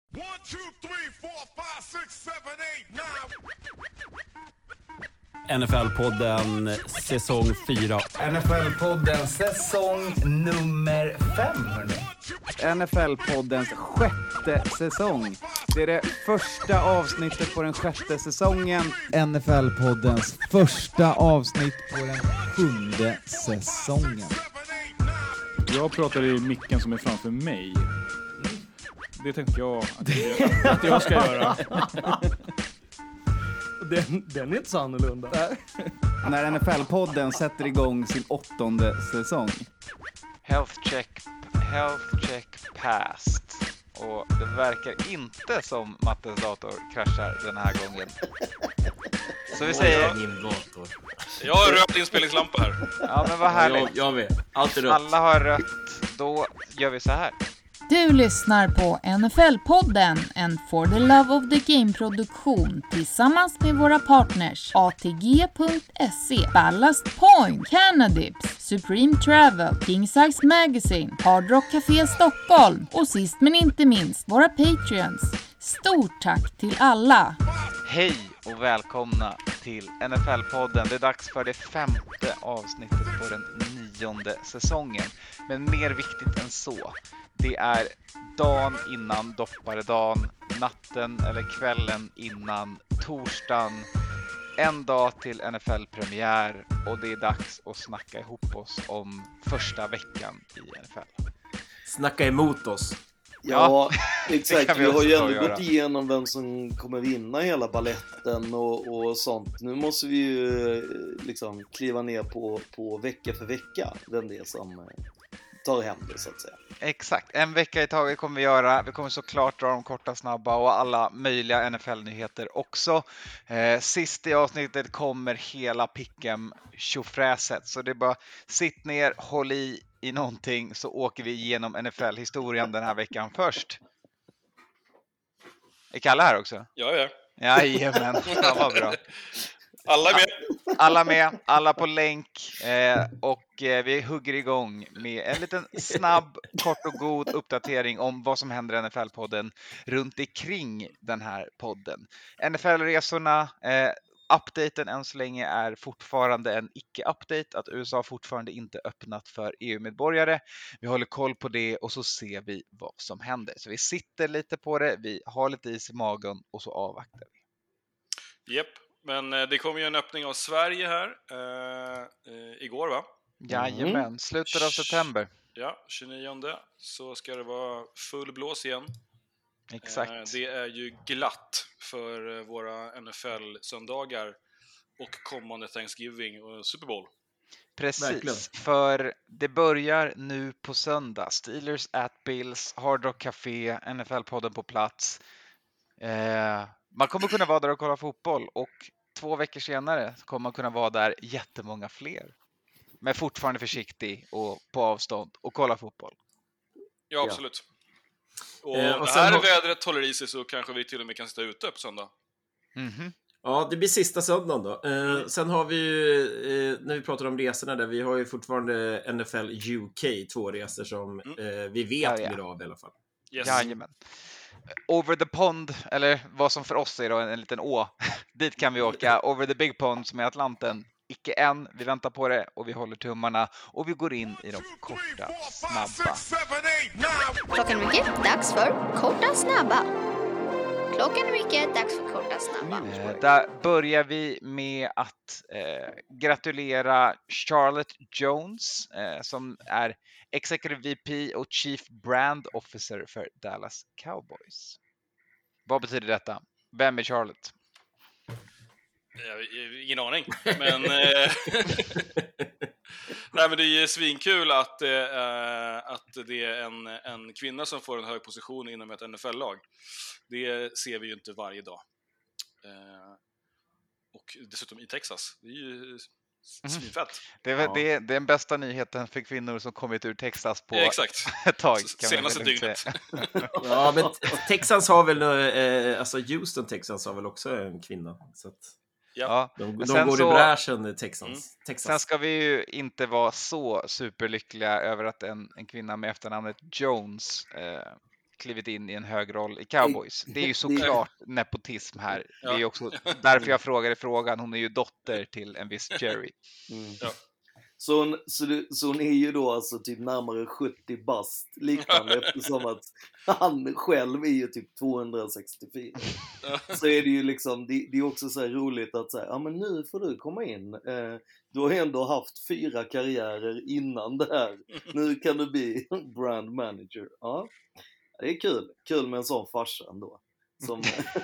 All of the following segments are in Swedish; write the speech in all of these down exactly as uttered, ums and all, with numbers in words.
N F L-podden säsong fyra. N F L-podden säsong nummer fem, hörni. N F L-poddens sjätte säsong. Det är det första avsnittet på den sjätte säsongen. N F L-poddens första avsnitt på den sjunde säsongen. Jag pratar i micken som är framför mig. Det tänkte jag att jag, att jag ska göra. Den, den är inte så annorlunda. När N F L-podden sätter igång sin åttonde säsong. Health check, health check passed. Och det verkar inte som Mattes dator kraschar den här gången. Så vi säger... Min dator. Jag har röd inspelningslampa här. Ja, men vad härligt. Jag, jag vet, allt är rött. Alla har rött, då gör vi så här. Du lyssnar på N F L-podden, en For the Love of the Game-produktion tillsammans med våra partners A T G punkt se, Ballast Point, Cannadips, Supreme Travel, King Size Magazine, Hard Rock Café Stockholm och sist men inte minst våra Patreons. Stort tack till alla! Hej och välkomna till N F L-podden. Det är dags för det femte avsnittet på den nionde säsongen. Men mer viktigt än så. Det är dagen innan dopparedagen, natten eller kvällen innan torsdagen. En dag till N F L-premiär och det är dags att snacka ihop oss om första veckan i N F L. Snacka emot oss. Ja, exakt. Vi, vi har ju ändå göra. gått igenom vem som kommer vinna hela balletten och, och sånt. Nu måste vi ju liksom kliva ner på, på vecka för vecka vem det är som tar hem det, så att säga. Exakt, en vecka i taget kommer vi göra. Vi kommer såklart dra de korta, snabba och alla möjliga N F L-nyheter också. Eh, sist i avsnittet kommer hela pick'em tjofräset. Så det är bara sitt ner, håll i i någonting så åker vi igenom N F L-historien den här veckan först. Är Kalle här också? Jag är här. Jajamän, ja, vad bra. Alla är med. Alla med, alla på länk eh, och eh, vi hugger igång med en liten snabb, kort och god uppdatering om vad som händer i N F L-podden runt omkring den här podden. N F L-resorna, eh, updaten än så länge är fortfarande en icke-update, att U S A fortfarande inte öppnat för E U-medborgare. Vi håller koll på det och så ser vi vad som händer. Så vi sitter lite på det, vi har lite is i magen och så avvaktar vi. Japp. Men det kom ju en öppning av Sverige här eh, eh, igår, va? Jajamän, mm. slutet av september. Ja, tjugonionde så ska det vara full blås igen. Exakt. Eh, det är ju glatt för våra N F L-söndagar och kommande Thanksgiving och Super Bowl. Precis, Verkligen. För det börjar nu på söndag. Steelers at Bills, Hard Rock Café, N F L-podden på plats. Eh, man kommer kunna vara där och kolla fotboll och två veckor senare kommer man kunna vara där jättemånga fler. Men fortfarande försiktig och på avstånd och kolla fotboll. Ja, absolut. Och Eh, om och det sen här har- vädret håller i sig så kanske vi till och med kan sitta ute på söndag. Mhm. Ja, det blir sista söndagen då. Eh, sen har vi ju, eh, när vi pratar om resorna där, vi har ju fortfarande N F L U K, två resor som Mm. eh, vi vet Ja, ja. blir av i alla fall. Yes. Jajamän. Over the pond, eller vad som för oss är då en, en liten å. Dit kan vi åka. Over the big pond som är Atlanten. Icke än, vi väntar på det och vi håller tummarna. Och vi går in i de korta, snabba. Klockan är mycket, dags för korta snabba. Klockan är mycket, dags för korta snabba. Eh, där börjar vi med att eh, gratulera Charlotte Jones eh, som är Executive V P och Chief Brand Officer för Dallas Cowboys. Vad betyder detta? Vem är Charlotte? Jag, ingen aning. Men, eh, nej, men det är svinkul att, eh, att det är en, en kvinna som får en hög position inom ett N F L-lag. Det ser vi ju inte varje dag. Eh, och dessutom i Texas. Det är ju svinfett. Det är, Ja. det, är, det är den bästa nyheten för kvinnor som kommit ur Texas på Ja, exakt. ett tag. Kan Senaste man väl dygnet. säga. Ja, men Texans har väl, eh, alltså Houston Texans har väl också en kvinna. Så att Ja. de, Men de sen går så- i bräschen Texans. Mm. Texas. Sen ska vi ju inte vara så superlyckliga över att en, en kvinna med efternamnet Jones eh, klivit in i en hög roll i Cowboys. Det är ju såklart nepotism här. Det är också därför jag frågade frågan. Hon är ju dotter till en viss Jerry. Mm. Ja. Så, hon, så, du, så hon är ju då alltså typ närmare sjuttio bast liknande eftersom att han själv är ju typ tvåhundrasextiofyra. Så är det ju liksom, det, det är också så här roligt att säga, ja men nu får du komma in. Eh, du har ändå haft fyra karriärer innan det här. Nu kan du bli brand manager. Ja, det är kul. Kul med en sån farsa ändå. Som...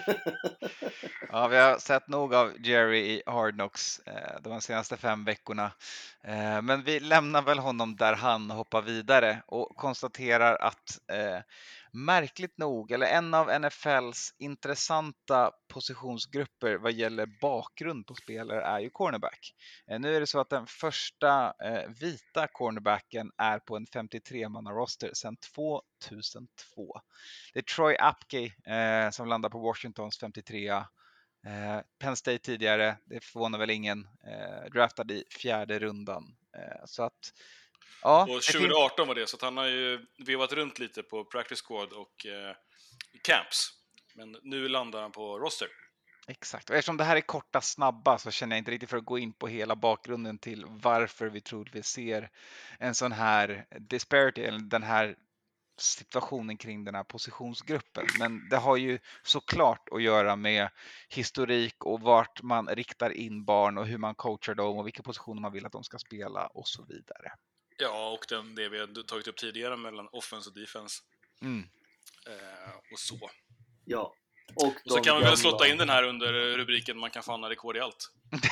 ja, vi har sett nog av Jerry i Hard Knocks eh, de senaste fem veckorna. Eh, men vi lämnar väl honom där han hoppar vidare och konstaterar att eh, märkligt nog, eller en av N F L:s intressanta positionsgrupper vad gäller bakgrund på spelare är ju cornerback. Eh, nu är det så att den första eh, vita cornerbacken är på en femtiotre-manna roster sedan tvåtusentvå. Det är Troy Apke eh, som landar på Washingtons femtiotre. Eh, Penn State tidigare, det förvånar väl ingen. Eh, draftad i fjärde rundan. Eh, så att, ja, och tjugoarton var det, så att han har ju vevat runt lite på practice squad och eh, camps. Men nu landar han på roster. Exakt, och eftersom det här är korta, snabba så känner jag inte riktigt för att gå in på hela bakgrunden till varför vi tror vi ser en sån här disparity, eller den här situationen kring den här positionsgruppen. Men det har ju såklart att göra med historik och vart man riktar in barn och hur man coachar dem och vilka positioner man vill att de ska spela och så vidare. Ja, och den, det vi har tagit upp tidigare mellan offense och defense. Mm. Eh, och så. Ja. Och, och så kan man väl slotta in den här under rubriken man kan fanna rekord i allt.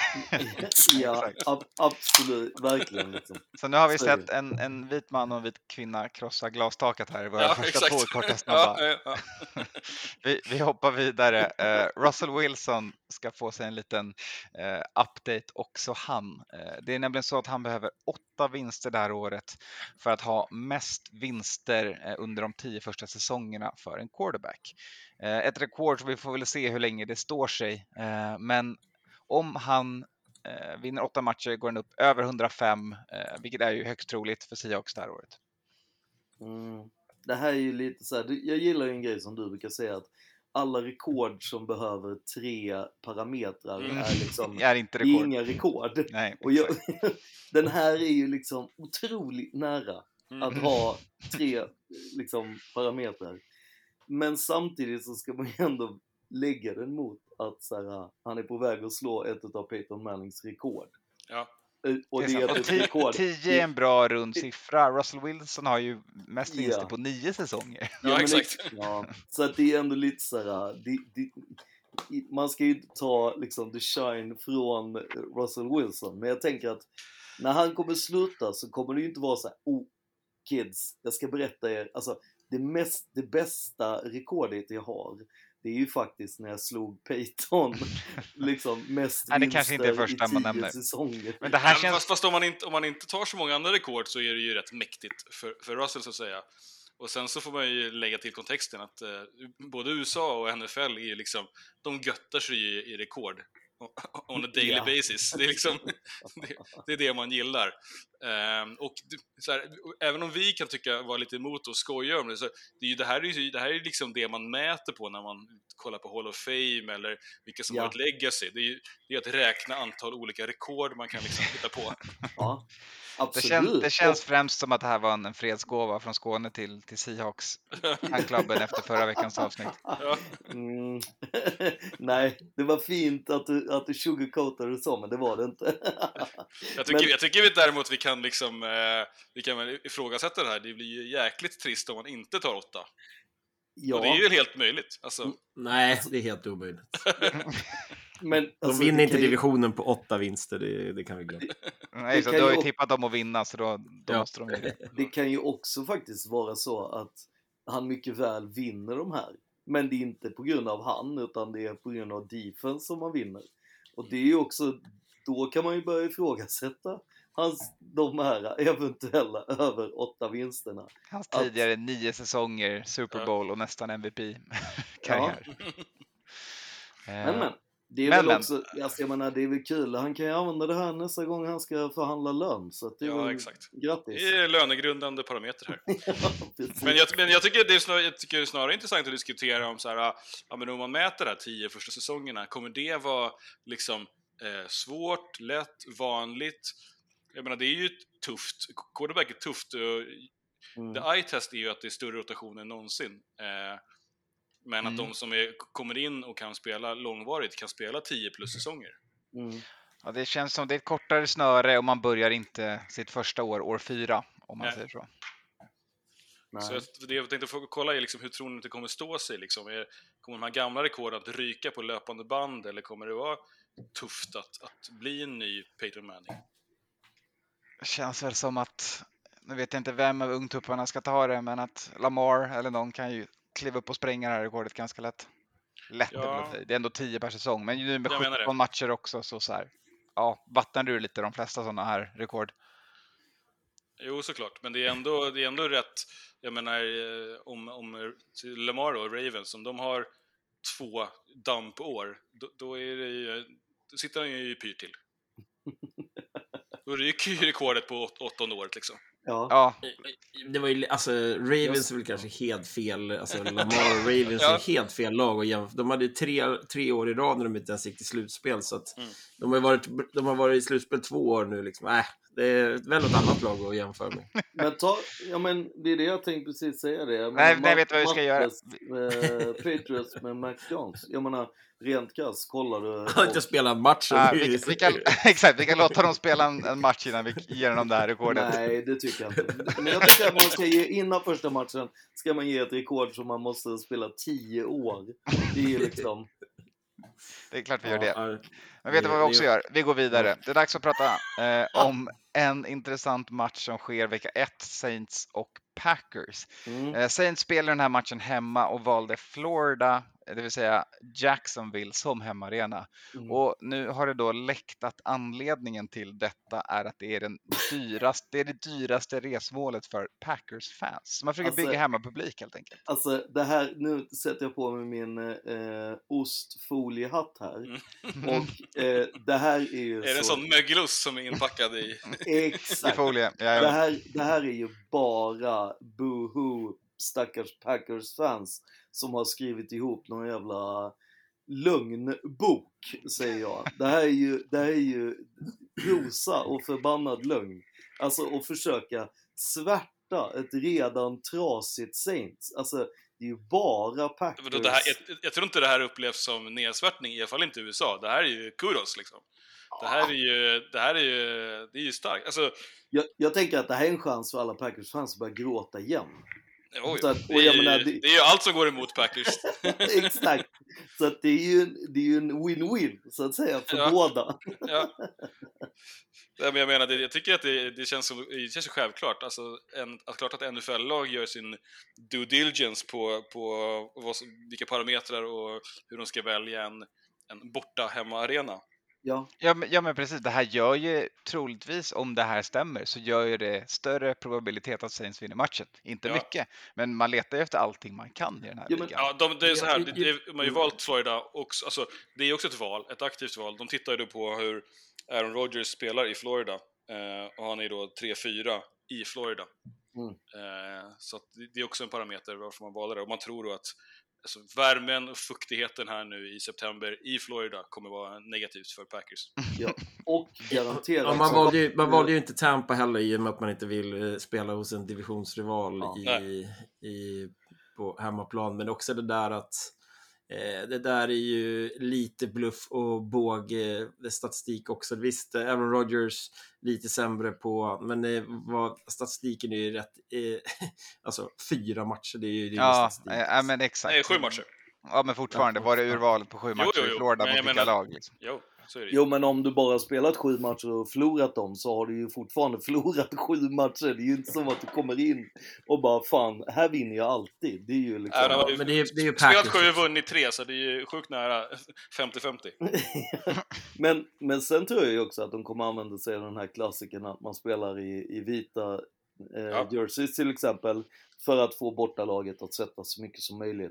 Ja, ab- absolut, verkligen. Liksom. Så nu har vi sett en, en vit man och en vit kvinna krossa glastaket här i våra ja, första exakt. två korta snabba. Ja, ja, ja. vi, vi hoppar vidare. Uh, Russell Wilson ska få sig en liten uh, update också han. Uh, det är nämligen så att han behöver åtta vinster det här året för att ha mest vinster uh, under de tio första säsongerna för en quarterback. Uh, ett rekord, så vi får väl se hur länge det står sig. Uh, men om han eh, vinner åtta matcher går han upp över hundrafem, eh, vilket är ju högst troligt för Seahawks det här året. Mm. Det här är ju lite så här, jag gillar ju en grej som du brukar säga, att alla rekord som behöver tre parametrar Mm. är liksom är inte det är rekord. inga rekord. Nej, och jag, den här är ju liksom otroligt nära Mm. att ha tre liksom parametrar. Men samtidigt så ska man ju ändå lägga den mot att så här, han är på väg att slå ett av Peyton Mannings rekord. Ja. Och det det är ett rekord. tio är en bra rund siffra. Russell Wilson har ju mest vinster Ja. på nio säsonger. Ja, men exakt. Det, ja, så att det är ändå lite så här, det, det, man ska ju inte ta liksom the shine från Russell Wilson, men jag tänker att när han kommer sluta så kommer det ju inte vara så här, oh kids, jag ska berätta er, alltså det, mest, det bästa rekordet jag har, det är ju faktiskt när jag slog Peyton liksom mest Nej, det kanske inte är vinster första i man tio nämner. säsonger. Men det här Men känns... fast, fast om, man inte, om man inte tar så många andra rekord så är det ju rätt mäktigt för, för Russell så att säga. Och sen så får man ju lägga till kontexten att eh, både U S A och N F L är ju liksom, de göttar sig ju i rekord on a daily Ja. basis. Det är liksom det, det är det man gillar. Um, och så här, även om vi kan tycka vara lite emot och skoja om det, så det är ju det här är ju det här är liksom det man mäter på när man kollar på Hall of Fame eller vilka som Ja. har ett legacy. Det är ju det är att räkna antal olika rekord man kan liksom hitta på. Ja, Det absolut. känns, det känns främst som att det här var en fredsgåva från Skåne till, till Seahawks handklubben efter förra veckans avsnitt. Ja. Mm. Nej, det var fint att du, att du sugarcoatade det så, men det var det inte. Jag tycker, Men- jag tycker vi däremot vi kan liksom eh, vi kan väl ifrågasätta det här. Det blir ju jäkligt trist om man inte tar åtta. Ja, Och det är ju helt möjligt. Alltså, Nej, det är helt omöjligt. men De alltså, vinner det inte kan ju- divisionen på åtta vinster, det, det kan vi glömma. Nej, så kan du har ju ju också- tippat dem att vinna, så då, då Ja. måste de ju det. Det kan ju också faktiskt vara så att han mycket väl vinner de här. Men det är inte på grund av han, utan det är på grund av defense som man vinner. Och det är ju också, då kan man ju börja ifrågasätta hans, de här eventuella över åtta vinsterna. Hans Att- tidigare nio säsonger, Super Bowl och nästan M V P-karriär. Men, men, Det är Men, väl också, men. alltså, jag menar, det är väl kul. Han kan ju använda det här nästa gång han ska förhandla lön. Så att det är Ja, väl exakt. grattis. Det är lönegrundande parameter här. Ja, precis. Men jag, men jag tycker det är snarare, jag tycker det är snarare intressant att diskutera om så här, ja, men om man mäter de här tio första säsongerna, kommer det vara liksom eh, svårt, lätt, vanligt? Jag menar, det är ju tufft. Quarterback är tufft. Och Mm. the eye test är ju att det är större rotation än någonsin. Eh, men Mm. att de som är, kommer in och kan spela långvarigt kan spela tio plus säsonger. Mm. Ja, det känns som det är ett kortare snöre och man börjar inte sitt första år, år fyra, om man Nej. säger så. Nej. Så jag, det jag tänkte få kolla är liksom, hur tror ni att det kommer stå sig? Liksom? Är, kommer de här gamla rekorden att ryka på löpande band, eller kommer det vara tufft att, att bli en ny Peyton Manning? Det känns väl som att, nu vet jag inte vem av ungtupparna ska ta det, men att Lamar eller någon kan ju kliva upp och spränga det här rekordet ganska lätt. Lätt Ja. är väl att säga. Det är ändå tio per säsong, men nu med Jag menar det. sjutton matcher också, så så här, ja, vattnar du lite de flesta sådana här rekord. Jo, såklart. Men det är ändå, det är ändå rätt. Jag menar, eh, om, om Lamar och Ravens, om de har två dampår, då, då, är det ju, då sitter han ju i pyr till. Då ryker ju rekordet på åt, åttonde året liksom. Ja. Ja, Det var ju, alltså, Ravens är väl kanske helt fel, alltså Lamar och Ravens Ja. är helt fel lag och jämf- de hade ju tre, tre år i rad när de inte ens gick till slutspel, så att Mm. de har varit, de har varit i slutspel två år nu liksom. Äh, det är väl något annat lag att jämföra med. Men ta, ja men det är det jag tänkte precis säga det. Jag Nej, menar, nej, vet du vad vi ska göra? Mattes, eh, Patriots med Mac Jones. Jag menar, rent kass, kollar du. Han har inte spelat matchen. ja vi, vi kan, exakt, vi kan låta dem spela en, en match innan vi ger dem det här rekordet. Nej, det tycker jag inte. Men jag tycker att man ska ge, innan första matchen, ska man ge ett rekord som man måste spela tio år. Det är ju liksom... Det är klart vi gör det. Ja, Men vet du vad vi också det- gör? Vi går vidare. Det är dags att prata eh, om en intressant match som sker vecka ett, Saints och Packers. Mm. Eh, Saints spelar den här matchen hemma och valde Florida, det vill säga Jacksonville, som hemmaarena. Mm. Och nu har det då läckt att anledningen till detta är att det är, den dyraste, det, är det dyraste resmålet för Packers-fans. Så man försöker Alltså- bygga hemmapublik helt enkelt. Alltså det här, nu sätter jag på mig min eh, ostfoliehatt här. Mm. Och eh, det här är ju Är det en så... sån mögelost som är inpackad i... I Exakt. folie. Ja, Det ja. här, det här är ju bara boohoo stackars Packers-fans som har skrivit ihop någon jävla lögnbok, säger jag. Det här är ju, det här är ju rosa och förbannad lögn. Alltså att försöka svärta ett redan trasigt Saints. Alltså det är ju bara Packers. Vadå, det här, jag, jag tror inte det här upplevs som nedsvärtning, i alla fall inte i U S A. Det här är ju kudos liksom. Det här är ju, det här är ju, det är ju starkt. Alltså, jag, jag tänker att det här är en chans för alla Packers-fans att börja gråta igen. oj, Så att- det, och är jag ju, menar, det... det- är ju allt som går emot Packers. Exakt. Så att det är ju en, det är ju en win-win, så att säga, för Ja. båda. Ja. Nej, men jag menar, det, jag tycker att det, det känns som, det känns så självklart. Alltså, en, att klart att N F L-lag gör sin due diligence på, på vad som, vilka parametrar och hur de ska välja en, en borta hemmaarena. Ja. Ja men, ja men precis, det här gör ju troligtvis, om det här stämmer, så gör ju det större probabilitet att Saints vinner matchen. Inte Ja. mycket, men man letar ju efter allting man kan i den här Ja, men- ligan. Ja, de, det är så här, Ja, det, i- det, man har ju valt Florida också, alltså, det är också ett val, ett aktivt val. De tittar ju då på hur Aaron Rodgers spelar i Florida, eh, och han är då tre fyra i Florida. Mm. Eh, så att det, det är också en parameter varför man valde det. Och man tror då att alltså, värmen och fuktigheten här nu i september i Florida kommer vara negativt för Packers. Ja. Och garanterat. Ja, man, så- valde ju, man valde ju inte Tampa heller i och med att man inte vill eh, spela hos en divisionsrival Ja. i, i, på hemmaplan. Men också det där att eh, det där är ju lite bluff och båg eh, statistik också. Visst, eh, Aaron Rodgers lite sämre på, men eh, vad, statistiken är ju rätt, eh, alltså fyra matcher, det är ju det är ju Ja, statistik. ja, men exakt. Nej, sju matcher. Ja, men fortfarande var det urvalet på sju Jo, matcher jo, i jo. Florida Men mot jag vilka menar- lag. Liksom. Jo, så är det ju. Jo, men om du bara har spelat sju matcher och förlorat dem, så har du ju fortfarande förlorat sju matcher. Det är ju inte som att du kommer in och bara fan, här vinner jag alltid. Det är ju liksom... Ja, de har ju men det är, det är ju spelat Packers. sju och vunnit tre, så det är ju sjukt nära femtio femtio. men, men sen tror jag ju också att de kommer använda sig av den här klassiken att man spelar i, i vita eh, Ja. jerseys till exempel, för att få bortalaget att sätta så mycket som möjligt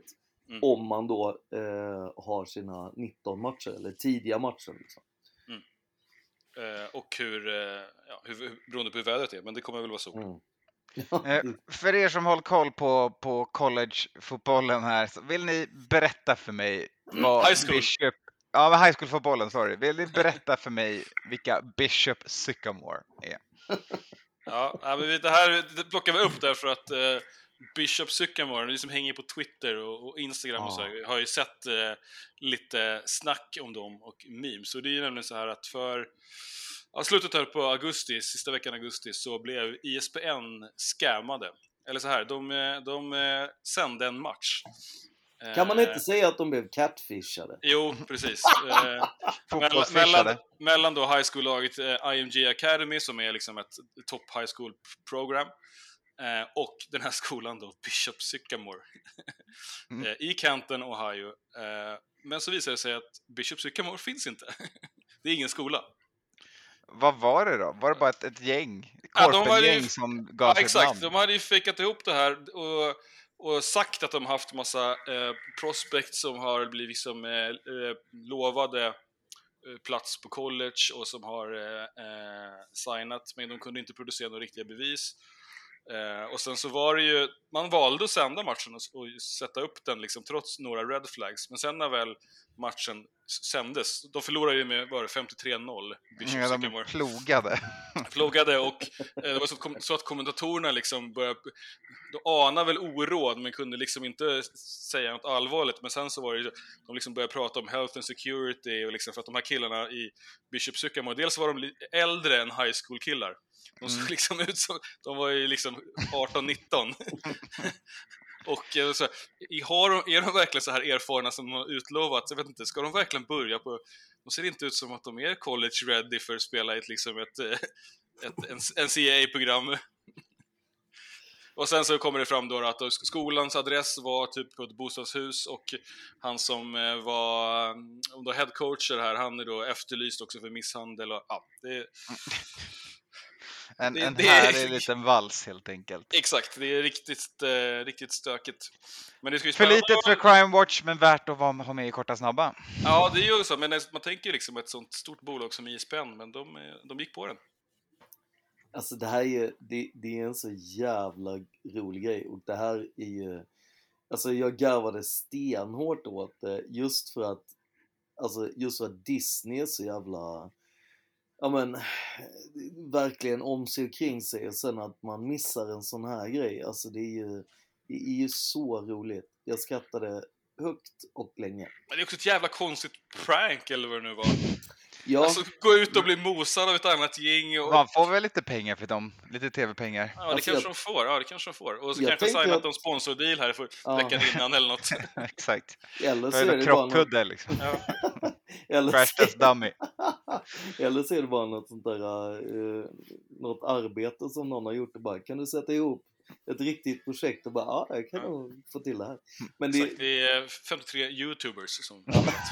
Mm. Om man då eh, har sina nitton matcher, eller tidiga matcher liksom. Mm. Eh, och hur, eh, ja, hur, beroende på hur vädret är, men det kommer väl vara sol. Mm. Eh, för er som håller koll på, på college-fotbollen här, så vill ni berätta för mig vad High school. Bishop... Ja, men high school-fotbollen, sorry. Vill ni berätta för mig vilka Bishop Sycamore är? Ja, men det här det plockar vi upp därför att eh, Bishop Sycamore, ni som hänger på Twitter och, och Instagram och så här, har ju sett eh, lite snack om dem och memes. Och det är ju nämligen så här att för ja, slutet här på augusti, sista veckan augusti, så blev I S P N scammade. Eller så här, de, de sände en match. Kan man inte säga att de blev catfishade? Jo, precis. eh, mellan, mellan, mellan då high school-laget eh, I M G Academy, som är liksom ett top high school program, eh, och den här skolan då, Bishop Sycamore mm. eh, i Canton, Ohio. Eh, men så visar det sig att Bishop Sycamore finns inte. Det är ingen skola. Vad var det då? Var det bara ett, ett gäng? Ja, de hade gäng ju, som gav ja, sig exakt. namn? De hade ju fejkat ihop det här och Och sagt att de haft massa eh, prospects som har blivit som eh, lovade eh, plats på college och som har eh, eh, signat, men de kunde inte producera några riktiga bevis. Eh, och sen så var det ju, man valde att sända matchen och, och sätta upp den liksom, trots några red flags. Men sen när väl matchen sändes, de förlorade ju med, var det femtiotre noll. Bishop ja, de plogade. Plogade och eh, det var så att, så att kommentatorerna liksom började, de anar väl oråd men kunde liksom inte säga något allvarligt. Men sen så var det, de liksom började prata om health and security och liksom, för att de här killarna i Bishop Sycamore, dels var de äldre än high school killar. De såg mm. liksom ut som, de var ju liksom arton nitton. Och så, har de, är de verkligen så här erfarna som de har utlovat? Jag vet inte, ska de verkligen börja på... De ser inte ut som att de är college ready för att spela ett, liksom ett, ett, ett N C A A-program. Och sen så kommer det fram då att skolans adress var typ på ett bostadshus, och han som var då head coacher här, han är då efterlyst också för misshandel och ja, det En, det, en det härlig är, liten vals helt enkelt. Exakt, det är riktigt, eh, riktigt stökigt. Men det ska ju för litet för Crime Watch, men värt att vara, ha med i korta snabba. Ja, det är ju så, men man tänker ju liksom ett sånt stort bolag som I S P N, men de, de gick på den. Alltså det här är ju, det, det är en så jävla rolig grej, och det här är ju, alltså jag garvade stenhårt åt det just för att, alltså just för att Disney är så jävla, ja men, verkligen om sig och kring sig, och sen att man missar en sån här grej, alltså det är ju, det är ju så roligt. Jag skrattade högt och länge. Men det är också ett jävla konstigt prank, eller vad det nu var. Ja. Alltså gå ut och bli mosad av ett annat gäng och... Man får väl lite pengar för dem, lite tv-pengar. Ja, det alltså, kanske jag... de får. Ja, det kanske de får. Och så jag kanske signat att... en sponsordeal här för ja. veckan innan eller något. Exakt. Eller så är det krockkudde bara något... liksom. Ja. Eller Crash test dummy. Eller så är det bara något sånt där uh, något arbete som någon har gjort och bara, kan du sätta ihop ett riktigt projekt och bara, ja, jag kan nog ja. få till det här. Men det... Exakt, det är femtiotre YouTubers som...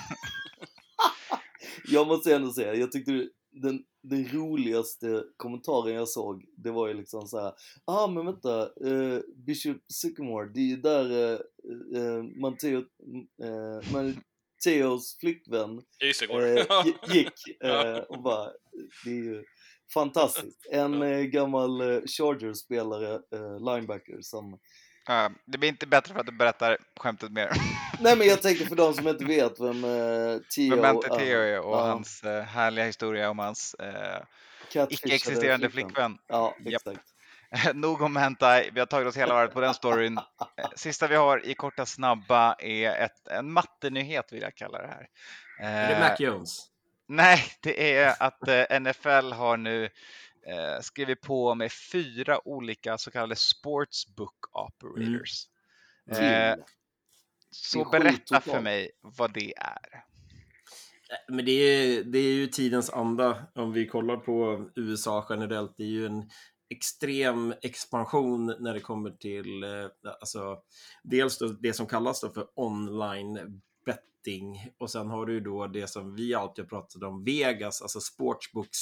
Jag måste ändå säga, jag tyckte den, den roligaste kommentaren jag såg, det var ju liksom så här: ah men vänta, uh, Bishop Sycamore, det är ju där uh, uh, Matteo, uh, Matteos flickvän uh, gick uh, och bara, det är ju fantastiskt. En uh, gammal uh, Chargers-spelare, uh, linebacker som... Uh, det blir inte bättre för att du berättar skämtet mer. Nej, men jag tänker för de som inte vet vem uh, Theo, vem Theo är och uh, hans uh, härliga historia om hans uh, icke-existerande flickvän. Ja, exakt. Yep. Nog om hentai, vi har tagit oss hela varvet på den storyn. Sista vi har i korta snabba är ett, en mattenyhet, vill jag kalla det här. Är det Mac Jones? Nej, det är att uh, N F L har nu uh, skrivit på med fyra olika så kallade sportsbook operators. Mm. Uh, så berätta för mig vad det är. Men det är, det är ju tidens anda. Om vi kollar på U S A generellt, det är ju en extrem expansion när det kommer till alltså, dels då det som kallas då för online betting, och sen har du ju då det som vi alltid har pratat om, Vegas, alltså sportsbooks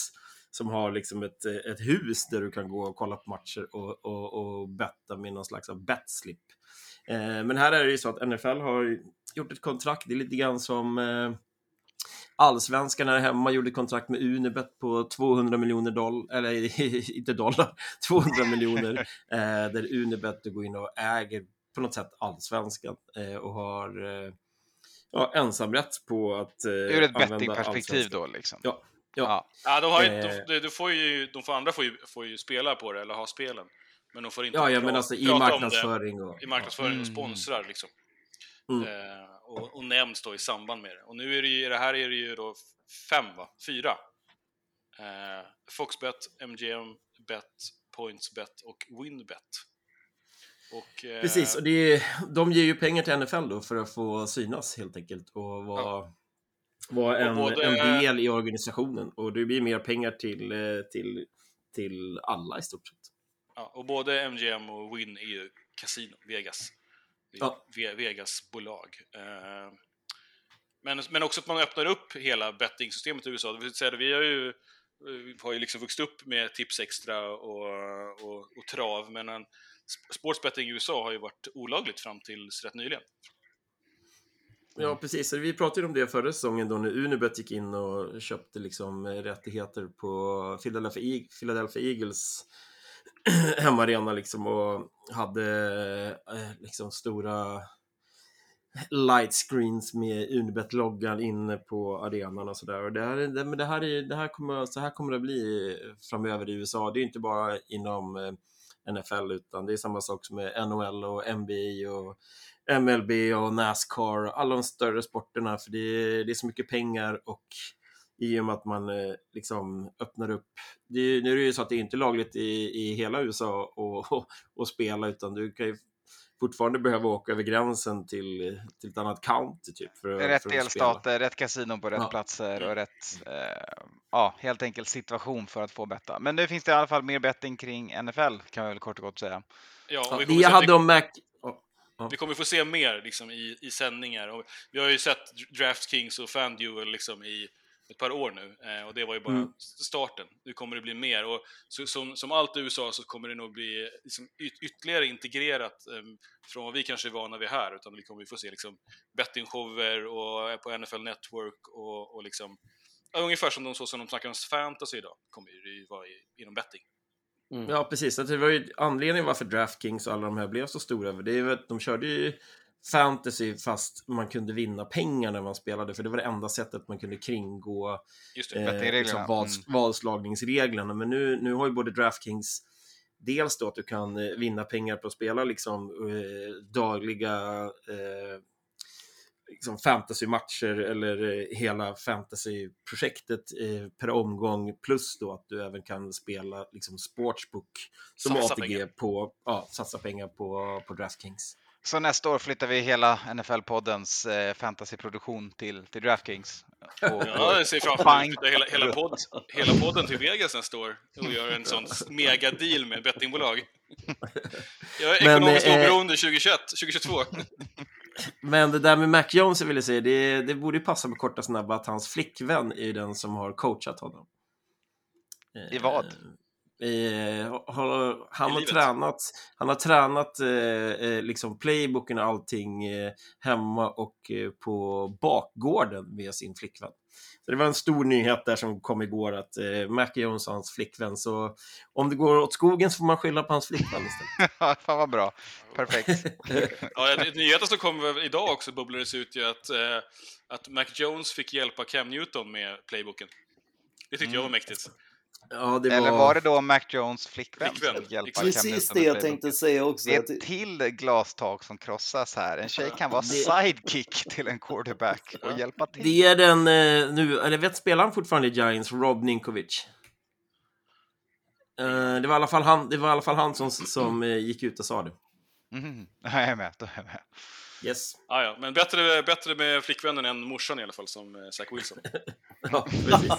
som har liksom ett, ett hus där du kan gå och kolla på matcher och, och, och betta med någon slags av betslip. Eh, men här är det ju så att N F L har gjort ett kontrakt, det är lite grann som eh, Allsvenskan här hemma gjorde kontrakt med Unibet på tvåhundra miljoner dollar, eller inte dollar, tvåhundra miljoner, eh, där Unibet går in och äger på något sätt Allsvenskan eh, och har eh, ja, ensamrätt på att eh, ur ett bettingperspektiv då liksom. Ja. Ja. Ja, de har ju, eh, de, de får ju, de får andra får ju, får ju spela på det eller ha spelen. Men de får inte ja, ja, prata, men alltså i prata marknadsföring om det, och i marknadsföring ja. och sponsrar liksom. Mm. Eh, och, och nämns då i samband med det. Och nu är det ju, det här är det ju då fem va? Fyra. Eh, Foxbet, M G M, Bet, PointsBet och WinBet. Och, eh, precis, och det är, de ger ju pengar till N F L då för att få synas helt enkelt och vara, ja. vara en, både, en del i organisationen. Och det blir mer pengar till, till, till alla i stort sett. Ja, och både M G M och Win är ju kasino, Vegas. Ja. Vegas-bolag. Eh, men, men också att man öppnar upp hela bettingsystemet i U S A. Det vill säga, vi har ju, vi har ju liksom vuxit upp med tips extra och, och, och trav, men en sportsbetting i U S A har ju varit olagligt fram till rätt nyligen. Ja, precis. Vi pratade om det förra säsongen då när Unibet gick in och köpte liksom rättigheter på Philadelphia, Philadelphia Eagles hemmaarena liksom och hade eh, liksom stora lightscreens med Unibet-loggan inne på arenan och sådär. Och det här, det, men det här, är, det här kommer, så här kommer det bli framöver i U S A. Det är inte bara inom eh, N F L utan det är samma sak som med N H L och N B A och M L B och NASCAR, alla de större sporterna, för det är, det är så mycket pengar och i och med att man eh, liksom öppnar upp, det, nu är det ju så att det är inte lagligt i, i hela U S A och, och, och spela, utan du kan ju fortfarande behöva åka över gränsen till, till ett annat county typ. För, rätt för delstater, rätt kasinon på rätt ja. platser och rätt, eh, ja, helt enkelt situation för att få betta. Men nu finns det i alla fall mer betting kring N F L, kan vi väl kort och gott säga. Ja, och vi vi kommer hade se, om Mac... Ja. Vi kommer få se mer liksom, i, i sändningar. Och vi har ju sett DraftKings och FanDuel liksom, i ett par år nu. Eh, och det var ju bara mm. starten. Nu kommer det bli mer. Och så, som, som allt i U S A så kommer det nog bli liksom, yt, ytterligare integrerat eh, från vad vi kanske är vana vid här. Utan vi kommer få se liksom, bettingshower och på N F L Network och, och liksom, ja, ungefär som de, så som de snackar om fantasy idag kommer det ju vara i, inom betting. Mm. Ja, precis. Det var ju anledningen varför DraftKings och alla de här blev så stora. Det är ju att de körde ju fantasy fast man kunde vinna pengar när man spelade, för det var det enda sättet man kunde kringgå Just det, eh, liksom vals, mm. valslagningsreglerna. Men nu, nu har ju både DraftKings dels då att du kan eh, vinna pengar på att spela liksom eh, dagliga eh, liksom fantasymatcher eller eh, hela fantasyprojektet eh, per omgång, plus då att du även kan spela liksom sportsbook som satsa A T G pengar. på, ja, satsa pengar på, på DraftKings. Så nästa år flyttar vi hela N F L-poddens eh, fantasyproduktion till, till DraftKings. Och, ja, jag ser framför mig att hela, hela, podd, hela podden till Vegas nästa år och gör en sån mega deal med bettingbolag. Jag är ekonomiskt Men, oberoende tjugohundratjugoett, tjugohundratjugotvå. Men det där med Mac Jones vill jag säga, det, det borde ju passa med korta snabba att hans flickvän är den som har coachat honom. I vad? Eh, har, han, har tränat, han har tränat eh, liksom playbooken och allting eh, hemma och eh, på bakgården med sin flickvän. Så det var en stor nyhet där som kom igår att eh, Mac Jones och hans flickvän, så om det går åt skogen så får man skylla på hans flickvän istället. Ja, fan vad bra. Perfekt. Ja, nyheten som kom idag också bubblades ut ju att, eh, att Mac Jones fick hjälpa Cam Newton med playbooken. Det tyckte mm. jag var mäktigt. Ja, det var... Eller var det då Mac Jones flickvän, flickvän. som hjälpa Precis det jag tänkte säga också. Det är ett till glastak som krossas här. En tjej kan vara sidekick till en quarterback och hjälpa till. Det är den eh, nu, eller vet spelaren fortfarande i Giants, Rob Ninkovich. Eh, det var i alla fall han, det var i alla fall han som, som eh, gick ut och sa det. Mm. Jag är med, då är jag med. Yes. Ah, ja, men bättre, bättre med flickvännen än morsan i alla fall, som Zach Wilson. Ja, precis.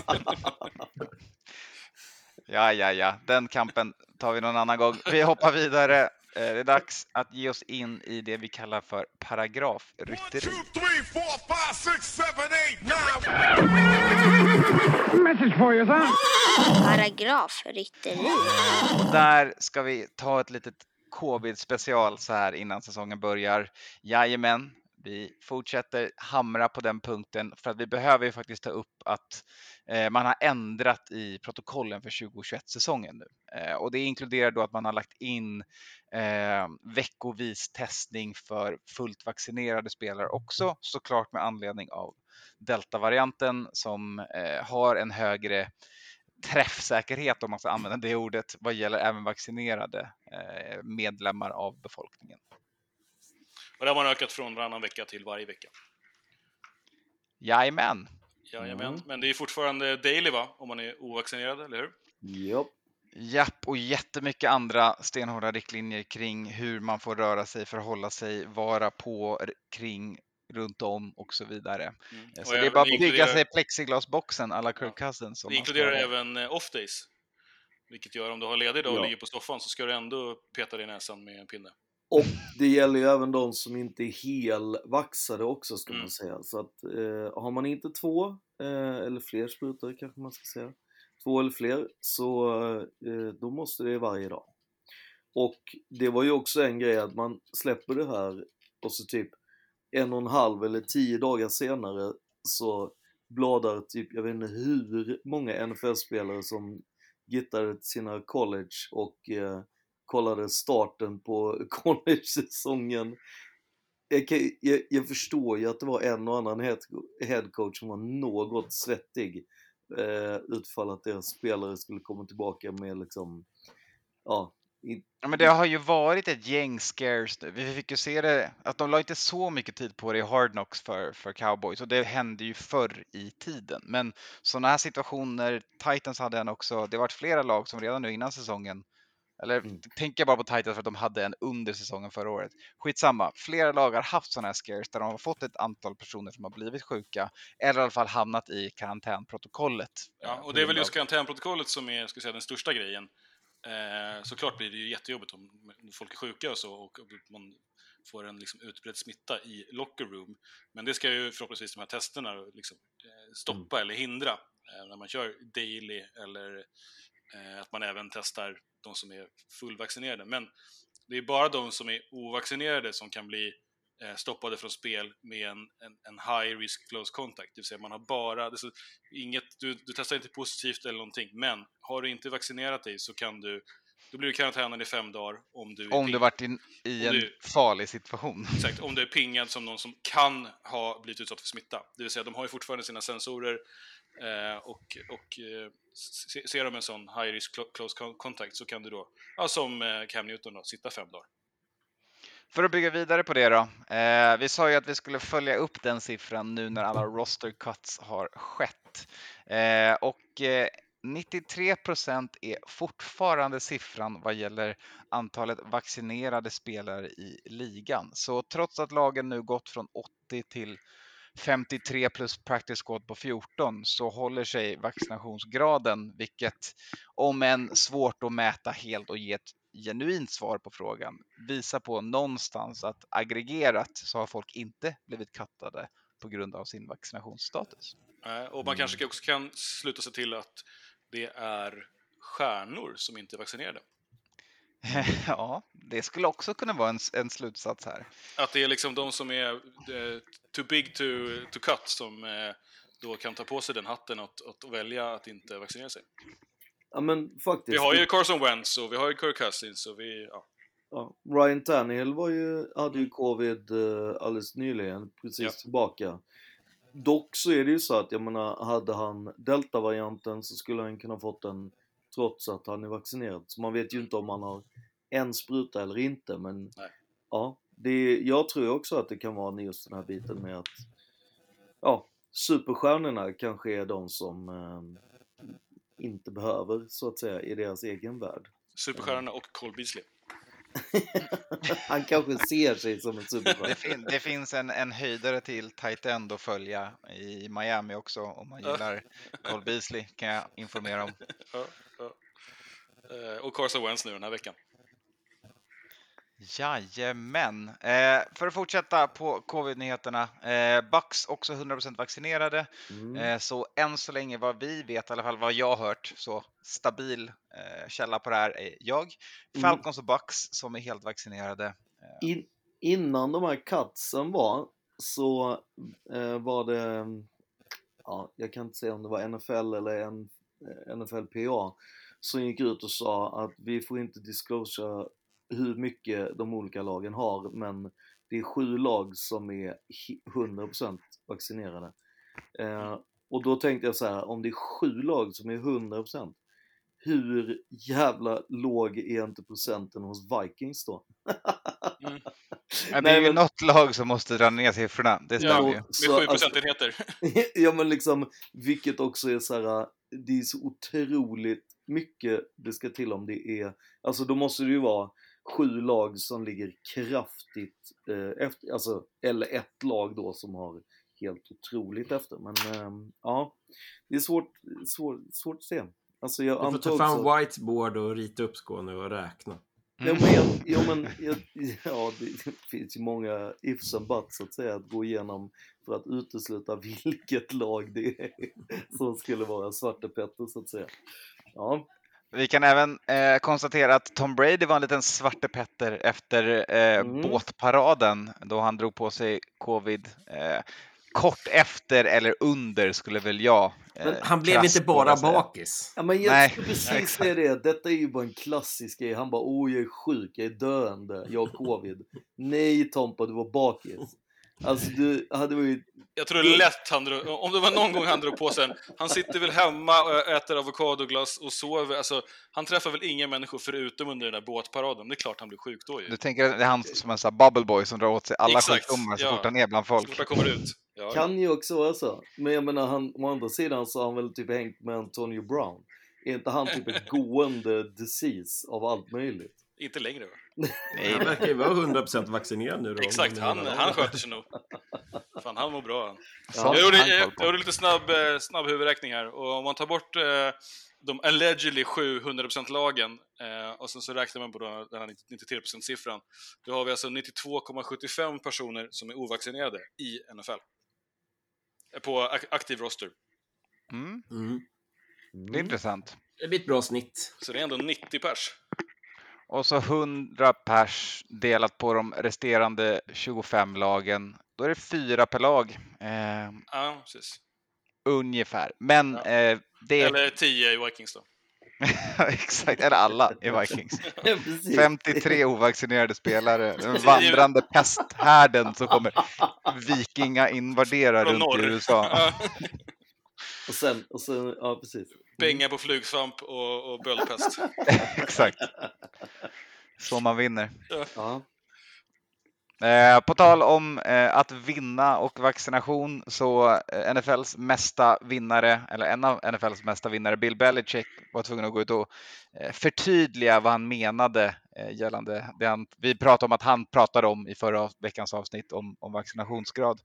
Ja, ja, ja. Den kampen tar vi någon annan gång. Vi hoppar vidare. Det är dags att ge oss in i det vi kallar för paragrafrytteri. Message for you, son. Paragrafrytteri. Där ska vi ta ett litet covid-special så här innan säsongen börjar. Jajamän, vi fortsätter hamra på den punkten för att vi behöver ju faktiskt ta upp att eh, man har ändrat i protokollen för tjugohundratjugoett-säsongen nu. Eh, och det inkluderar då att man har lagt in eh, veckovis testning för fullt vaccinerade spelare också, såklart med anledning av delta-varianten som eh, har en högre träffsäkerhet, om man ska använda det ordet, vad gäller även vaccinerade eh, medlemmar av befolkningen. Och det har man ökat från varannan vecka till varje vecka. Jajamän. Jajamän. Mm. Men det är fortfarande daily, va? Om man är ovaccinerad, eller hur? Japp. Japp, och jättemycket andra stenhårda riktlinjer kring hur man får röra sig, förhålla sig, vara på, r- kring, runt om och så vidare. Mm. Så Och det är även- bara det att bygga inkluderar- sig plexiglasboxen alla Kirk Ja. Cousins. om Det man ska inkluderar ha det. även eh, off-days. Vilket gör om du har ledig dag och Ja. ligger på soffan så ska du ändå peta dig i näsan med en pinne. Och det gäller ju även de som inte är helvaxade också, ska Mm. man säga. Så att eh, har man inte två eh, eller fler sprutor, kanske man ska säga, två eller fler, så eh, då måste det varje dag. Och det var ju också en grej att man släpper det här och så typ en och en halv eller tio dagar senare så bladar typ, jag vet inte hur många N F L-spelare som gittade till sina college och eh, kollade starten på college-säsongen. Jag, kan, jag, jag förstår ju att det var en och annan head, headcoach som var något svettig eh, utfall att deras spelare skulle komma tillbaka med liksom, ja. I, Ja, men det har ju varit ett gäng scares nu. Vi fick ju se det, att de la inte så mycket tid på det i Hard Knocks för, för Cowboys, och det hände ju förr i tiden. Men sådana här situationer, Titans hade en också, det har varit flera lag som redan nu innan säsongen, eller Mm. tänker jag bara på Titans för att de hade en under säsongen förra året. Skitsamma, flera lag har haft sådana här scares där de har fått ett antal personer som har blivit sjuka, eller i alla fall hamnat i karantänprotokollet. Ja, eh, och det är på väl grund just av- karantänprotokollet som är, ska jag säga, den största grejen. Eh, såklart blir det ju jättejobbigt om folk är sjuka och så, och man får en liksom utbredd smitta i locker room. Men det ska ju förhoppningsvis de här testerna liksom, eh, stoppa Mm. eller hindra eh, när man kör daily, eller eh, att man även testar de som är fullvaccinerade. Men det är bara de som är ovaccinerade som kan bli eh, stoppade från spel med en, en, en high risk close contact. Det vill säga man har bara, det är så, inget, du, du testar inte positivt eller någonting, men har du inte vaccinerat dig så kan du, då blir du karantänen i fem dagar om du är Om ping- du varit in, i Om en du- farlig situation. Exakt, om du är pingad som någon som kan ha blivit utsatt för smitta. Det vill säga de har ju fortfarande sina sensorer eh, och, och eh, se, ser de en sån high risk clo- close con- contact så kan du då, ja, som eh, Cam Newton då, sitta fem dagar. För att bygga vidare på det då. Eh, vi sa ju att vi skulle följa upp den siffran nu när alla roster cuts har skett. Eh, och eh, nittiotre procent är fortfarande siffran vad gäller antalet vaccinerade spelare i ligan. Så trots att lagen nu gått från åttio till femtiotre plus practice squad på fjorton så håller sig vaccinationsgraden, vilket om än svårt att mäta helt och ge ett genuint svar på frågan, visar på någonstans att aggregerat så har folk inte blivit kattade på grund av sin vaccinationsstatus. Eh, och man kanske också kan sluta sig till att det är stjärnor som inte är vaccinerade. Ja, det skulle också kunna vara en, en slutsats här. Att det är liksom de som är eh, too big to, to cut som eh, då kan ta på sig den hatten och, och välja att inte vaccinera sig. ja men faktiskt. Vi har ju Carson Wentz och vi har ju Kirk Cousins och vi, ja. Ja, Ryan Tannehill var ju, hade ju covid eh, alldeles nyligen, precis Ja. tillbaka. Dock så är det ju så att, jag menar, hade han delta-varianten så skulle han kunna fått den trots att han är vaccinerad. Så man vet ju inte om han har en spruta eller inte, men Nej. ja, det, jag tror ju också att det kan vara just den här biten med att, ja, superstjärnorna kanske är de som eh, inte behöver, så att säga, i deras egen värld. Superstjärnorna och Cole Beasley. Han kanske ser sig som en Det, superstjärna. fin- det finns en, en höjdare till tight end att följa i Miami också om man gillar Cole Beasley, kan jag informera om. Ja, ja. Eh, och Carson Wentz nu den här veckan. Jajamän. Eh, för att fortsätta på covid-nyheterna. Eh, Bucks också hundra procent vaccinerade. Mm. Eh, så än så länge vad vi vet, i alla fall vad jag har hört, så stabil eh, källa på det här är jag. Falcons och Bucks som är helt vaccinerade. Eh. In, innan de här cutsen var så eh, var det, ja, jag kan inte säga om det var N F L eller en, N F L P A som gick ut och sa att vi får inte disclosure hur mycket de olika lagen har, men det är sju lag som är hundra procent vaccinerade. Eh, och då tänkte jag så här, om det är sju lag som är hundra procent, hur jävla låg är inte procenten hos Vikings då? mm. Ja, det är ju men... något lag som måste dra ner siffrorna, det stämmer ju. Med sju procentenheter. Alltså, ja men liksom, vilket också är så här, det är så otroligt mycket det ska till om det är, alltså då måste det ju vara sju lag som ligger kraftigt eh, efter, alltså, eller ett lag då som har helt otroligt efter, men eh, ja, det är svårt, svår, svårt att se. Alltså jag du får ta fram så... whiteboard och rita upp Skåne och räkna. Ja men, jag, ja, men jag, ja, det finns ju många ifs and buts så att säga att gå igenom för att utesluta vilket lag det är som skulle vara Svarte Petter så att säga. Ja. Vi kan även eh, konstatera att Tom Brady var en liten Svarte Petter efter eh, mm. båtparaden då han drog på sig covid. Eh, kort efter eller under skulle väl jag eh, men han blev inte bara bakis. Ja, men jag Nej, ska precis säga det. Detta är ju bara en klassisk grej. Han bara, åh jag är sjuk, jag är döende, jag har covid. Nej Tompa, du var bakis. Alltså du hade ju... Jag tror det är lätt han drog, om det var någon gång han drog på sig. Han sitter väl hemma och äter avokadoglass och sover. Alltså, han träffar väl inga människor förutom under den där båtparaden. Det är klart han blir sjuk då ju. Du tänker att det är han som en sån här bubble boy som drar åt sig alla Exakt. sjukdomar så ja. fort han är bland folk. Så fort han kommer ut. Ja. Kan ju också vara så. Men jag menar, han, å andra sidan så har han väl typ hängt med Antonio Brown. Är inte han typ ett gående disease av allt möjligt? Inte längre va? Nej, han verkar ju vara hundra procent vaccinerad nu då. Exakt, han, han sköter sig nog. Fan, han mår bra. Ja, jag, gjorde, jag, jag gjorde lite snabb, snabb huvudräkning här. Och om man tar bort eh, de allegedly sjuhundra procent-lagen eh, och sen så räknar man på då, den här nittiotre procent-siffran. Då har vi alltså nittiotvå komma sjuttiofem personer som är ovaccinerade i N F L. På ak- aktiv roster. Mm. Mm. Det är intressant. Det blir ett bra snitt. Så det är ändå nittio pers. Och så hundra pers delat på de resterande tjugofem lagen. Då är det fyra per lag. Eh, ja, precis. Ungefär. Men ja. eh, det är... Eller tio i Vikings då. Exakt, eller alla i Vikings. femtiotre ovaccinerade spelare. Den vandrande pesthärden som kommer vikinga invadera runt norr. I U S A. Och sen, och sen, ja precis. Pengar på flugsvamp och, och böldpest. Exakt. Så man vinner. Ja. Eh, på tal om eh, att vinna och vaccination så eh, N F L:s mesta vinnare, eller en av N F L:s mesta vinnare, Bill Belichick, var tvungen att gå ut och eh, förtydliga vad han menade eh, gällande det han, vi pratade om att han pratade om i förra veckans avsnitt om, om vaccinationsgrad.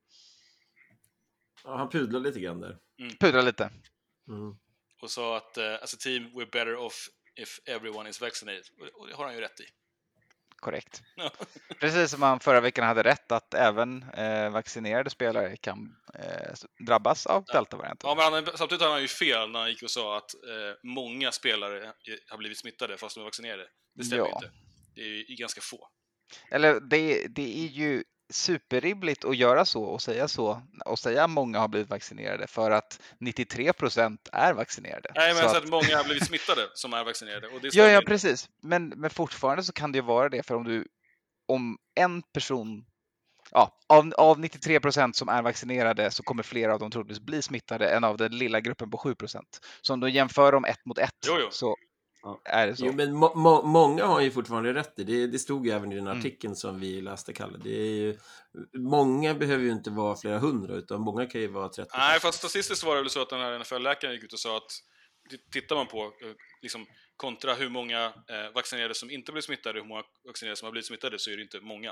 Ja, han pudlade lite grann där. Mm. Pudlade lite. Mm. Och sa att uh, as a team we're better off if everyone is vaccinated. Och det har han ju rätt i. Korrekt. Precis som han förra veckan hade rätt att även eh, vaccinerade spelare kan eh, drabbas av deltavarianten. Ja, men han, samtidigt har han ju fel när han gick och sa att eh, många spelare har blivit smittade fast de är vaccinerade. Det stämmer ja. inte. Det är ju ganska få. Eller det, det är ju superrimligt att göra så och säga så och säga att många har blivit vaccinerade för att nittiotre procent är vaccinerade. Nej, men så, så att, att många har blivit smittade som är vaccinerade. Och det ja, ja, precis. Men, men fortfarande så kan det ju vara det, för om du om en person ja, av, av nittiotre procent som är vaccinerade så kommer flera av dem troligtvis bli smittade än av den lilla gruppen på sju procent. Så om du jämför dem ett mot ett jo, jo. så är det så. Jo, men må- må- många har ju fortfarande rätt i det. Det stod ju även i den artikeln mm. som vi läste, Kalle. Det är ju, många behöver ju inte vara flera hundra, utan många kan ju vara trettio. Nej, fast statistiskt var det väl så att den här N F L-läkaren gick ut och sa att tittar man på liksom, kontra hur många eh, vaccinerade som inte blir smittade och hur många vaccinerade som har blivit smittade, så är det inte många.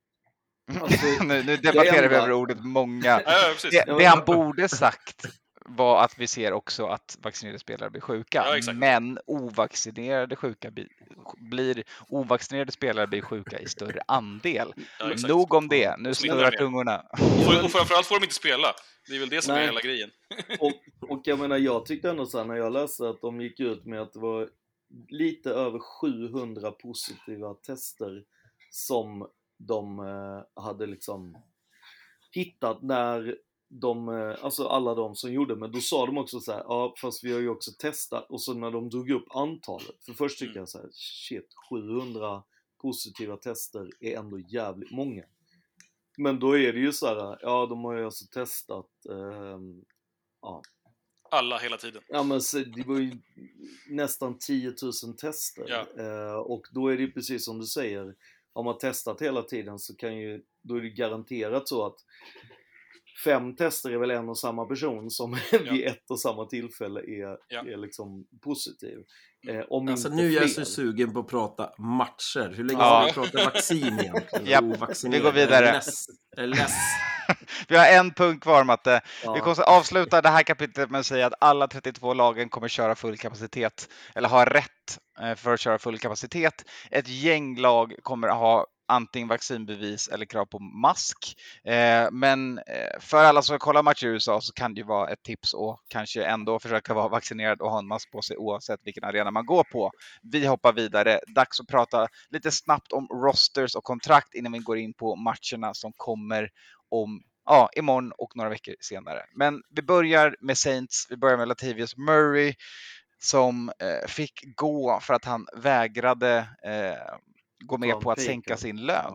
Alltså, nu, nu debatterar vi över ordet många. Ja, ja, det, det han borde sagt var att vi ser också att vaccinerade spelare blir sjuka. Ja, exakt. Men ovaccinerade sjuka blir, blir ovaccinerade spelare blir sjuka i större andel. Ja, exakt. Nog om det. Nu Smittar snurrar mer. tungorna. Och, för, och framförallt får de inte spela. Det är väl det som Nej. är hela grejen. Och, och jag menar, jag tyckte ändå så här, när jag läste att de gick ut med att det var lite över sjuhundra positiva tester som de eh, hade liksom hittat när de, eh, alltså alla de som gjorde, men då sa de också så här, ja fast vi har ju också testat, och så när de drog upp antalet, för först tycker jag så här, shit, sjuhundra positiva tester är ändå jävligt många. Men då är det ju så här, ja de har ju alltså testat eh, ja Alla hela tiden. Ja men så, det var ju nästan tio tusen tester. Ja. Eh, och då är det ju precis som du säger. Har man testat hela tiden så kan ju, då är det garanterat så att fem tester är väl en och samma person som Ja. vid ett och samma tillfälle är, Ja. är liksom positiv. Eh, om Alltså inte nu är jag fler. så sugen på att prata matcher. Hur länge Ja. ska vi prata vaccin egentligen? Japp, Ovaccinerade. vi går vidare. Jag är less. Jag är less. Vi har en punkt kvar, Matte. Ja. Vi kommer avsluta det här kapitlet med att säga att alla trettiotvå lagen kommer köra full kapacitet, eller ha rätt eh, för att köra full kapacitet. Ett gäng lag kommer att ha antingen vaccinbevis eller krav på mask. Eh, men eh, för alla som kollar matcher i U S A så kan det ju vara ett tips och kanske ändå försöka vara vaccinerad och ha en mask på sig oavsett vilken arena man går på. Vi hoppar vidare. Dags att prata lite snabbt om rosters och kontrakt innan vi går in på matcherna som kommer om ja, imorgon och några veckor senare. Men vi börjar med Saints. Vi börjar med Latavius Murray som eh, fick gå för att han vägrade eh, gå med på att sänka sin lön.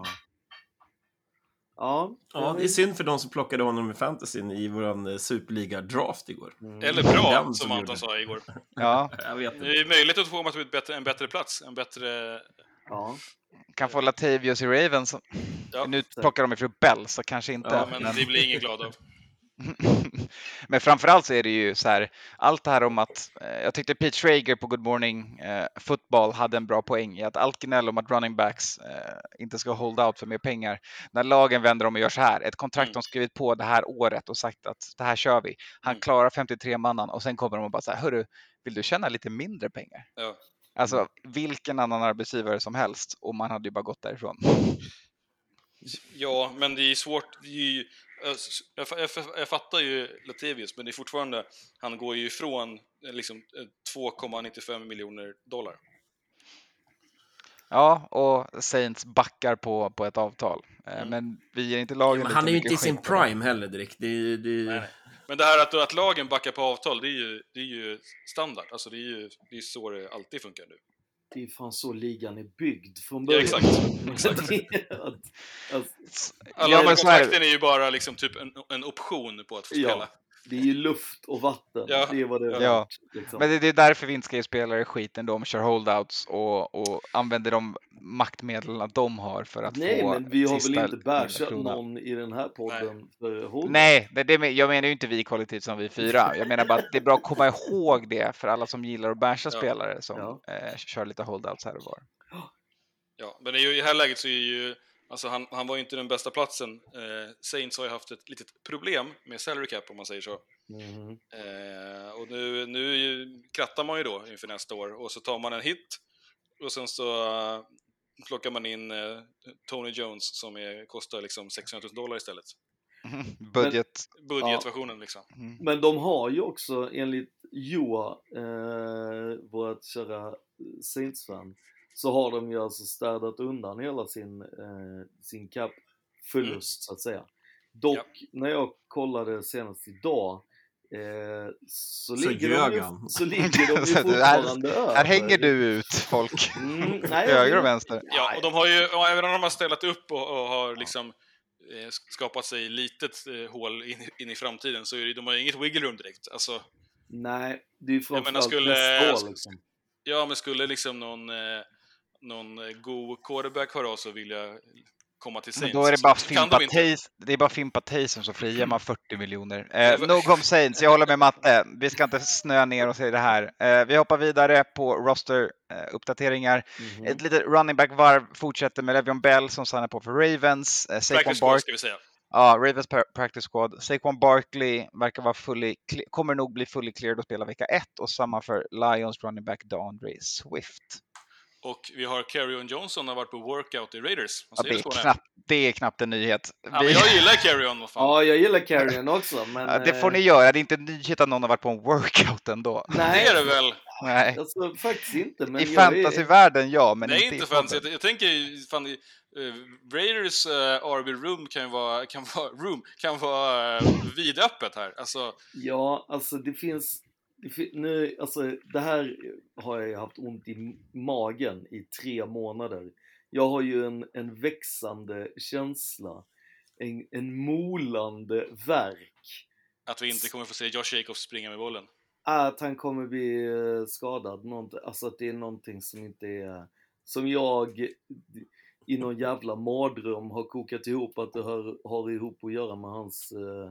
Ja. Ja, det är synd för de som plockade honom i fantasyn i våran Superliga-draft igår. Mm. Eller bra, Den som som Anton gjorde. sa igår. Ja, Jag vet Det inte. är möjligt att få honom till bättre, en bättre plats. En bättre... Ja. kan få Latavius i Ravens. Ja, Nu plockar de ifrån Bell så kanske inte. ja, men det blir ingen glad av. Men framförallt så är det ju så här, allt det här om att, eh, jag tyckte Pete Schrager på Good Morning eh, Football hade en bra poäng i att allt gnäll om att running backs eh, inte ska hold out för mer pengar. När lagen vänder om och gör så här, ett kontrakt Mm. de skrivit på det här året och sagt att det här kör vi. Han Mm. klarar femtiotre mannan och sen kommer de och bara så här, hörru, vill du tjäna lite mindre pengar? Ja. Alltså vilken annan arbetsgivare som helst och man hade ju bara gått därifrån. Ja, men det är svårt. Det är ju, jag, jag, jag fattar ju Latavius, men det är fortfarande, han går ju ifrån liksom två komma nittiofem miljoner dollar. Ja, och Saints backar på, på ett avtal. Eh, Mm. Men vi ger inte Ja, lagen men lite han är ju mycket inte i sin skit för det. prime heller direkt. Det är, ju- det är, Nej, nej. Men det här att, att lagen backar på avtal, det är ju, det är ju standard. Alltså det är ju det är så det alltid funkar nu. Det är fan så ligan är byggd från Ja, början. exakt. exakt. att, att, Alla Ja, men så är det. kontrakten är ju bara liksom typ en, en option på att få spela. ja, det är ju luft och vatten. Ja. Det är vad det är Ja. värt. Liksom. Men det, det är därför vi inte ska ge spelare skiten. De kör holdouts och, och använder de maktmedlen de har för att Nej, få men vi har väl sista inte bashat kronan. någon i den här podden för hold. Nej, det, det, jag menar ju inte vi kollektivt som vi fyra. Jag menar bara att det är bra att komma ihåg det för alla som gillar att basha Ja. spelare som Ja. eh, kör lite holdouts här och var. Ja, men det är ju, i det här läget så är ju, alltså han, han var ju inte den bästa platsen. Eh, Saints har ju haft ett litet problem med salary cap om man säger så. Mhm. Eh, och nu, nu är ju- krattar man ju då inför nästa år och så tar man en hit och sen så uh, plockar man in eh, Tony Jones som är, kostar liksom sexhundratusen dollar istället. Budget. Budgetversionen liksom. Mm. Men de har ju också enligt Joa, eh, vårt kära Saints-fan, så har de ju alltså städat undan hela sin, eh, sin cap-förlust så att säga. Dock, Ja. när jag kollade senast idag eh, så, Så ligger ljög de ju, han. så ligger de ju Så det här- fortfarande över. Här hänger du ut folk. Mm, nej, Höger jag- och vänster. Ja, och de har ju, och även om de har ställt upp och, och har liksom eh, skapat sig litet eh, hål in, in i framtiden så är det, de har ju inget wiggle room direkt. Alltså, Nej, det är ju menar, framförallt skulle- nästa år liksom. ja, men skulle liksom någon, eh, någon eh, god quarterback höra av sig och vilja komma till Men Saints. då är det bara så kan Fimpa de inte. Tays, det är bara Fimpa Taysom så friar man fyrtio miljoner. Eh, nog om Saints, jag håller med Matte. Vi ska inte snöa ner oss i det här. Eh, vi hoppar vidare på roster-uppdateringar. Mhm. Ett litet running back-varv fortsätter med Le'Veon Bell som stannar på för Ravens. Eh, Saquon Practice squad Bark, ska vi säga. Ja, Ravens practice squad. Saquon Barkley verkar vara fully, kommer nog bli fully cleared att spela vecka ett och samma för Lions running back DeAndre Swift. Och vi har Kerryon Johnson har varit på workout i Raiders. Ja, det, är knappt, det är knappt en nyhet. Ja, men jag gillar Kerryon, vad fan. Ja, jag gillar Kerryon också. Men, ja, det får ni göra. Det är inte en nyhet att någon har varit på en workout ändå. Nej, det är det väl. Nej. Alltså, faktiskt inte. Men I fantasyvärlden, är... ja. Men nej, inte, inte fantasy. Jag, jag tänker, fan, uh, Raiders uh, R B room kan vara, kan vara, room, kan vara uh, vidöppet här. Alltså... Ja, alltså det finns... Nu, alltså, det här har jag haft ont i magen i tre månader. Jag har ju en, en växande känsla, en, en molande verk. Att vi inte kommer få se Josh Jacobs springa med bollen. Att han kommer bli skadad. Alltså att det är någonting som inte är... Som jag i någon jävla mardröm har kokat ihop att det har, har ihop att göra med hans... Eh,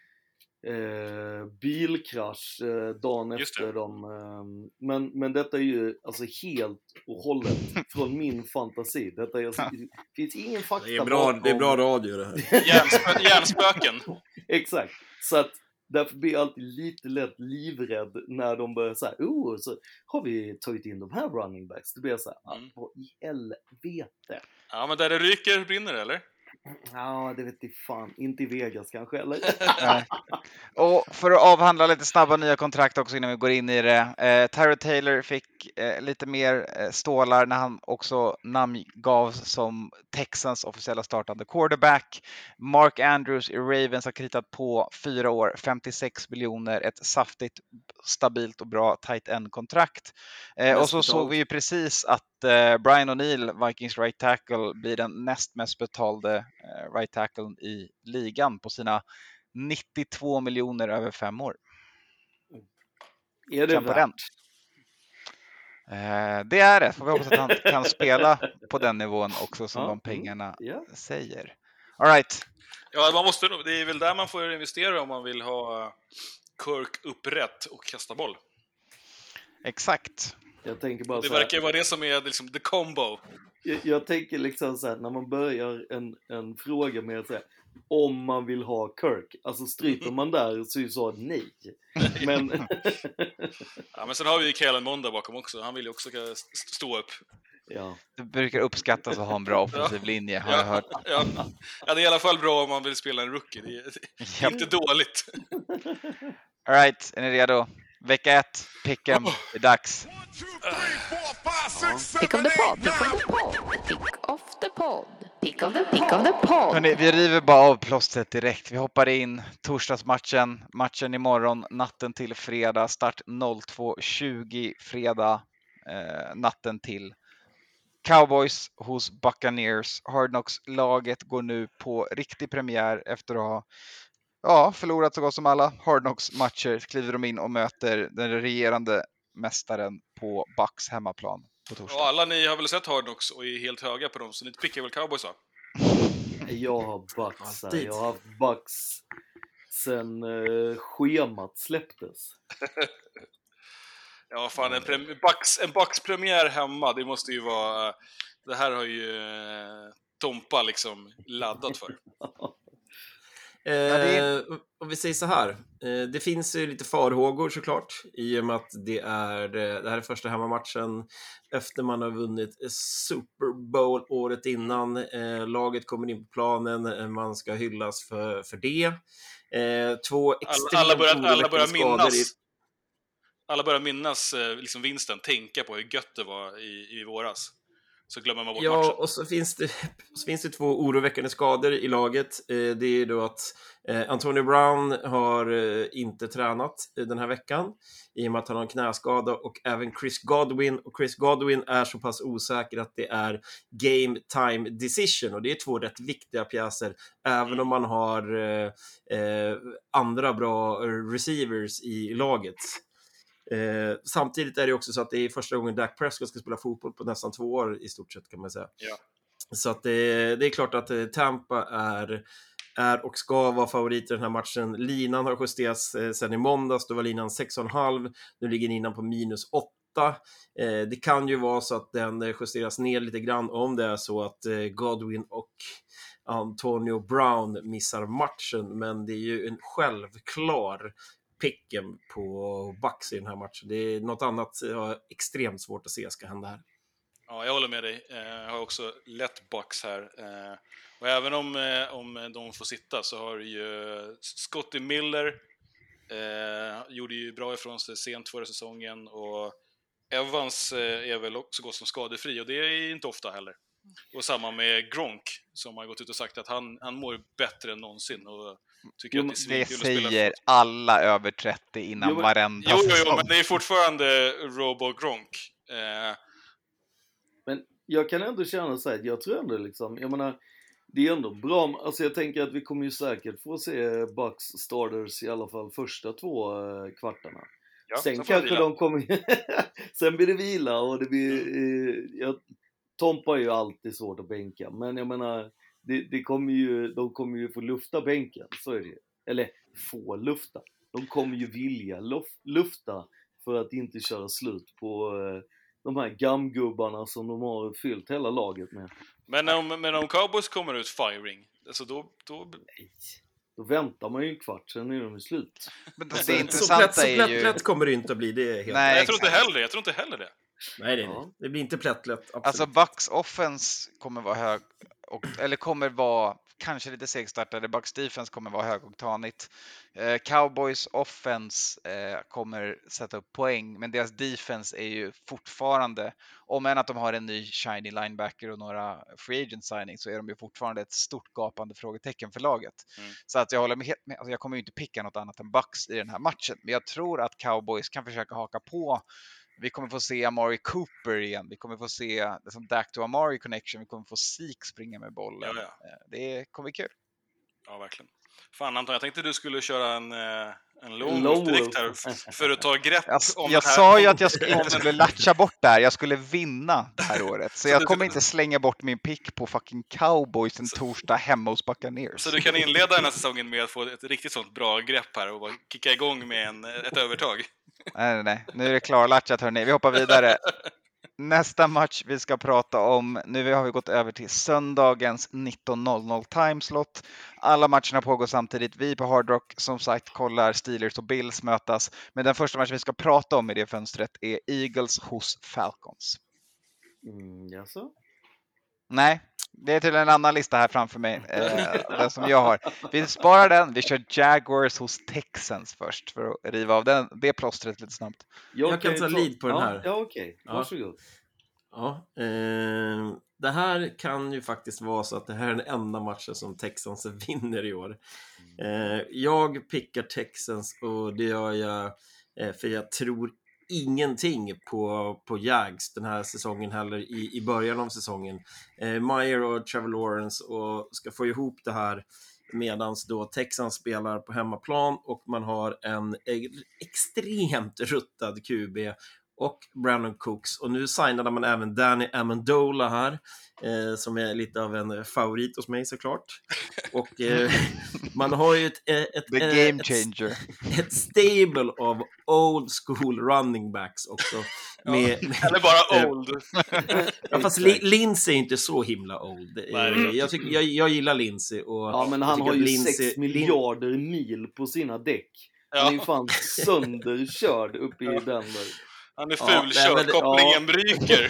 Eh, bilkrasch eh, dagen efter dem. Eh, men, men detta är ju alltså helt och hållet från min fantasi. Detta är, alltså, det finns ingen fakta. Det är bra, det är bra radio det här. Hjärnspö- hjärnspöken. Exakt. Så att därför blir jag alltid lite lätt livrädd när de börjar säga, oh, så har vi tagit in de här running backs. Det blir jag så här, mm. vad i helvete. Ja, men där det ryker brinner det, eller? Ja, det vet jag fan. Inte i Vegas kanske, eller? Nej. Och för att avhandla lite snabba nya kontrakt också innan vi går in i det. Eh, Tyrod Taylor fick eh, lite mer eh, stålar när han också namngavs som Texans officiella startande quarterback. Mark Andrews i Ravens har kritat på fyra år, femtiosex miljoner, ett saftigt, stabilt och bra tight end-kontrakt. Eh, och så såg vi ju precis att eh, Brian O'Neill, Vikings right tackle, blir den näst mest betalde eh, right tackle i ligan på sina nittiotvå miljoner över fem år. Är det värt? Den. Eh, det är det. Får vi hoppas att han kan spela på den nivån också som ja. de pengarna mm. yeah. säger. All right. Ja, man måste, det är väl där man får investera om man vill ha Kirk upprätt och kasta boll. Exakt. Jag tänker bara det så här, verkar vara det som är liksom the combo. Jag, jag tänker liksom så här, när man börjar en, en fråga med att säga om man vill ha Kirk, alltså stryper man där så är ju så nej. Men ja, men sen har vi ju Kellen Mond bakom också. Han vill ju också stå upp. Ja. Det brukar uppskattas att ha en bra offensiv ja. linje, har ja. jag hört. Ja. ja, det är i alla fall bra om man vill spela en rookie. Det är, det är inte dåligt. All right, är ni redo? Vecka ett, pick'em, det är dags. Pick of the pod, pick of the pod, pick of the pod, pick of the, pick of the pod. Hörrni, vi river bara av plåstret direkt. Vi hoppar in torsdagsmatchen, matchen imorgon, natten till fredag, start två tjugo fredag, eh, natten till. Cowboys hos Buccaneers. Hard Knocks-laget går nu på riktig premiär efter att ha ja, förlorat så gott som alla Hard Knocks-matcher. Kliver de in och möter den regerande mästaren på Bucks hemmaplan på torsdag. Och alla ni har väl sett Hard Knocks och är helt höga på dem, så ni pickar väl Cowboys, va? Jag har Bucks här. Jag har haft Bucks sen eh, schemat släpptes. Ja, fan, en, prem- Bucks, en Bucks-premiär hemma, det måste ju vara... Det här har ju eh, Tompa liksom laddat för. Eh, om vi säger så här, eh, det finns ju lite farhågor såklart i och med att det är det här är första hemmamatchen efter man har vunnit Super Bowl året innan. Eh, laget kommer in på planen, eh, man ska hyllas för, för det. Eh, två extremt alla, alla börjar, alla börjar minnas i... alla börjar minnas eh, liksom vinsten, tänka på hur gött det var i, i våras. Så glömmer man bort ja, matchen. Och så finns, det, så finns det två oroväckande skador i laget. Eh, det är då att eh, Antonio Brown har eh, inte tränat eh, den här veckan i och med att han har en knäskada, och även Chris Godwin. Och Chris Godwin är så pass osäker att det är game time decision, och det är två rätt viktiga pjäser även mm. om man har eh, eh, andra bra receivers i laget. Eh, samtidigt är det också så att det är första gången Dak Prescott ska spela fotboll på nästan två år i stort sett, kan man säga. Ja. Så att det, det är klart att eh, Tampa är, är och ska vara favorit i den här matchen. Linan har justerats eh, sen i måndags, då var linan sex komma fem, nu ligger linan på minus åtta. Eh, det kan ju vara så att den justeras ner lite grann om det är så att eh, Godwin och Antonio Brown missar matchen, men det är ju en självklar picken på Bucks i den här matchen. Det är något annat jag har extremt svårt att se ska hända här. Ja, jag håller med dig. Jag har också lätt Bucks här. Och även om, om de får sitta så har ju Scotty Miller eh, gjorde ju bra ifrån sig sent förra säsongen, och Evans är väl också gott som skadefri, och det är inte ofta heller. Och samma med Gronk, som har gått ut och sagt att han, han mår bättre än någonsin och tycker jo, att det är det svinkul att spela. säger alla över trettio innan jo, men, varenda jo, jo, säsong. jo, men det är fortfarande Robo Gronk. Eh. Men jag kan ändå känna så här, jag tror ändå liksom, jag menar, det är ändå bra, alltså jag tänker att vi kommer ju säkert få se Bucks starters i alla fall första två eh, kvartarna. Ja, sen kanske de kommer sen blir det vila och det blir eh, jag, Tompa är ju alltid svårt att bänka, men jag menar det, det kommer ju, de kommer ju få lufta bänken, så är det ju. Eller få lufta, de kommer ju vilja luf, lufta för att inte köra slut på eh, de här gamgubbarna som de har fyllt hela laget med. Men om, men om Cowboys kommer ut firing, alltså då, då... Nej, då väntar man ju en kvart, sen är de i slut. Men det, det det intressanta så plätt, är ju... Så plätt kommer det inte att bli, det är helt... Nej, jag tror inte heller det, jag tror inte heller det. Nej, det, ja. det blir inte plättlätt, absolut. Alltså Bucks offense kommer vara hög, och, eller kommer vara kanske lite segstartade. Bucks defense kommer vara högoktanigt. Eh, Cowboys offense eh, kommer sätta upp poäng, men deras defense är ju fortfarande, om än att de har en ny shiny linebacker och några free agent signings, så är de ju fortfarande ett stort gapande frågetecken för laget. Mm. Så att jag håller med, alltså jag kommer ju inte picka något annat än Bucks i den här matchen, men jag tror att Cowboys kan försöka haka på. Vi kommer få se Amari Cooper igen. Vi kommer få se liksom Dak to Amari connection. Vi kommer få Zeke springa med bollen. Ja, ja. Det kommer bli kul. Ja, verkligen. Fan Anton, jag tänkte du skulle köra en, en lone wolf direkt här för att ta grepp jag, om Jag det här. sa ju att jag skulle, inte skulle latcha bort det här. Jag skulle vinna det här året. Så, så jag kommer inte slänga bort min pick på fucking Cowboys en så, torsdag hemma hos Buccaneers. Så du kan inleda den här säsongen med att få ett riktigt sånt bra grepp här och bara kicka igång med en, ett övertag. Nej, nej, nej. Nu är det klarlatchat, hörni. Vi hoppar vidare. Nästa match vi ska prata om, nu har vi gått över till söndagens nitton noll noll timeslot. Alla matcherna pågår samtidigt. Vi på Hard Rock som sagt kollar Steelers och Bills mötas. Men den första matchen vi ska prata om i det fönstret är Eagles hos Falcons. Mm, jaså? Nej, det är till en annan lista här framför mig. Eh, den som jag har. Vi sparar den. Vi kör Jaguars hos Texans först för att riva av den, det plåstret lite snabbt. Jag, jag kan ta lead på ja, den här. Ja, okej. Okay. Varsågod. Ja, ja eh, det här kan ju faktiskt vara så att det här är den enda matchen som Texans vinner i år. Eh, jag pickar Texans och det gör jag eh, för jag tror ingenting på, på Jags den här säsongen heller i, i början av säsongen. Eh, Meyer och Trevor Lawrence och ska få ihop det här medans då Texans spelar på hemmaplan och man har en extremt ruttad Q B och Brandon Cooks. Och nu signade man även Danny Amendola här eh, som är lite av en favorit hos mig såklart. Och eh, man har ju ett, ett, The ett, game changer. ett, ett stable av old school running backs också. Med, ja, med, eller bara old. Ja, fast Lindsey är inte så himla old. Nej, jag, tycker, jag, jag gillar Lindsey. Och ja, men han har ju Lindsey, sex miljarder Lin... mil på sina däck. Ja. Han är ju fan sönderkörd uppe i ja. den där. Han är fulkörd, ja, kopplingen ja. ryker.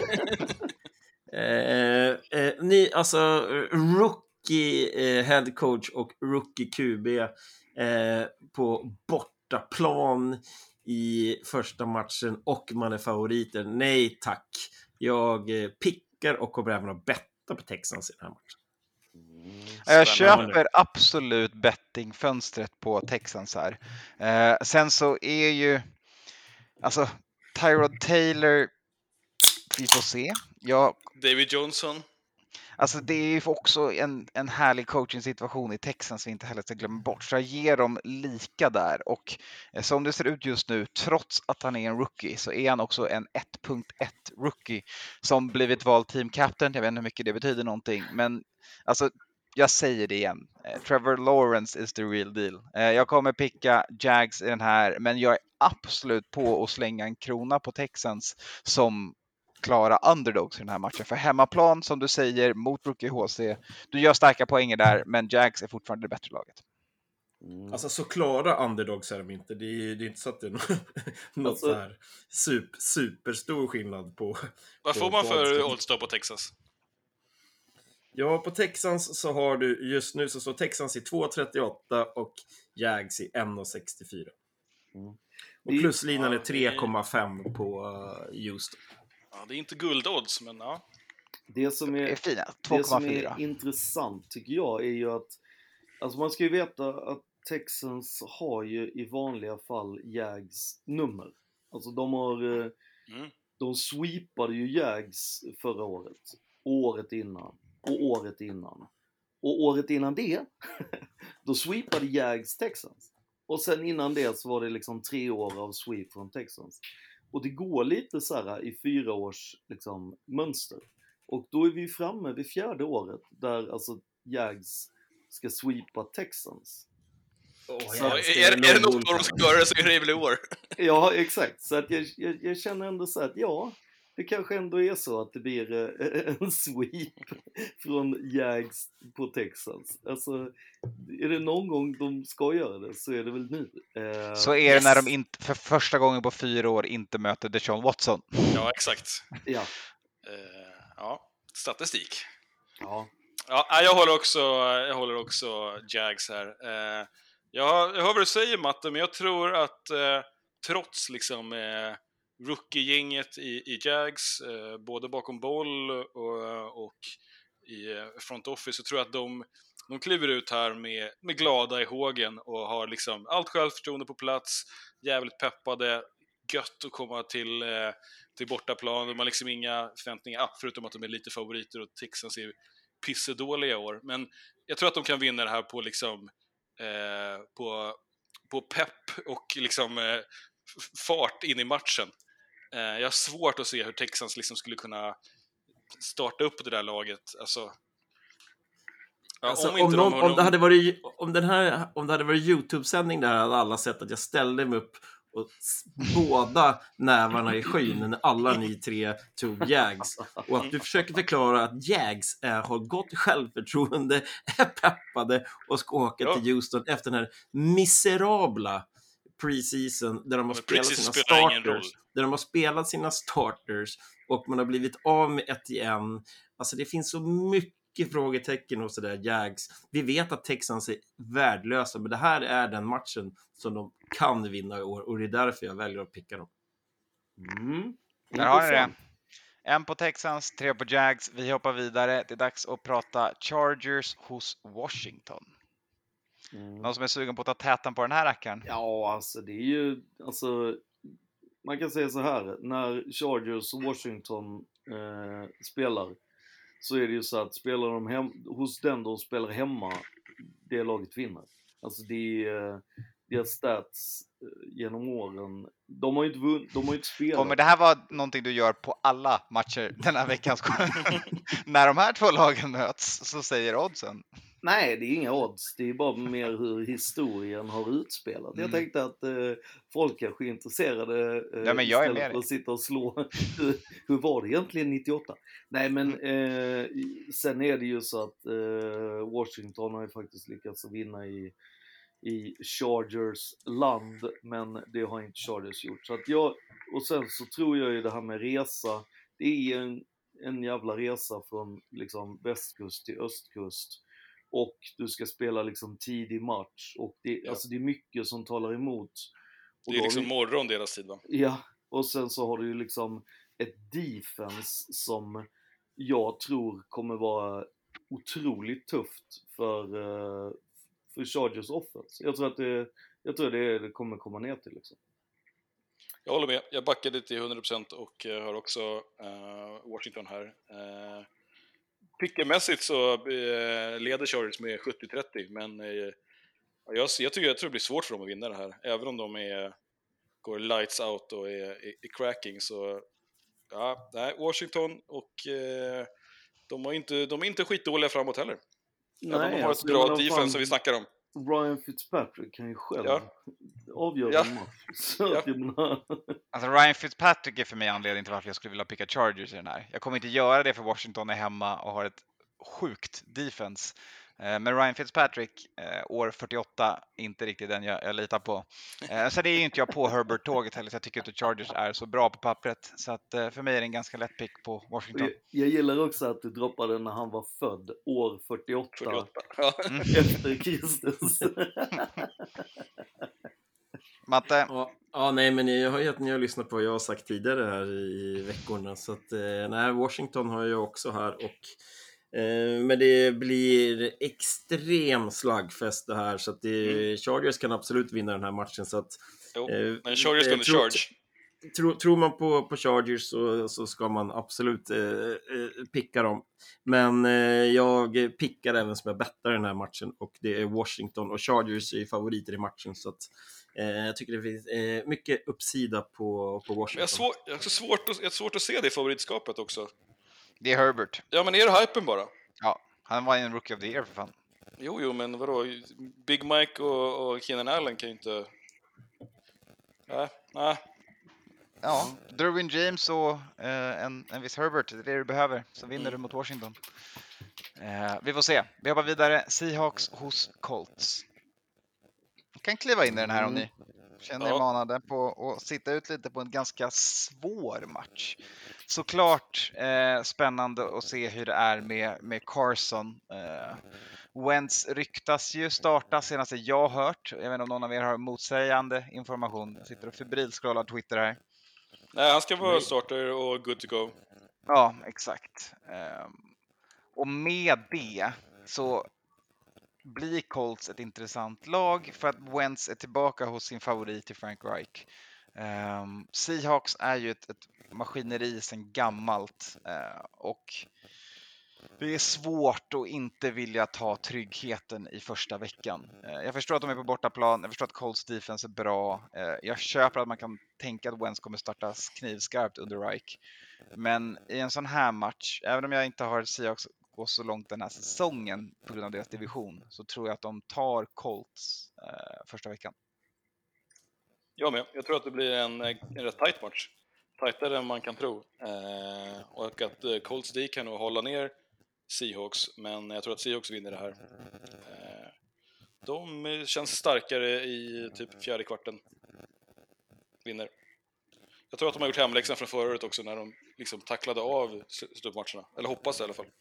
eh, eh, ni, alltså, rookie eh, head coach och rookie Q B eh, på bortaplan i första matchen och man är favoriter. Nej tack. Jag eh, pickar och kommer även att betta på Texans i den här matchen. Mm, jag köper absolut bettingfönstret på Texans här. Eh, sen så är ju alltså Tyrod Taylor, vi får se. Jag, David Johnson. Alltså det är ju också en, en härlig coaching-situation i Texans vi inte heller ska glömma bort. Så jag ger dem lika där. Och som det ser ut just nu, trots att han är en rookie, så är han också en ett punkt ett rookie som blivit vald team captain. Jag vet inte hur mycket det betyder någonting. Men alltså, jag säger det igen. Trevor Lawrence is the real deal. Jag kommer picka Jags i den här, men jag är absolut på att slänga en krona på Texans som klara underdogs i den här matchen. För hemmaplan, som du säger, mot Rookie H C, du gör starka poänger där, men Jags är fortfarande det bättre laget. Mm. Alltså så klara underdogs är de inte. Det är, det är inte så att det är något, något alltså, så här super, superstor skillnad på... Vad får på, man på för odds då på Texas? Ja, på Texans så har du just nu så står Texans i två trettioåtta och Jags i ett sextiofyra. Mm. Och pluslinan ja, är tre komma fem på uh, Houston. Ja, det är inte guldodds, men ja. Det som är, det är, fina. det som är intressant tycker jag är ju att alltså man ska ju veta att Texans har ju i vanliga fall Jags nummer. Alltså de har mm. de sweepade ju Jags förra året, året innan och året innan. Och året innan det då sweepade Jags Texans. Och sen innan det så var det liksom tre år av sweep från Texans. Och det går lite så här i fyra års liksom mönster. Och då är vi framme vid fjärde året där alltså Jags ska sweepa Texans. Oh, så ja, är, är, är det något år de ska göra så är det väl i år. Ja, exakt. Så att jag, jag, jag känner ändå så att ja, det kanske ändå är så att det blir en sweep från Jags på Texans. Alltså, är det någon gång de ska göra det så är det väl nu. Uh, så är det yes. när de inte, för första gången på fyra år inte möter Deshaun Watson. Ja, exakt. Ja. Uh, ja, statistik. Ja. Ja, jag håller också, jag håller också Jags här. Uh, jag, jag hör vad du säger, Matte, men jag tror att uh, trots liksom... Uh, rookie-gänget i, i Jags, eh, både bakom boll och, och i front office, så tror jag att de, de kliver ut här med, med glada i hågen och har liksom allt självförtroende på plats, jävligt peppade, gött att komma till, eh, till bortaplan. De har liksom inga förväntningar, ah, förutom att de är lite favoriter och Texans är pissedåliga i år. Men jag tror att de kan vinna det här på liksom eh, på, på pepp och liksom eh, fart in i matchen. Eh, jag har svårt att se hur Texans liksom skulle kunna starta upp det där laget. Alltså, ja, alltså, om, om, inte någon, de om, någon... det hade varit, om, den här, om det hade varit YouTube-sändning där hade alla sett att jag ställde mig upp och båda nävarna i skyn när alla ni tre tog Jags. Och att du försöker förklara att Jags är, har gott självförtroende, är peppade och ska åka ja. till Houston efter den här miserabla preseason där de har spelat sina starters. Där de har spelat sina starters och man har blivit av med ett igen. Alltså det finns så mycket frågetecken hos det där Jags. Vi vet att Texans är värdelösa, men det här är den matchen som de kan vinna i år och det är därför jag väljer att picka dem. Mm. Där har ni det. En på Texans, tre på Jags. Vi hoppar vidare. Det är dags att prata Chargers hos Washington. Mm. Någon som är sugen på att ta tätan på den här rackaren? Ja, alltså det är ju alltså, man kan säga så här, när Chargers och Washington eh, spelar så är det ju så att spelar de hem, hos den de spelar hemma, det laget vinner. Alltså det är deras stats genom åren. De har ju inte vunnit, de har ju inte spelat. Kommer det här vara någonting du gör på alla matcher den här veckan? När de här två lagen möts så säger oddsen. Nej, det är inga odds. Det är bara mer hur historien har utspelat. Mm. Jag tänkte att eh, folk kanske är intresserade eh, ja, men jag är istället för att sitta och slå. Hur var det egentligen nittioåtta? Nej, men eh, sen är det ju så att eh, Washington har ju faktiskt lyckats vinna i, i Chargers land, men det har inte Chargers gjort. Så att jag, och sen så tror jag ju det här med resa, det är en, en jävla resa från liksom västkust till östkust. Och du ska spela liksom tidig match. Och det, ja. alltså det är mycket som talar emot. Och det är liksom vi... morgon deras tid, va? Ja, och sen så har du ju liksom ett defense som jag tror kommer vara otroligt tufft för, för Chargers offense. Jag tror att det, jag tror det, det kommer komma ner till liksom. Jag håller med. Jag backade till hundra procent och har också uh, Washington här. Uh, Pickermässigt så eh, leder Chargers med sjuttio trettio, men eh, jag, jag, tycker, jag tror det blir svårt för dem att vinna det här. Även om de är, går lights out och är, är, är cracking, så ja, nej, Washington och eh, de, har inte, de är inte skitdåliga framåt heller. Nej, även om de har alltså, ett bra defense som vi snackar om. Ryan Fitzpatrick kan ju själv ja. avgöra ja. en match. Så ja. att jag menar... Alltså Ryan Fitzpatrick är för mig anledningen till varför jag skulle vilja picka Chargers i den här. Jag kommer inte göra det för Washington är hemma och har ett sjukt defense. Men Ryan Fitzpatrick, år fyrtioåtta, inte riktigt den jag, jag litar på. Så det är ju inte jag på Herbert-tåget heller, så jag tycker inte Chargers är så bra på pappret. Så att för mig är det en ganska lätt pick på Washington. Jag, jag gillar också att du droppade när han var född, år fyrtioåtta, fyrtioåtta. Ja. efter Kristus. Matte? Ja, ja, nej, men jag har ju att ni har lyssnat på vad jag har sagt tidigare här i veckorna. Så att, nej, Washington har jag också här. Och, eh, men det blir extrem slagfest det här. Så att det, mm. Chargers kan absolut vinna den här matchen. Så att, jo, eh, men Chargers kan tro, charge. Tro, tror man på, på Chargers så, så ska man absolut eh, eh, picka dem. Men eh, jag pickar även som jag bettar den här matchen. Och det är Washington, och Chargers är favoriter i matchen. Så att Eh, jag tycker det finns eh, mycket uppsida på, på Washington. Jag har, svår, jag, har svårt att, jag har svårt att se det i favoritskapet också. Det är Herbert. Ja, men är det hypen bara? Ja, han var en rookie of the year för fan. Jo, jo, men vadå? Big Mike och, och Keenan Allen kan ju inte... Nej, nej. Ja, Derwin James och eh, en, en viss Herbert, det är det du behöver. Så vinner mm. du mot Washington. Eh, vi får se. Vi hoppar vidare. Seahawks hos Colts. Kan kliva in i den här om ni känner er ja. manade på att sitta ut lite på en ganska svår match. Såklart eh, spännande att se hur det är med, med Carson. Eh, Wentz ryktas ju starta senaste jag har hört. Jag vet inte om någon av er har motsägande information. Jag sitter och febrilt scrollar Twitter här. Nej, han ska vara starter och good to go. Ja, exakt. Eh, och med det så blir Colts ett intressant lag för att Wentz är tillbaka hos sin favorit i Frank Reich. Um, Seahawks är ju ett, ett maskineri sedan gammalt uh, och det är svårt att inte vilja ta tryggheten i första veckan. Uh, jag förstår att de är på bortaplan, jag förstår att Colts defense är bra. Uh, jag köper att man kan tänka att Wentz kommer starta knivskarpt under Reich. Men i en sån här match, även om jag inte har Seahawks gå så långt den här säsongen på grund av deras division, så tror jag att de tar Colts eh, första veckan. Jag med. Jag tror att det blir en, en rätt tight match. Tightare än man kan tro. Eh, och att eh, Colts D kan nog hålla ner Seahawks, men jag tror att Seahawks vinner det här. Eh, de känns starkare i typ fjärde kvarten. Vinner. Jag tror att de har gjort hemläxan från förra året också när de liksom tacklade av slutmatcherna. Eller hoppas i alla fall.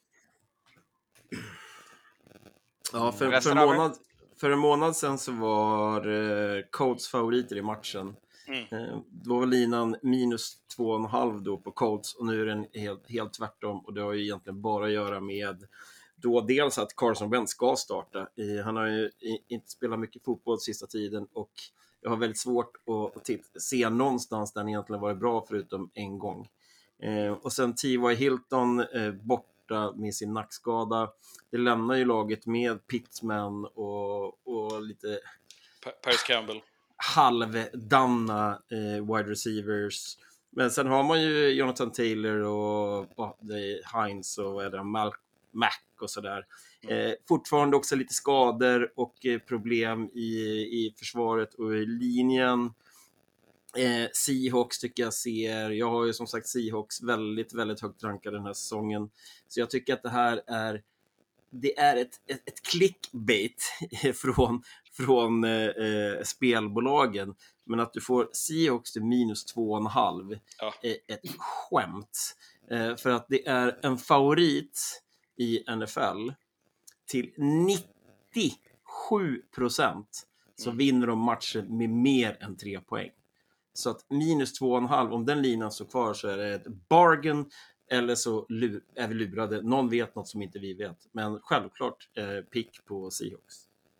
Ja, för, för, en månad, för en månad sedan så var eh, Colts favoriter i matchen. Mm. Eh, då var linan minus två och en halv då på Colts, och nu är den helt, helt tvärtom. Och det har ju egentligen bara att göra med då dels att Carson Wentz ska starta. Eh, han har ju inte spelat mycket fotboll sista tiden, och jag har väldigt svårt att, att titta, se någonstans där han egentligen varit bra förutom en gång. Eh, och sen T Y Hilton eh, bort med sin nackskada. Det lämnar ju laget med Pittman och, och lite Paris Campbell, halvdanna eh, wide receivers. Men sen har man ju Jonathan Taylor och oh, Hines och vad är det, Mal- Mac och sådär. Mm. Eh, fortfarande också lite skador och eh, problem i, i försvaret och i linjen. Eh, Seahawks tycker jag ser, jag har ju som sagt Seahawks väldigt, väldigt högt rankade den här säsongen, så jag tycker att det här är det är ett, ett, ett clickbait från, från eh, spelbolagen, men att du får Seahawks till minus två och en halv ja. är ett skämt, eh, för att det är en favorit i N F L till nittiosju procent så mm. vinner de matchen med mer än tre poäng. Så att minus två och en halv, om den linan står kvar så är det ett bargain, eller så lur, är vi lurade. Någon vet något som inte vi vet. Men självklart eh, pick på Seahawks.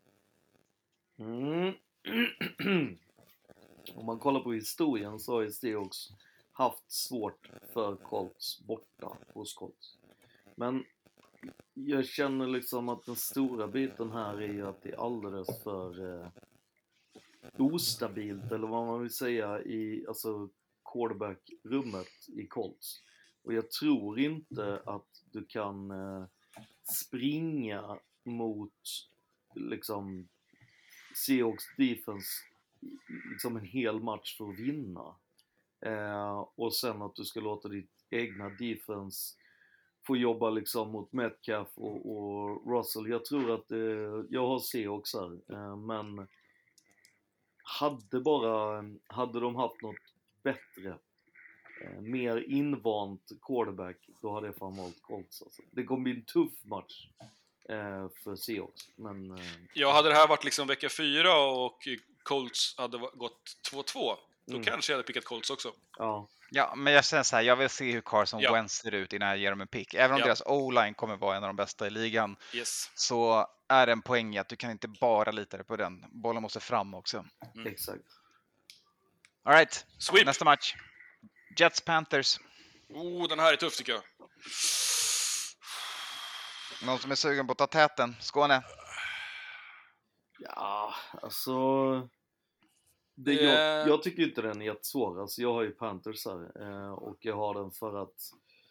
Mm. Om man kollar på historien så har ju Seahawks haft svårt för Colts borta hos Colts. Men jag känner liksom att den stora biten här är ju att det är alldeles för eh, ostabilt, eller vad man vill säga, i alltså quarterback-rummet i Colts. Och jag tror inte att du kan eh, springa mot liksom Seahawks defense liksom en hel match för att vinna. Eh, och sen att du ska låta ditt egna defense få jobba liksom mot Metcalf och, och Russell. Jag tror att eh, jag har Seahawks här, eh, men hade bara, hade de haft något bättre, eh, mer invant quarterback, då hade jag fan valt Colts alltså. Det kommer bli en tuff match eh, för Seahawks, men... Eh, ja, hade det här varit liksom vecka fyra och Colts hade gått två två, då Mm. kanske jag hade pickat Colts också. ja. Ja, men jag känner så här, jag vill se hur Carson Ja. Wentz ser ut innan jag ger dem en pick. Även om Ja. deras O-line kommer vara en av de bästa i ligan, Yes. så är det en poäng i att du kan inte bara lita på den. Bollen måste fram också. Mm. Exakt. All right, Sweep. nästa match. Jets Panthers. Oh, den här är tuff tycker jag. Någon som är sugen på att ta täten? Skåne? Ja, alltså... Det, Det- jag, jag tycker inte den är jättesvår. Alltså, jag har ju Panthers här, eh, och jag har den för att...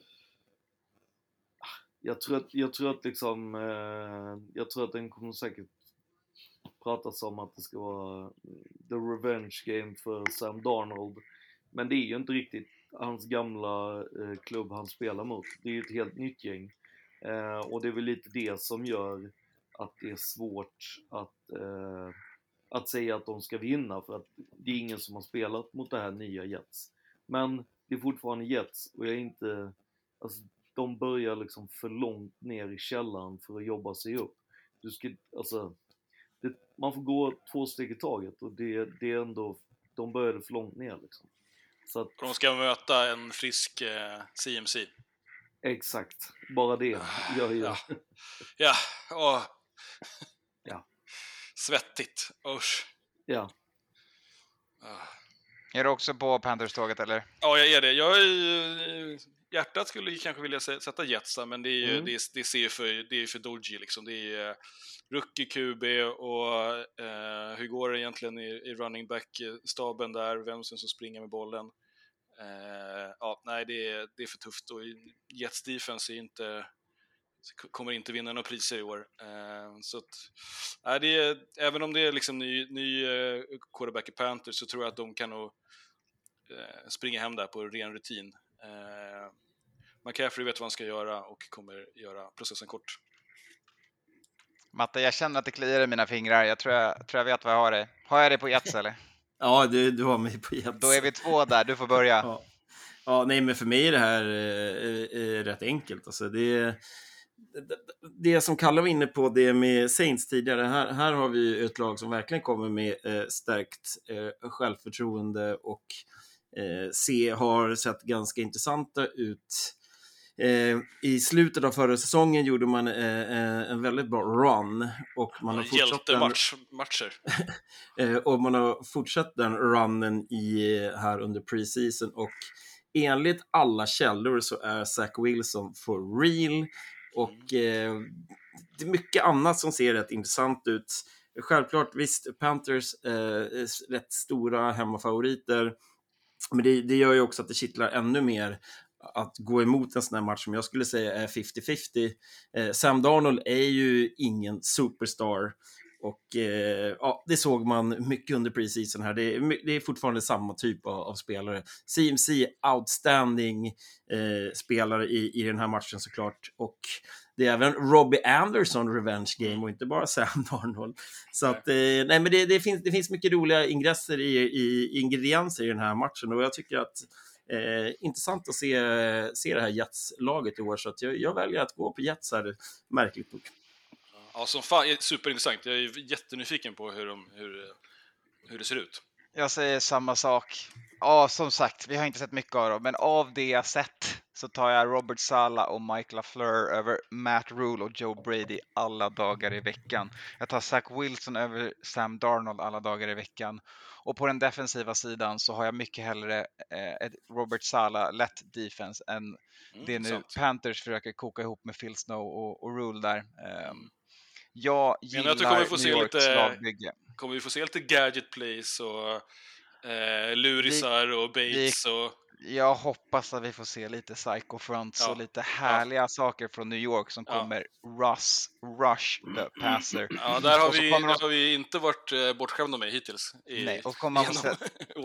Jag tror att, jag tror att liksom... Eh, jag tror att den kommer säkert pratas om att det ska vara the revenge game för Sam Darnold. Men det är ju inte riktigt hans gamla eh, klubb han spelar mot. Det är ju ett helt nytt gäng. Eh, och det är väl lite det som gör att det är svårt att, eh, att säga att de ska vinna, för att det är ingen som har spelat mot det här nya Jets. Men det är fortfarande Jets, och jag är inte... Alltså, de börjar liksom för långt ner i källaren för att jobba sig upp. Du ska, alltså, det, man får gå två steg i taget, och det, det är ändå... De började för långt ner liksom. Så att, De ska möta en frisk eh, C M C. exakt, bara det gör ju... Ja, ja. Åh. Ja. Svettigt. Usch. Ja. Ah. Är du också på Panthers-tåget eller? Ja, jag är det. Jag är, hjärtat skulle kanske vilja sä- sätta Jets, men det är ju Mm. det, är- det ser för det är för dodgy liksom. Det är eh, rookie Q B och eh, hur går det egentligen i, i running back staben där, vem som springer med bollen. Eh, ja, nej, det är det är för tufft, och Jets defense är inte kommer inte vinna några priser i år. Eh, så att, nej, det är, även om det är liksom ny, ny eh, quarterback i Panthers, så tror jag att de kan nog eh, springa hem där på ren rutin. Eh, McCaffrey vet vad han ska göra och kommer göra processen kort. Matte, jag känner att det kliar i mina fingrar. Jag tror jag, tror jag vet vad jag har det. Har jag det på Jets eller? Ja, du, du har mig på Jets. Då är vi två där, du får börja. Ja. Ja, nej, men för mig är det här eh, eh, rätt enkelt. Alltså, det, det, det som Kalle var inne på, det med Saints tidigare, här, här har vi ett lag som verkligen kommer med eh, stärkt eh, självförtroende och eh, se, har sett ganska intressanta ut. Eh, I slutet av förra säsongen gjorde man eh, en väldigt bra run, och man har fortsatt den, Hjältematcher. eh, och man har fortsatt den runnen i, här under preseason, och enligt alla källor så är Zach Wilson for real, och eh, det är mycket annat som ser rätt intressant ut. Självklart, visst, Panthers eh, rätt stora hemmafavoriter, men det, det gör ju också att det kittlar ännu mer att gå emot en sån här match som jag skulle säga är fifty fifty. Eh, Sam Darnold är ju ingen superstar, och eh, ja, det såg man mycket under preseason här. Det är, det är fortfarande samma typ av, av spelare. C M C, outstanding eh, spelare i, i den här matchen såklart, och det är även Robbie Anderson revenge game och inte bara Sam Darnold. Så att, eh, nej, men det, det, finns, det finns mycket roliga ingresser i, i ingredienser i den här matchen, och jag tycker att Eh, intressant att se, se det här Jets-laget i år, så att jag, jag väljer att gå på Jets här, märkligt nog. Ja, som fan, superintressant. Jag är jättenyfiken på hur, de, hur, hur det ser ut. Jag säger samma sak. Ja, som sagt, vi har inte sett mycket av dem, men av det jag sett så tar jag Robert Saleh och Mike LaFleur över Matt Rule och Joe Brady alla dagar i veckan. Jag tar Zach Wilson över Sam Darnold alla dagar i veckan. Och på den defensiva sidan så har jag mycket hellre eh, ett Robert Saleh-lätt defense än Mm, det nu sant. Panthers försöker koka ihop med Phil Snow och, och Rule där. Um, jag Men jag tror gillar kommer vi få New se Yorks lite, lagbygge. kommer vi få se lite gadget plays och eh, lurisar och baits och... Jag hoppas att vi får se lite psycho fronts Ja. och lite härliga ja. saker från New York som Ja. kommer Russ, rush the passer. Ja, där har Och så vi, kommer där de- har vi inte varit eh, bortskämda med hittills i, Nej, och kommer man få genom åren.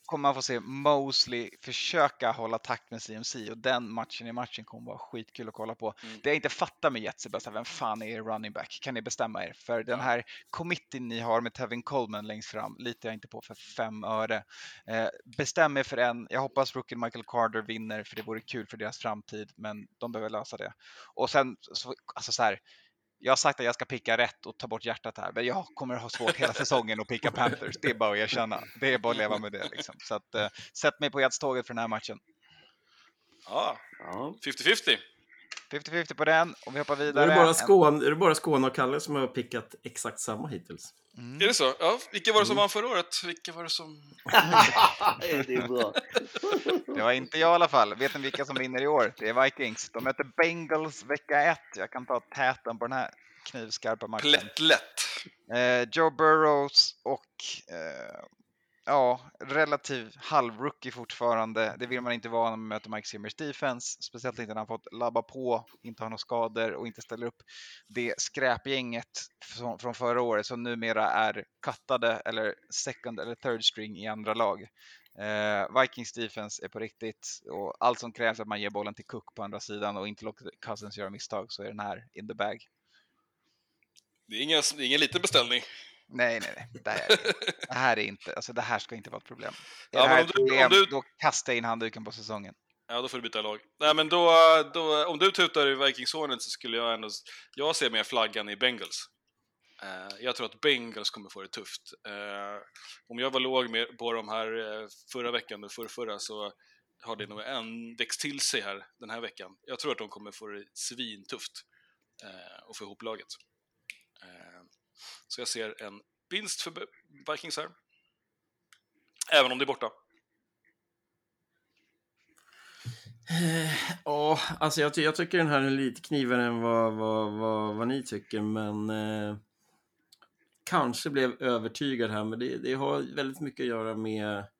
kommer man få se Mosley försöka hålla takt med C M C och den matchen i matchen kommer vara skitkul att kolla på. Mm. Det jag inte fattar med Jets är bara vem fan är er running back? Kan ni bestämma er? För den här committén ni har med Tevin Coleman längst fram litar jag inte på för fem öre. Eh, bestäm er för en. Jag hoppas rookie Michael Carter vinner för det vore kul för deras framtid, men de behöver lösa det. Och sen, så, alltså så här, jag har sagt att jag ska picka rätt och ta bort hjärtat här, men jag kommer ha svårt hela säsongen att picka Panthers. Det är bara att erkänna. Det är bara att leva med det. Liksom. Så att, uh, sätt mig på Jets-tåget för den här matchen. Ja, femtio femtio. femtio femtio på den och vi hoppar vidare. Är det bara Skåne, är det bara Skåne och Kalle som har pickat exakt samma hittills? Mm. Är det så? Ja, vilka var det som vann förra året? Vilka var det som... det är bra. Det var inte jag i alla fall. Vet ni vilka som vinner i år? Det är Vikings. De möter Bengals vecka ett. Jag kan ta täten på den här knivskarpa matchen. Plättlätt. Eh, Joe Burrows och eh, ja, relativ halvrookie fortfarande. Det vill man inte vara när man möter Mike Zimmers defense. Speciellt inte när han fått labba på, inte har några skador och inte ställer upp det skräpgänget från, från förra året som numera är kattade eller second eller third string i andra lag. Eh, Vikings defense är på riktigt och allt som krävs är att man ger bollen till Cook på andra sidan och inte låter Cousins göra misstag, så är den här in the bag. Det är ingen, det är ingen liten beställning. Nej, nej, nej. Det här, är, det här är inte, alltså det här ska inte vara ett problem. Det ja, här men är om ett du, problem, om du... då kastar jag in handduken på säsongen. Ja, då får du byta lag. Nej, men då, då om du tutar i Vikings-hornet så skulle jag ändå... Jag ser mer flaggan i Bengals. Uh, jag tror att Bengals kommer få det tufft. Uh, om jag var låg med på de här uh, förra veckan och förra, förra så har det nog en växt till sig här den här veckan. Jag tror att de kommer få det svintufft uh, och få ihop laget. Uh, så jag ser en vinst för Vikings här. Även om det är borta. Ja, uh, alltså jag, ty- jag tycker den här är lite knivare än vad, vad, vad, vad ni tycker, men uh, kanske blev övertygad här, men det, det har väldigt mycket att göra med uh,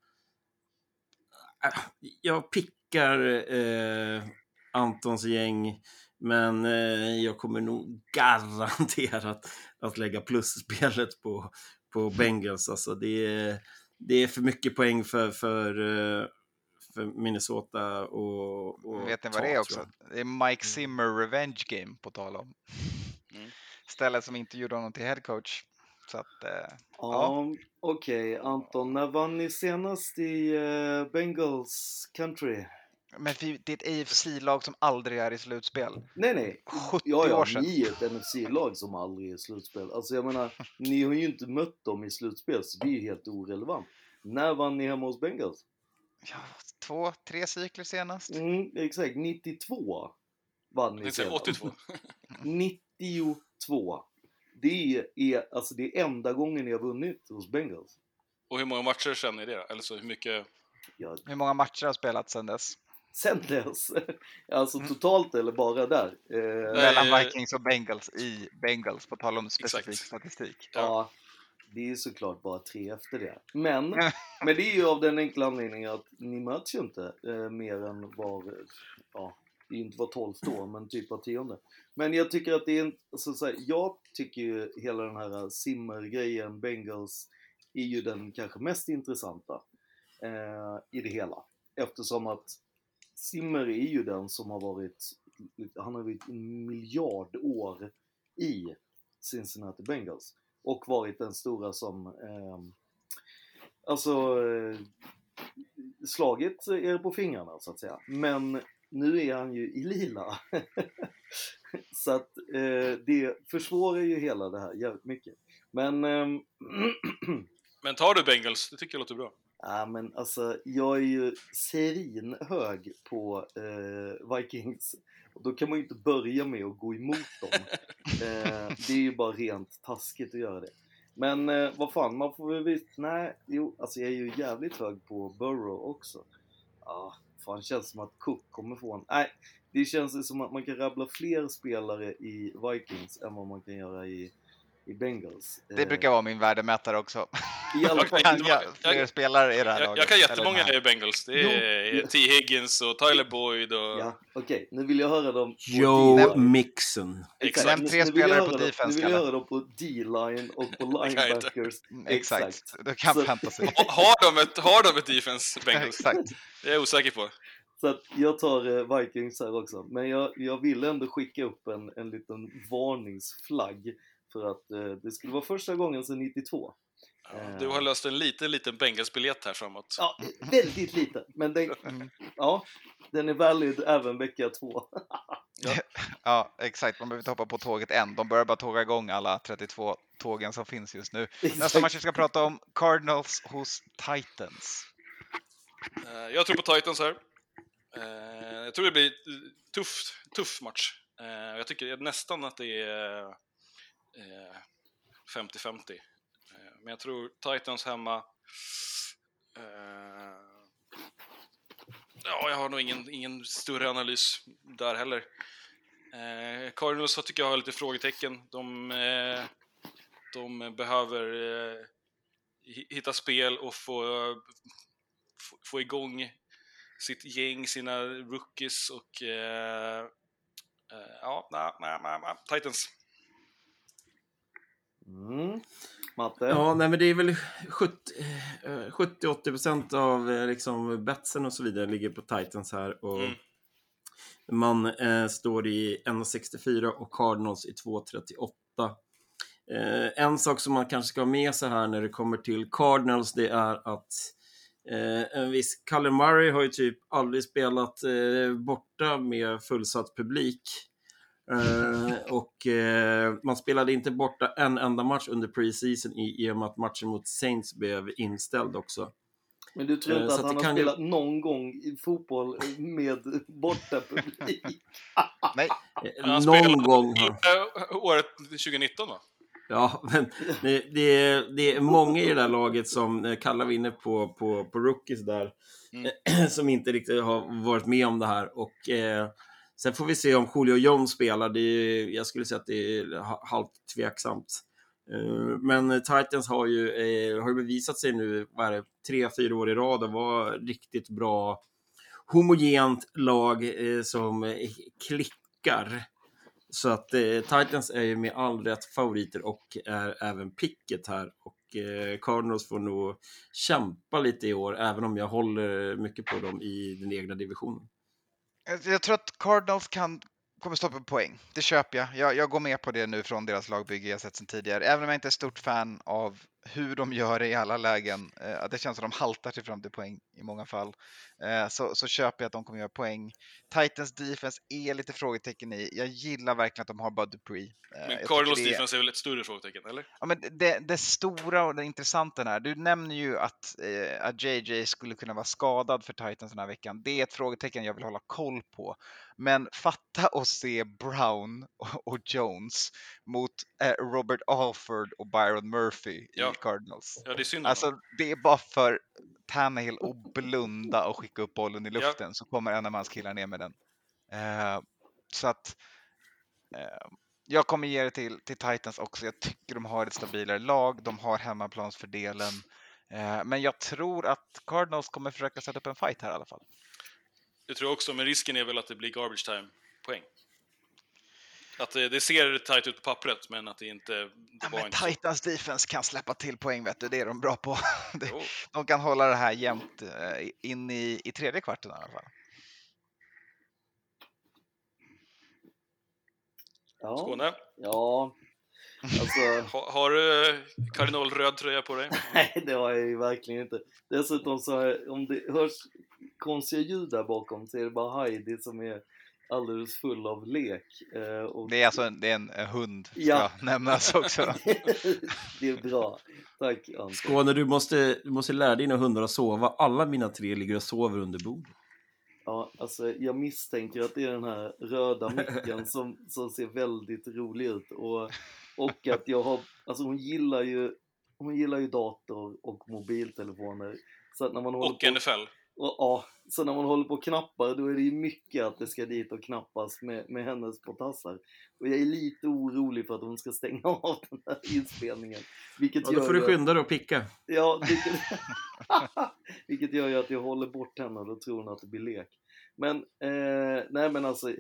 jag pickar uh, Antons gäng, men uh, jag kommer nog garanterat att lägga plusspelet på, på Bengals. Alltså det, det är för mycket poäng för, för uh, för Minnesota och, och vet ni vad det är också? Det är Mike Zimmer revenge game på tal om. Mm. Stället som inte gjorde honom till head coach. Så att, eh, ja, ja. Okej, okay. Anton, när vann ni senast i uh, Bengals country? Men det är ett A F C-lag som aldrig är i slutspel. Nej, nej. sjuttio ja, ja, år sedan. Ni är ett N F C-lag som aldrig är i slutspel. Alltså jag menar, ni har ju inte mött dem i slutspel, så det är ju helt orelevant. När vann ni hemma hos Bengals? Ja, två, tre cykler senast. Mm, exakt, nittiotvå vann ni senast. åttiotvå. nittiotvå. Det är, alltså det är enda gången ni har vunnit hos Bengals. Och hur många matcher känner ni det? Eller så hur mycket... Ja. Hur många matcher har spelat sedan dess? Sen dess? Alltså totalt eller bara där? Eh... Mellan Vikings och Bengals i Bengals, på tal om specifik Exakt. statistik. Ja. ja. Det är ju såklart bara tre efter det. Men, men det är ju av den enkla anledningen att ni möts ju inte eh, mer än var, ja, det är inte var tolfte år, men typ var tionde. Men jag tycker att det är en, alltså, så här, jag tycker ju hela den här Zimmer-grejen, Bengals, är ju den kanske mest intressanta eh, i det hela. Eftersom att Zimmer är ju den som har varit, han har varit en miljard år i Cincinnati Bengals. Och varit den stora som eh, alltså eh, slagit er på fingrarna så att säga. Men nu är han ju i lila. Så att eh, det försvårar ju hela det här jävligt mycket. Men eh, men tar du Bengals? Det tycker jag låter bra. Ja, men alltså jag är ju serinhög på eh, Vikings. Och då kan man ju inte börja med att gå emot dem. eh, det är ju bara rent taskigt att göra det. Men eh, vad fan, man får väl visa... Nej, jo, alltså jag är ju jävligt hög på Burrow också. Ja, ah, fan, känns som att Cook kommer få en... Nej, det känns som att man kan rabbla fler spelare i Vikings än vad man kan göra i, i Bengals. Det brukar vara min värdemätare också. I alla fall, kan jag, fler jag, spelare i det här jag, laget. Jag kan jättemånga i Bengals. Det är jo. T. Higgins och Tyler Boyd och... Ja, okej. Okay. Nu vill jag höra dem på Joe D-line. Mixon. Exakt. Nämn tre spelare på defense. Nu vill jag höra dem på D-line och på linebackers. Exakt. Exakt. Du kan fantasy. Har de ett, har de ett defense, Bengals? Exakt. Det är jag osäker på. Så att jag tar uh, Vikings här också. Men jag, jag vill ändå skicka upp en, en liten varningsflagg. För att uh, det skulle vara första gången sedan nittiotvå. Ja, du har löst en liten, liten Bengals-biljett här framåt. Ja, väldigt liten. Men den, ja, den är valid även vecka två. ja. ja, exakt. Man behöver inte hoppa på tåget än. De börjar bara tåga igång alla trettiotvå tågen som finns just nu. Exakt. Nästa match vi ska prata om, Cardinals hos Titans. Uh, jag tror på Titans här. Uh, jag tror det blir tuff, tuff match. Uh, jag tycker nästan att det är uh, femtio femtio. Uh, men jag tror Titans hemma. Uh, ja, jag har nog ingen, ingen större analys där heller. Uh, Cardinals så tycker jag har lite frågetecken. De, uh, de behöver uh, hitta spel och få, uh, få, få igång sitt gäng, sina rookies och uh, uh, ja, nej, nej, nej, nej. Titans. Mm. Matte? Ja, nej, men det är väl sjuttio till åttio procent av liksom betsen och så vidare ligger på Titans här och mm. man eh, står i ett komma sextiofyra och Cardinals i två komma trettioåtta. Eh, en sak som man kanske ska ha med sig här när det kommer till Cardinals, det är att eh, en viss Kyler Murray har ju typ aldrig spelat eh, borta med fullsatt publik. Uh, och uh, man spelade inte borta en enda match under preseason i, i och med att matchen mot Saints blev inställd också. Men du tror inte uh, att han har spelat ju... någon gång i fotboll med borta publik? Nej. Uh, någon gång har... året tjugonitton då? Ja, men det, det, är, det är många i det där laget som Kalle var inne på, på, på rookies där mm. som inte riktigt har varit med om det här och uh, sen får vi se om Julio Jones spelar. Det är, jag skulle säga att det är halvt tveksamt. Men Titans har ju, har ju bevisat sig nu vad är det, tre, fyra år i rad och var riktigt bra homogent lag som klickar. Så att Titans är ju med all rätt favoriter och är även picket här. Och Cardinals får nog kämpa lite i år, även om jag håller mycket på dem i den egna divisionen. Jag tror att Cardinals kan kommer stoppa poäng. Det köper jag. jag. Jag går med på det nu från deras lagbygge jag sett sedan tidigare. Även om jag inte är stort fan av hur de gör det i alla lägen. Eh, det känns som att de haltar sig fram till poäng i många fall. Eh, så, så köper jag att de kommer göra poäng. Titans defense är lite frågetecken i. Jag gillar verkligen att de har Bud Dupree. Eh, men Cardinals det... defense är väl ett större frågetecken, eller? Ja, men det, det stora och det intressanta här. Du nämner ju att, eh, att J J skulle kunna vara skadad för Titans den här veckan. Det är ett frågetecken jag vill hålla koll på. Men fatta och se Brown och, och Jones mot eh, Robert Alford och Byron Murphy ja. i Cardinals. Ja, det är synd. Alltså, det är bara för Tannehill att blunda och skicka upp bollen i luften ja. Så kommer en av hans killar ner med den. Uh, så att uh, jag kommer ge det till, till Titans också. Jag tycker de har ett stabilare lag. De har hemmaplansfördelen. Uh, men jag tror att Cardinals kommer försöka sätta upp en fight här i alla fall. Det tror jag också, men risken är väl att det blir garbage time poäng. Att det, det ser tajt ut på pappret, men att det inte... Det ja, var men inte Titans så. defense kan släppa till poäng, vet du. Det är de bra på. Oh. De kan hålla det här jämnt in i, i tredje kvarten i alla fall. Ja. Skåne? Ja. Alltså... ha, har du kardinalröd tröja på dig? Nej, det har jag ju verkligen inte. Dessutom så är, om det hörs konstiga ljud där bakom så är det bara Heidi som är alldeles full av lek. Eh, och... Det är alltså en, det är en, en hund, ska ja. nämnas också. Det är bra. Tack, Anton. Skåne, du måste, du måste lära dina hundar att sova. Alla mina tre ligger och sover under bordet. Ja, alltså jag misstänker att det är den här röda micken som, som ser väldigt rolig ut. Och, och att jag har, alltså hon gillar ju, hon gillar ju dator och mobiltelefoner. Så att när man och på, N F L. Och, ja, så när man håller på och knappar, då är det ju mycket att det ska dit och knappas med, med hennes på tassar. Och jag är lite orolig för att hon ska stänga av den här inspelningen. Vilket ja, då får gör du skynda dig och picka. Ja, vilket, vilket gör ju att jag håller bort henne och då tror hon att det blir lek. Men, eh, nej men alltså,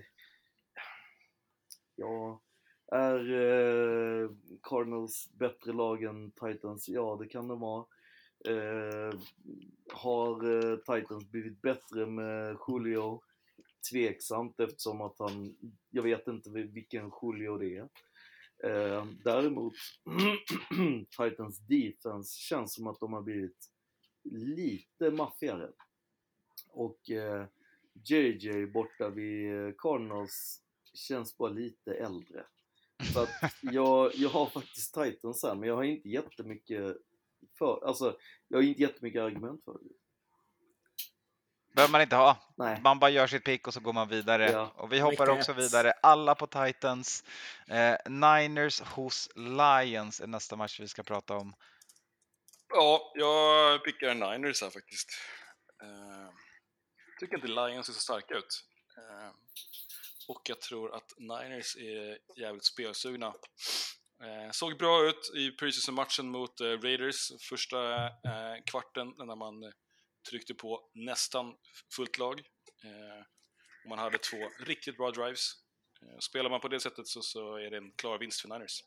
ja, är eh, Cardinals bättre lag än Titans? Ja, det kan de vara. Eh, har eh, Titans blivit bättre med Julio? Tveksamt, eftersom att han, jag vet inte vilken Julio det är. Eh, däremot Titans defense känns som att de har blivit lite maffigare. Och eh, J J borta vid Cardinals känns bara lite äldre. Så att jag, jag har faktiskt Titans här, men jag har inte jättemycket för, alltså jag har inte jättemycket argument för det. Behöver man inte ha. Nej. Man bara gör sitt pick och så går man vidare. Ja. Och vi hoppar också vidare. Alla på Titans. Eh, Niners hos Lions är nästa match vi ska prata om. Ja, jag pickar Niners här faktiskt. Uh, tycker inte Lions ser så starka ut. Uh, och jag tror att Niners är jävligt spelsugna. Uh, såg bra ut i preseason-matchen mot uh, Raiders första uh, kvarten när man tryckte på nästan fullt lag. Uh, och man hade två riktigt bra drives. Uh, spelar man på det sättet så, så är det en klar vinst för Niners.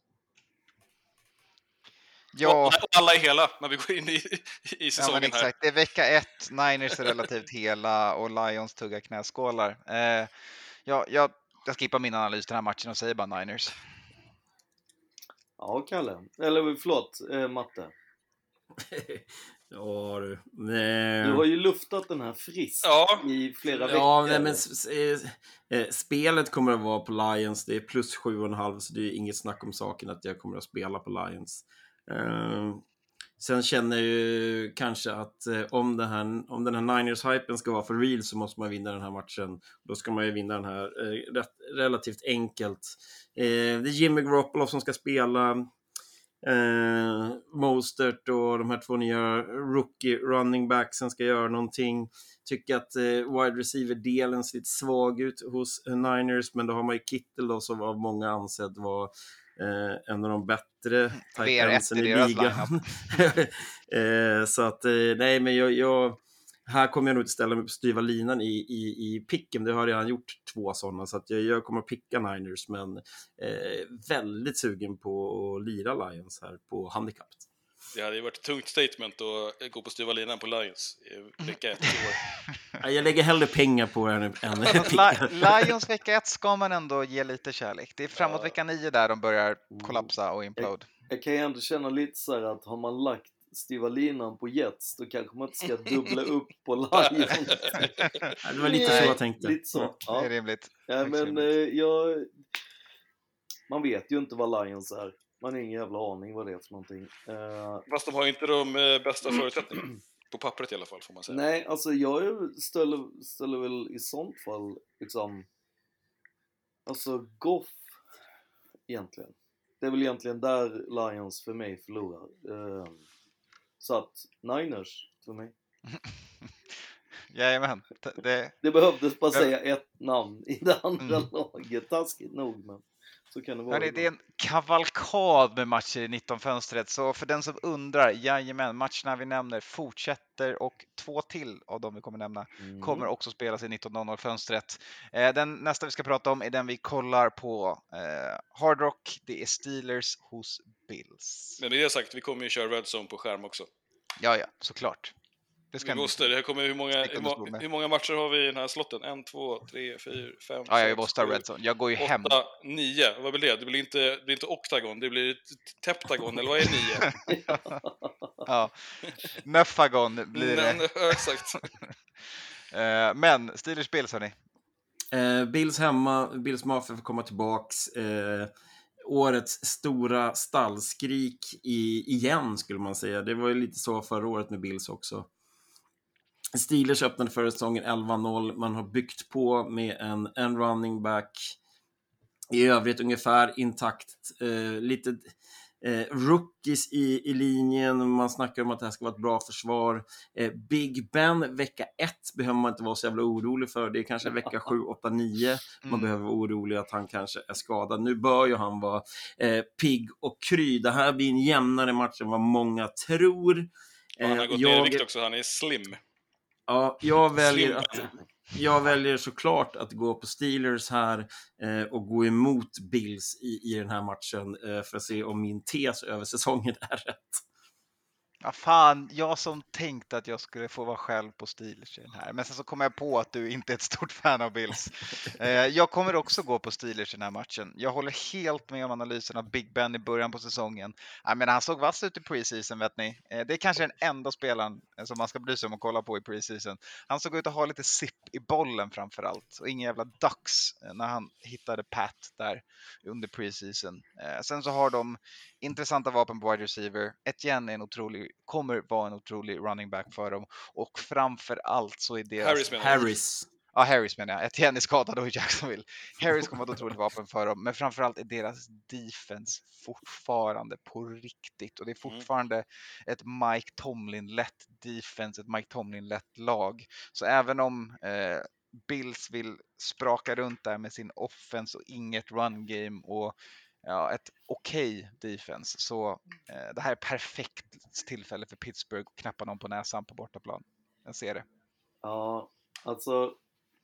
Ja. Och alla är hela när vi går in i, i säsongen. Ja, men exakt. här. Det är vecka ett, Niners är relativt hela och Lions tuggar knäskålar. Eh, ja, jag, jag skippar min analys den här matchen och säger bara Niners. Ja, Kalle. Eller förlåt, eh, Matte. Ja du. Nej. Du har ju luftat den här friskt ja. i flera ja, veckor. Ja, nej, men eh, spelet kommer att vara på Lions. Det är plus sju och en halv, så det är inget snack om saken att jag kommer att spela på Lions. Uh, sen känner jag ju kanske att eh, om, det här, om den här Niners-hypen ska vara för real så måste man vinna den här matchen. Då ska man ju vinna den här eh, rätt, relativt enkelt. Eh, det är Jimmy Garoppolo som ska spela. Eh, Mostert och de här två nya rookie running backsen ska göra någonting. Tycker att eh, wide receiver-delen ser lite svag ut hos Niners, men då har man ju Kittle då, som av många ansedd var eh, en av de bättre tight-endsen i ligan. eh, så att eh, nej, men jag, jag här kommer jag nog inte ställa mig på styva linan i, i, i picken. Det har jag redan gjort två sådana, så att jag, jag kommer att picka Niners, men eh, väldigt sugen på att lira Lions här på handikappet. Det hade ju varit ett tungt statement att gå på styva linan på Lions i vecka ett år. Jag lägger hellre pengar på det än, än picka. Lions vecka ett ska man ändå ge lite kärlek. Det är framåt ja. vecka nio där de börjar kollapsa och implode. Jag, jag kan ju ändå känna lite så här att har man lagt styva linan på Jets, då kanske man inte ska dubbla upp på Lions. Det var lite så jag tänkte. Lite så. Ja. Det är rimligt. Ja, men eh, jag... Man vet ju inte vad Lions är. Man har ingen jävla aning vad det är för någonting. Uh... Fast de har inte de eh, bästa förutsättningarna. På pappret i alla fall, får man säga. Nej, alltså jag ställer, ställer väl i sånt fall liksom... Alltså Goff egentligen. Det är väl egentligen där Lions för mig förlorar. Uh... Så att Niners för mig. Jajamän. Det... det behövdes bara säga ett namn i det andra mm. laget. Taskigt nog, men så kan det vara. Det, det är en kavalkad med matcher i nitton-fönstret. Så för den som undrar, jajamän, matcherna vi nämner fortsätter och två till av dem vi kommer nämna mm. kommer också spelas i nitton noll noll-fönstret. Eh, den nästa vi ska prata om är den vi kollar på eh, Hard Rock. Det är Steelers hos Bills. Men med det sagt, vi kommer ju köra Red Zone på skärm också. Ja, ja, såklart. Det ska vi måste, det här kommer, hur, många, hur, må, hur många matcher har vi i den här slotten? En, två, tre, fyra, fem, ja, jag måste Red Zone. Jag går ju åtta, hem. nio. Vad blir det? Det blir inte, det blir inte oktagon, det blir teptagon, eller vad är nio? Ja, nöffagon blir det. Ja, exakt. Men, Steelers Bills, hörni. Eh, Bills hemma, Bills Mafia får komma tillbaks. Eh, årets stora stallskrik i, igen, skulle man säga. Det var ju lite så förra året med Bills också. Steelers öppnade förra säsongen elva noll. Man har byggt på med en, en running back. I övrigt ungefär intakt. Eh, lite Eh, rookies i, i linjen, man snackar om att det här ska vara ett bra försvar. Eh, Big Ben vecka ett behöver man inte vara så jävla orolig för. Det är kanske vecka sju, åtta, nio man mm. behöver vara orolig att han kanske är skadad. Nu bör ju han vara eh, pigg och kry. Det här blir en jämnare match än vad många tror. Eh, han har gått jag... ner i vikt också, han är slim. Ja, jag väljer att jag väljer såklart att gå på Steelers här eh, och gå emot Bills i, i den här matchen eh, för att se om min tes över säsongen är rätt. Ja, fan, jag som tänkte att jag skulle få vara själv på Steelers i den här. Men sen så kom jag på att du inte är ett stort fan av Bills. Eh, jag kommer också gå på Steelers i den här matchen. Jag håller helt med om analysen av Big Ben i början på säsongen. Jag menar, han såg vass ut i preseason, vet ni. Eh, det är kanske den enda spelaren som man ska bry sig om att kolla på i preseason. Han såg ut att ha lite sipp i bollen framförallt. Och ingen jävla ducks när han hittade Pat där under preseason. Eh, sen så har de intressanta vapen på wide receiver. Etienne är en otrolig, kommer vara en otrolig running back för dem. Och framför allt så är deras... Harris menar Harris. Ja, Harris menar jag. Etienne är skadad och i Jacksonville. Harris kommer vara ett otroligt vapen för dem. Men framförallt är deras defense fortfarande på riktigt. Och det är fortfarande mm. ett Mike Tomlin-lätt defense, ett Mike Tomlin-lätt lag. Så även om eh, Bills vill spraka runt där med sin offense och inget run game och ja, ett okej okay defense, så eh, det här är perfekt tillfälle för Pittsburgh att knappa någon på näsan på bortaplan. Jag ser det. Ja, alltså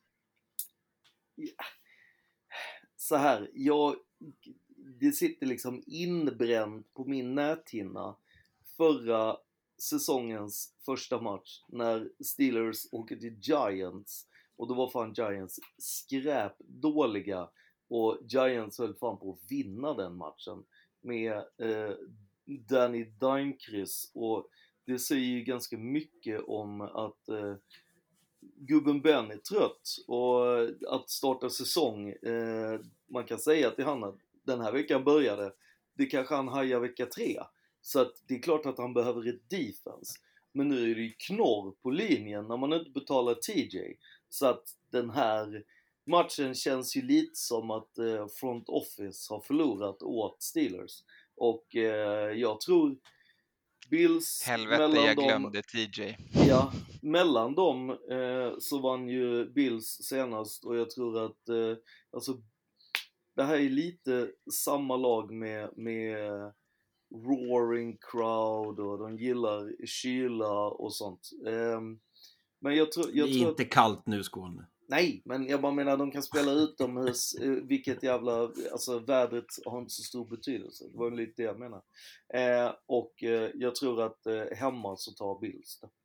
så här, jag det sitter liksom inbränt på min näthinna förra säsongens första match när Steelers åker till Giants, och då var fan Giants skräp dåliga. Och Giants höll fan på att vinna den matchen med eh, Danny Dinkris. Och det säger ju ganska mycket om att eh, gubben Ben är trött. Och att starta säsong, eh, man kan säga till han att den här veckan började, det kanske han hajar vecka tre. Så att det är klart att han behöver ett defense. Men nu är det ju knorr på linjen när man inte betalar T J. Så att den här matchen känns ju lite som att eh, front office har förlorat åt Steelers. Och eh, jag tror Bills... Helvete, mellan jag dem, glömde T J. Ja, mellan dem eh, så vann ju Bills senast. Och jag tror att eh, alltså, det här är lite samma lag med, med roaring crowd och de gillar kyla och sånt. Eh, men jag tror... Jag det är tror inte att... kallt nu, Skåne. Nej, men jag bara menar de kan spela utomhus, vilket jävla, alltså vädret har inte så stor betydelse. Det var lite det jag menar. Eh, och eh, jag tror att eh, hemma så tar Bills det.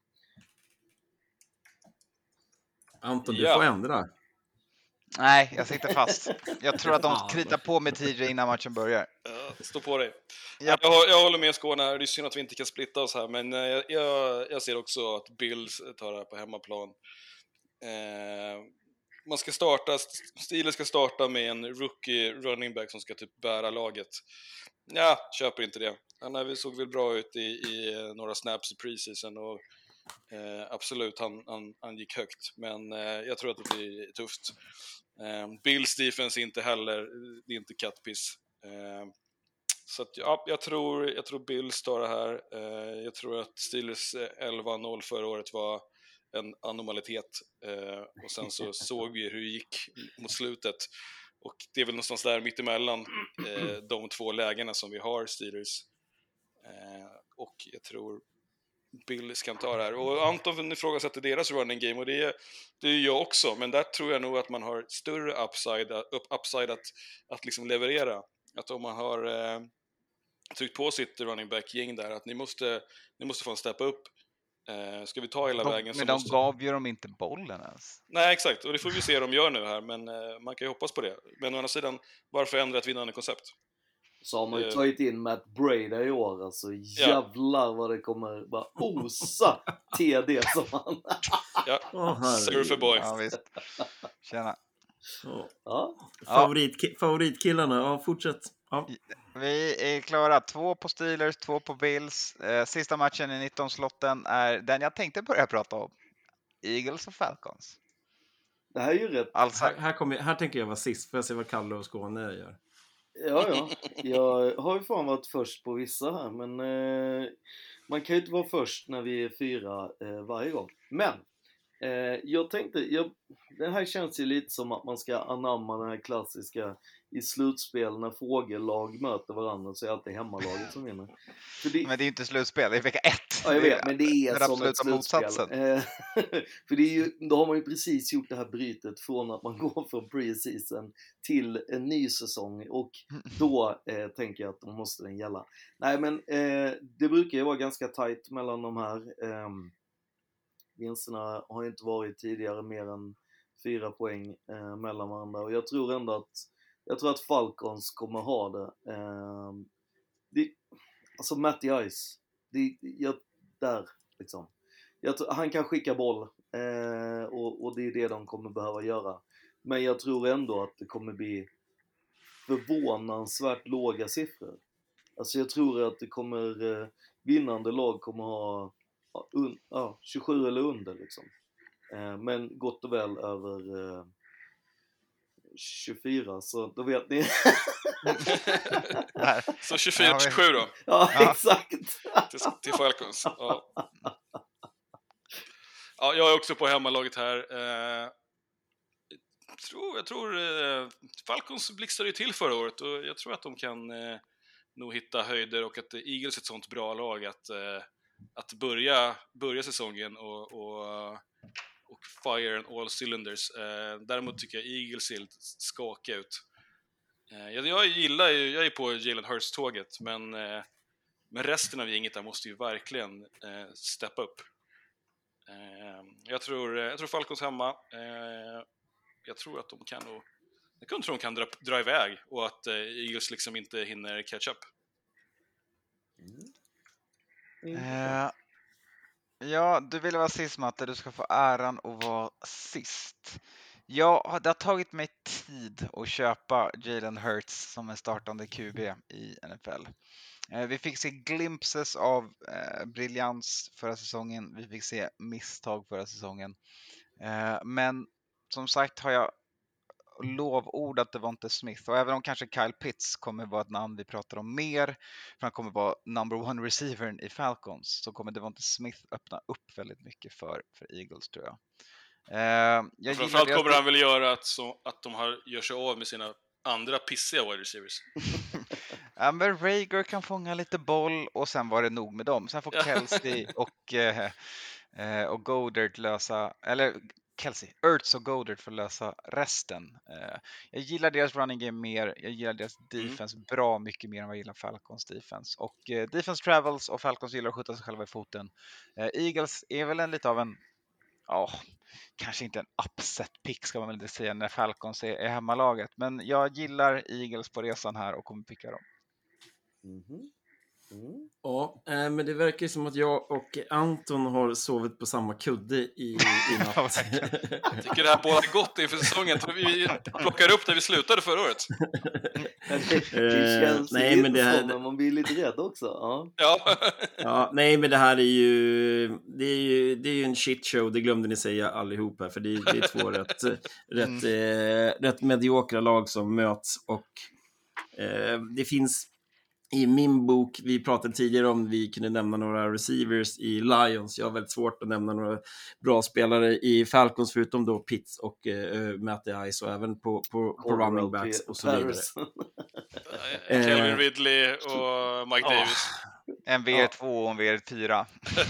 Anton, du ja. får ändra. Nej, jag sitter fast. Jag tror att de kritar på med T J innan matchen börjar. Ja, stå på dig. Yep. Jag, jag håller med Skåne här. Det är synd att vi inte kan splitta oss här, men jag, jag, jag ser också att Bills tar det här på hemmaplan. Eh, man ska starta, Steelers ska starta med en rookie running back som ska typ bära laget. Ja, köper inte det. Han såg väl bra ut i, i några snaps i preseason och eh, absolut, han, han, han gick högt. Men eh, jag tror att det blir tufft. Eh, Bills defense inte heller, det är inte kattpiss. Eh, så att, ja, jag tror, jag tror Bills tar det här. Eh, jag tror att Steelers elva noll förra året var en anomalitet, eh, och sen så såg vi hur det gick mot slutet, och det är väl någonstans där mittemellan eh, de två lägena som vi har Steelers, eh, och jag tror Bills kan ta det här. Och Anton ifrågasätter deras running game, och det är, det är jag också, men där tror jag nog att man har större upside, upp, upside att, att liksom leverera, att om man har eh, tryckt på sitt running back-gäng där, att ni måste, ni måste få en step upp. Uh, ska vi ta hela de, vägen så men de måste... gav ju dem inte bollen ens. Nej, exakt, och det får vi se de gör nu här, men uh, man kan ju hoppas på det. Men å andra sidan, varför ändra ett vinnande koncept? Så har man ju uh, tagit in Matt Brady i år, alltså jävlar ja. vad det kommer bara osa T D som han. Ja, oh, surferboy. Ja, visst. Tjena. Oh. Ja. Favorit, favoritkillarna, ja, fortsätt. Ja. Vi är klara. Två på Steelers, två på Bills. Eh, sista matchen i nitton-slotten är den jag tänkte börja prata om. Eagles och Falcons. Det här är ju rätt. Alltså, här, här, kommer, här tänker jag vara sist, för jag se vad Kalle och Skåne gör. Ja, ja. Jag har ju fan varit först på vissa här, men eh, man kan ju inte vara först när vi är fyra eh, varje gång. Men eh, jag tänkte, jag, det här känns ju lite som att man ska anamma den här klassiska i slutspel när fågellag möter varandra så är alltid hemmalaget som vinner. För det... Men det är ju inte slutspel, det är vecka ett. Ja, jag vet, men det är den som ett slutspel. Motsatsen. För det är ju, då har man ju precis gjort det här brytet från att man går från pre-season till en ny säsong och då eh, tänker jag att då måste den gälla. Nej, men eh, det brukar ju vara ganska tajt mellan de här. Eh, vinsterna har ju inte varit tidigare mer än fyra poäng eh, mellan varandra och jag tror ändå att jag tror att Falcons kommer ha det. Eh, det alltså Matty Ice, det, jag, där liksom. Jag, han kan skicka boll eh, och, och det är det de kommer behöva göra. Men jag tror ändå att det kommer bli förvånansvärt låga siffror. Alltså jag tror att det kommer eh, vinnande lag kommer ha un, ja, tjugosju eller under liksom. Eh, men gott och väl över eh, tjugofyra, så då vet ni. Så tjugofyra tjugosju då? Ja, ja. Exakt. till, till Falcons. Ja. Ja, jag är också på hemmalaget här. Eh, jag tror, jag tror eh, Falcons blixtrade ju till förra året och jag tror att de kan eh, nog hitta höjder och att Eagles är ett sånt bra lag att, eh, att börja, börja säsongen och, och, och fire on all cylinders. Eh, däremot tycker jag Eagles ser lite skaka ut. Eh, jag, jag gillar ju, jag är på Jalen Hurts-tåget, men, eh, men resten av gänget där måste ju verkligen eh, steppa upp. Eh, jag, tror, jag tror Falcons hemma. Eh, jag tror att de kan nog, jag tror de kan dra, dra iväg och att eh, Eagles liksom inte hinner catch up. Mm. Eh, ja, du ville vara sist, Matte. Du ska få äran att vara sist. Ja, det har tagit mig tid att köpa Jalen Hurts som en startande Q B i N F L. Eh, vi fick se glimpses av eh, briljans förra säsongen. Vi fick se misstag förra säsongen. Eh, men som sagt har jag lovordat Devonta Smith, och även om kanske Kyle Pitts kommer vara ett namn vi pratar om mer, för han kommer vara number one receivern i Falcons, så kommer Devonta Smith öppna upp väldigt mycket för, för Eagles, tror jag. Eh, jag framförallt kommer han väl göra att, så, att de har, gör sig av med sina andra pissiga wide receivers. Ja, men Rager kan fånga lite boll och sen var det nog med dem. Sen får Kelsey och, eh, och Goddard lösa, eller Kelsey, Ertz och Goddard får lösa resten. Eh, jag gillar deras running game mer. Jag gillar deras defense mm. bra mycket mer än vad jag gillar Falcons defense. Och eh, defense travels och Falcons gillar att skjuta sig själva i foten. Eh, Eagles är väl en lite av en, ja, kanske inte en upset pick ska man väl inte säga när Falcons är, är hemmalaget. Men jag gillar Eagles på resan här och kommer picka dem. Mm-hmm. Mm. Ja, äh, men det verkar som att jag och Anton har sovit på samma kudde i, i natt. Jag tycker det här båda gott inför säsongen. Vi plockar upp där vi slutade förra året. det, det känns uh, nej, men det här, så, man blir lite rädd också. Ja. Ja. ja, nej, men det här är ju det är ju, det är ju en shit show. Det glömde ni säga allihop här, för det, det är två rätt, rätt, mm. eh, rätt mediokra lag som möts, och eh, det finns i min bok, vi pratade tidigare om vi kunde nämna några receivers i Lions. Jag har väldigt svårt att nämna några bra spelare i Falcons förutom då Pitts och uh, Matty Ice, och även på, på, på running backs och så vidare. Calvin Ridley och Mike oh. Davis. En V R två och en V R fyra.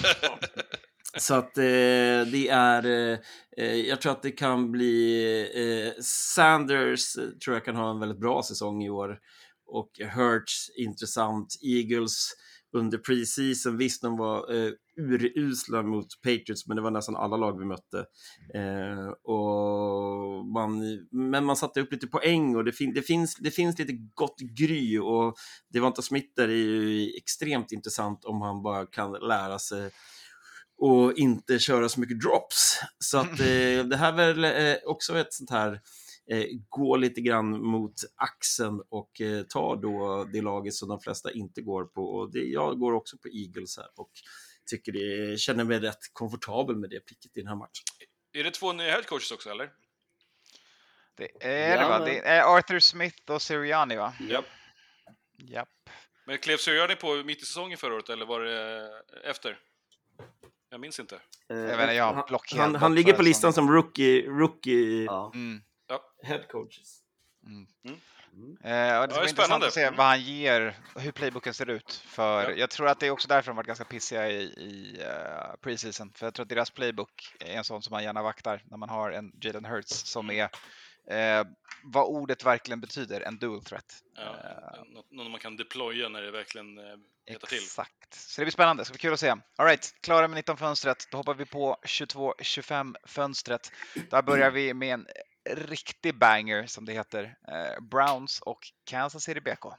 Så att eh, det är eh, jag tror att det kan bli eh, Sanders eh, tror jag kan ha en väldigt bra säsong i år. Och Hurts, intressant. Eagles under preseason, visst de var eh, urusla mot Patriots, men det var nästan alla lag vi mötte. Eh, och man, men man satte upp lite poäng, och det, fin- det, finns, det finns lite gott gry, och Devonta Smith är ju extremt intressant om han bara kan lära sig och inte köra så mycket drops. Så att eh, det här är väl eh, också ett sånt här Eh, gå lite grann mot axeln och eh, ta då det laget som de flesta inte går på, och det, jag går också på Eagles här och tycker det, känner mig rätt komfortabel med det picket i den här matchen. Är det två nya headcoaches också, eller? Det är det, Ja, va? men- Det är Arthur Smith och Sirianni, va? Japp. Japp. Men klev Sirianni på mitt i säsongen förra året, eller var det efter? Jag minns inte. Eh, Jag vet inte, jag har Han, blockerat han, bort han ligger förra på listan säsongen. som rookie, rookie Ja. Mm. head coaches. Mm. Mm. Eh, och det Ja, ska det är bli intressant spännande. att se vad han ger, hur playbooken ser ut. För Ja. jag tror att det är också därför de varit ganska pissiga i, i uh, preseason. För jag tror att deras playbook är en sån som man gärna vaktar när man har en Jalen Hurts som är eh, vad ordet verkligen betyder, en dual threat. Ja, Eh, något, något man kan deploya när det verkligen eh, hettar till. Exakt. Så det blir spännande, det ska bli kul att se. All right, klara med nitton-fönstret. Då hoppar vi på tjugotvå tjugofem-fönstret. Där börjar vi med en riktig banger, som det heter. Eh, Browns och Kansas City B K.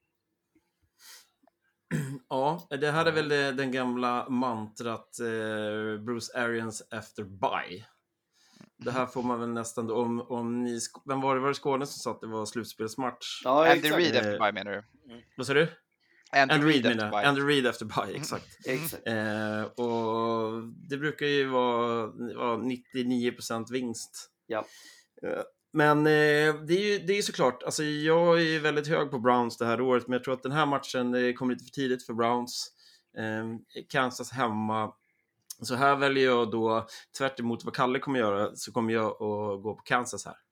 Ja, det här är väl det, den gamla mantrat eh, Bruce Arians efter bye. Det här får man väl nästan då, om, om ni, vem var det, var det Skåne som sa att det var slutspelsmatch? Ja, Andy exakt. Reid Eh, efter bye, menar du? Vad sa du? Andy, Andy Reid Reid efter menar bye. Andy Reid efter bye, exakt. Exakt. Eh, och det brukar ju vara, vara nittionio procent vinst. Ja. Eh, men eh, det är ju det är ju såklart, alltså jag är väldigt hög på Browns det här året, men jag tror att den här matchen eh, kommer lite för tidigt för Browns. Eh, Kansas hemma. Så här väljer jag då, tvärt emot vad Kalle kommer göra, så kommer jag att gå på Kansas här.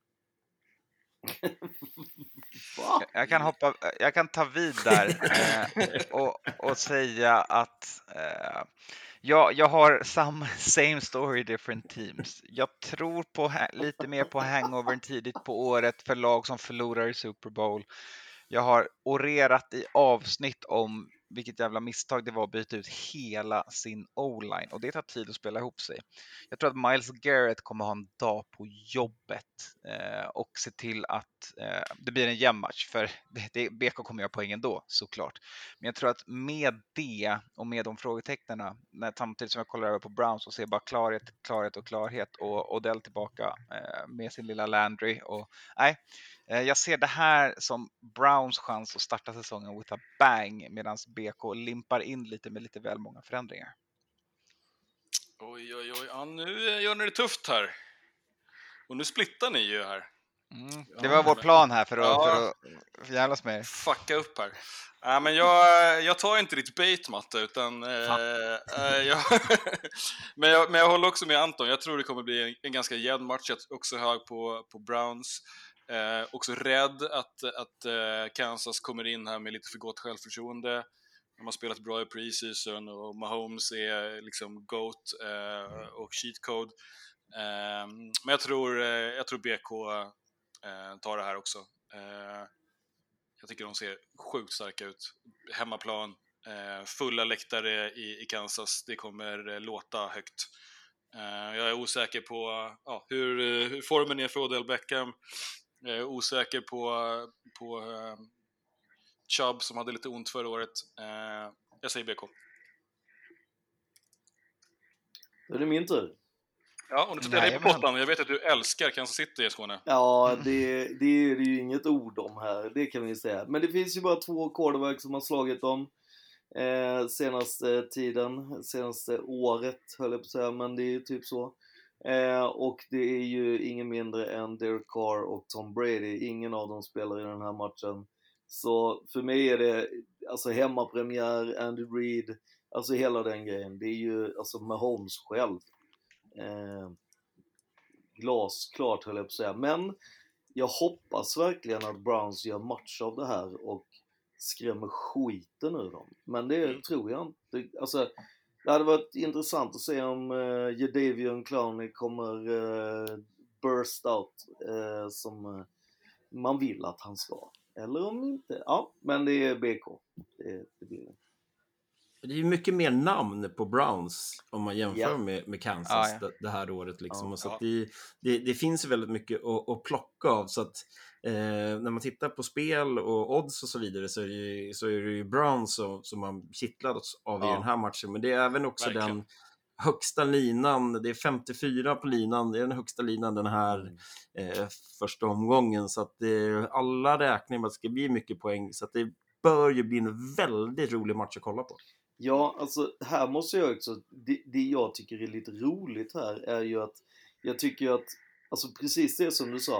Va? Jag kan hoppa, jag kan ta vid där eh, och, och säga att eh, jag, jag har samma same story, different teams. Jag tror på ha- lite mer på hangovern tidigt på året för lag som förlorar i Super Bowl. Jag har orerat i avsnitt om vilket jävla misstag det var att byta ut hela sin O-line, och det tar tid att spela ihop sig. Jag tror att Myles Garrett kommer ha en dag på jobbet eh, och se till att eh, det blir en jämn match, för det, det, B K kommer göra poäng ändå, såklart. Men jag tror att med det och med de frågetecknen, när, samtidigt som jag kollar över på Browns och ser bara klarhet, klarhet och klarhet, och Odell tillbaka eh, med sin lilla Landry, och nej, jag ser det här som Browns chans att starta säsongen with a bang, medan B K limpar in lite med lite väl många förändringar. Oj, oj, oj. Ja, nu eh, gör ni det tufft här. Och nu splittar ni ju här. Mm. Det var vår plan här för att, Ja. för att för jävlas med er. Fucka upp här. Ja, men jag, jag tar inte ditt bait, Matte, utan... Eh, eh, jag, men, jag, men jag håller också med Anton. Jag tror det kommer bli en, en ganska jämn match. Jag är också hög på, på Browns. Eh, också rädd att, att eh, Kansas kommer in här med lite för gott självförtroende. De har spelat bra i preseason och Mahomes är liksom GOAT eh, och cheat code. Eh, men jag tror, eh, jag tror B K eh, tar det här också. Eh, jag tycker de ser sjukt starka ut. Hemmaplan, eh, fulla läktare i, i Kansas. Det kommer eh, låta högt. Eh, jag är osäker på ja, hur, hur formen är för Odell Beckham. Jag är osäker på, på uh, Chubb som hade lite ont förra året. Uh, jag säger B K. Då är det min tur. Ja, och nu tittar jag dig på pottan. Jag vet att du älskar Kansas City i Skåne. Ja, det, det är det ju inget ord om här, det kan vi säga. Men det finns ju bara två quarterback som har slagit dem eh, senaste tiden, senaste året höll jag på att säga, men det är ju typ så. Eh, och det är ju ingen mindre än Derek Carr och Tom Brady. Ingen av dem spelar i den här matchen. Så för mig är det alltså hemmapremiär, Andy Reid, alltså hela den grejen. Det är ju alltså Mahomes själv. Eh, glasklart höll jag på att säga. Men jag hoppas verkligen att Browns gör match av det här och skrämmer skiten ur dem. Men det mm. tror jag inte. Alltså, det hade varit intressant att se om uh, Jadeveon Clowney kommer uh, burst out uh, som uh, man vill att han ska. Eller om inte. Ja, men det är B K. Det, det blir det. Det är ju mycket mer namn på Browns om man jämför yeah. med, med Kansas ah, ja. det, det här året. Liksom. Ah, så ja. att det, det, det finns ju väldigt mycket att, att plocka av. Så att eh, när man tittar på spel och odds och så vidare så är det ju, så är det ju Browns som, som man kittlats av ja. i den här matchen. Men det är även också Verkligen. den högsta linan. Det är femtiofyra på linan. Det är den högsta linan den här eh, första omgången. Så att det, alla räknar med att det ska bli mycket poäng. Så att det bör ju bli en väldigt rolig match att kolla på. Ja, alltså här måste jag också, det, det jag tycker är lite roligt här är ju att jag tycker att, alltså precis det som du sa,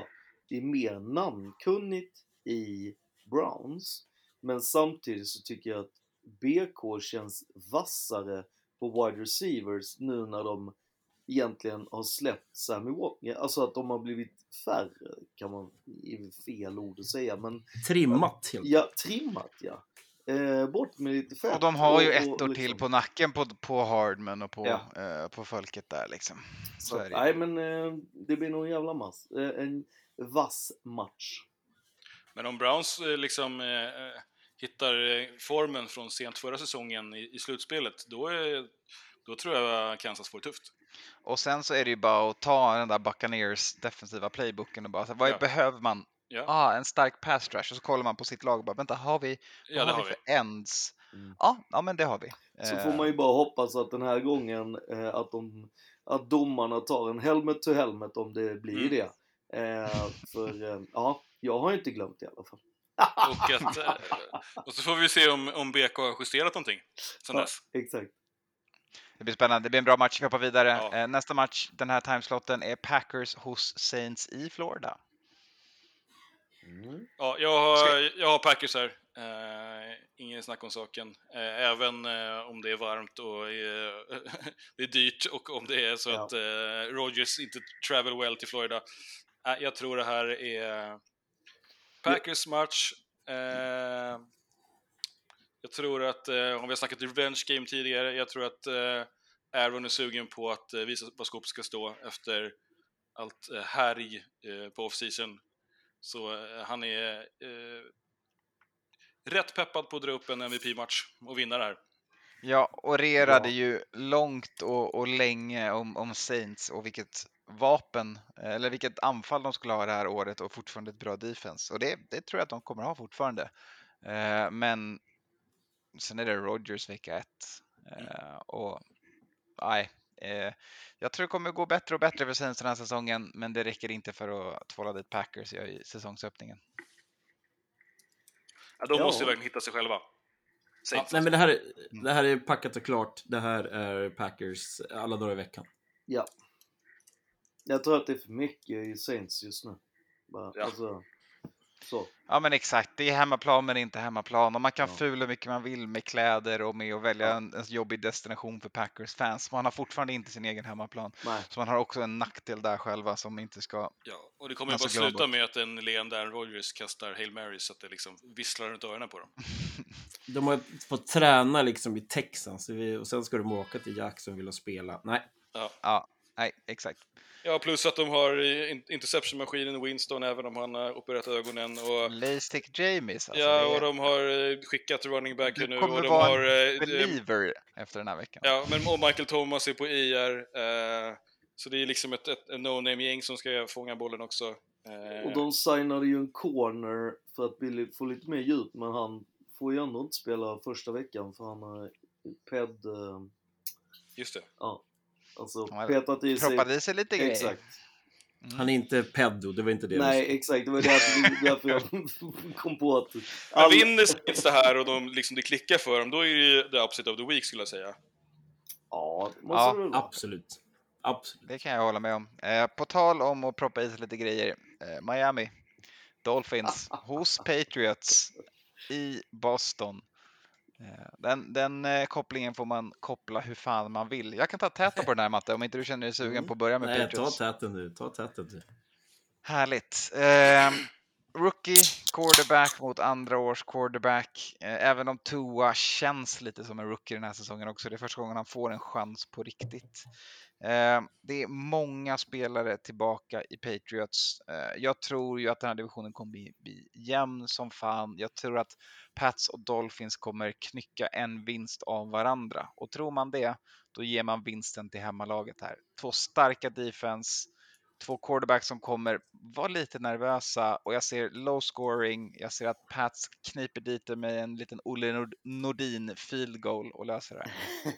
det är mer namnkunnigt i Browns. Men samtidigt så tycker jag att B K känns vassare på wide receivers nu när de egentligen har släppt Sammy Watkins. Alltså att de har blivit färre, kan man, är fel ord att säga. Men, trimmat helt. Ja, trimmat, ja. Eh, bort med lite fett. Och de har ju och, ett och, år liksom. till på nacken på, på Hardman och på, Ja. eh, på folket där liksom. Så, Så är det. nej, men eh, det blir nog en jävla mass. Eh, en vass match. Men om Browns eh, liksom eh, hittar eh, formen från sent förra säsongen i, i slutspelet, då, är, då tror jag Kansas får det tufft. Och sen så är det ju bara att ta den där Buccaneers defensiva playbooken och bara, så, vad Ja. behöver man? Ja. Ah, en stark pass rush. Och så kollar man på sitt lag och bara, vänta, har vi, Ja, vad det har har vi för ends? Mm. Ja, ja, men det har vi. Så Eh, får man ju bara hoppas att den här gången eh, att, de, att domarna tar en helmet to helmet om det blir Mm. det. Eh, för eh, ja, jag har inte glömt i alla fall. Och, att, eh, och så får vi se om, om B K har justerat någonting sen Ja, dess. exakt. Det blir spännande. Det blir en bra match. Vi hoppar vidare. Ja. Eh, nästa match, den här timeslotten, är Packers hos Saints i Florida. Mm. Ja, jag har, jag har Packers här. Uh, ingen snack om saken. Uh, även uh, om det är varmt och uh, det är dyrt och om det är så Ja. att uh, Rodgers inte travel well till Florida. Uh, jag tror det här är Packers match. Uh, jag tror att, uh, om vi har snackat revenge game tidigare, jag tror att uh, Aaron är sugen på att uh, visa vad skåpet ska stå efter allt uh, härj uh, på off-season. Så uh, han är uh, rätt peppad på att dra upp en M V P-match och vinna det här. Ja, och rerade Ja. ju långt och, och länge om, om Saints och vilket vapen, eller vilket anfall de skulle ha det här året och fortfarande ett bra defense. Och det, det tror jag att de kommer ha fortfarande. Eh, men sen är det Rodgers vecka ett. Eh, och nej, eh, jag tror det kommer gå bättre och bättre för Saints den här säsongen, men det räcker inte för att tvåla dit Packers i säsongsöppningen. Ja, de Ja. måste ju verkligen hitta sig själva. Ja, nej, men det här, är, det här är packat och klart. Det här är Packers alla dagar i veckan. Ja. Jag tror att det är för mycket i Saints just nu. Bara, Ja. alltså, så. Ja men exakt, det är hemmaplan men inte hemmaplan och man kan Ja. fula hur mycket man vill med kläder och med att välja Ja. en, en jobbig destination för Packers fans. Man har fortfarande inte sin egen hemmaplan. Nej. Så man har också en nackdel där själva som inte ska... Ja, och det kommer ju Alltså, bara glöm sluta bort. med att en leende Aaron Rodgers kastar Hail Mary så att det liksom visslar runt öronen på dem. De har fått träna liksom i Texas och sen ska de åka till Jacksonville och spela. Nej. Ja. Ja, nej, exakt. Ja, plus att de har interception-maskinen Winston även om han har opererat ögonen. Och, Lastic Jamies alltså. ja, det är... och de har eh, skickat running back Du nu. kommer och de vara har, en eh, believer efter den här veckan. Ja, men och Michael Thomas är på I R. Eh, så det är liksom ett, ett, ett no-name-gäng som ska fånga bollen också. Eh, Och de signade ju en corner för att Billy få lite mer djup, men han får ju ändå inte spela första veckan för han har ped... Eh, just det. ja, alltså Han har petat i sig... Proppat i sig lite grejer. Exakt. Mm. Han är inte pedo, det var inte det. Nej, exakt. Det var därför, därför jag kom på att... Men All... vinner Saints det här och de liksom det klickar för dem, då är det ju the opposite of the week skulle jag säga. Ja, det måste Ja, det väl vara. Absolut. Absolut. Det kan jag hålla med om. Eh, på tal om att proppa i sig lite grejer. Eh, Miami Dolphins hos Patriots i Boston. Eh, den den eh, kopplingen får man koppla hur fan man vill. Jag kan ta täta på den här, Matte, om inte du känner dig sugen Mm. på att börja med Nej, ta Patriots. täten nu. Ta täten nu. Härligt. Eh, rookie quarterback mot andra års quarterback. Eh, även om Tua känns lite som en rookie den här säsongen också. Det är första gången han får en chans på riktigt. Eh, det är många spelare tillbaka i Patriots. Eh, jag tror ju att den här divisionen kommer bli, bli jämn som fan. Jag tror att Pats och Dolphins kommer knycka en vinst av varandra. Och tror man det, då ger man vinsten till hemmalaget här. Två starka defense. Två quarterbacks som kommer vara lite nervösa och jag ser low scoring. Jag ser att Pats kniper dit det med en liten Olle Nord- Nordin field goal och löser det.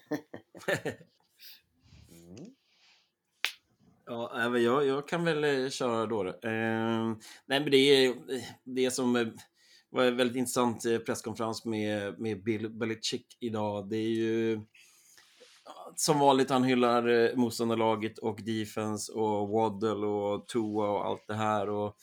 Mm. Ja, även jag, jag kan väl eh, köra då. då. Eh, nej, men det är det som eh, var en väldigt intressant eh, presskonferens med, med Bill Belichick idag. Det är ju som vanligt han hyllar eh, motståndarlaget och defense och Waddle och Tua och allt det här. Och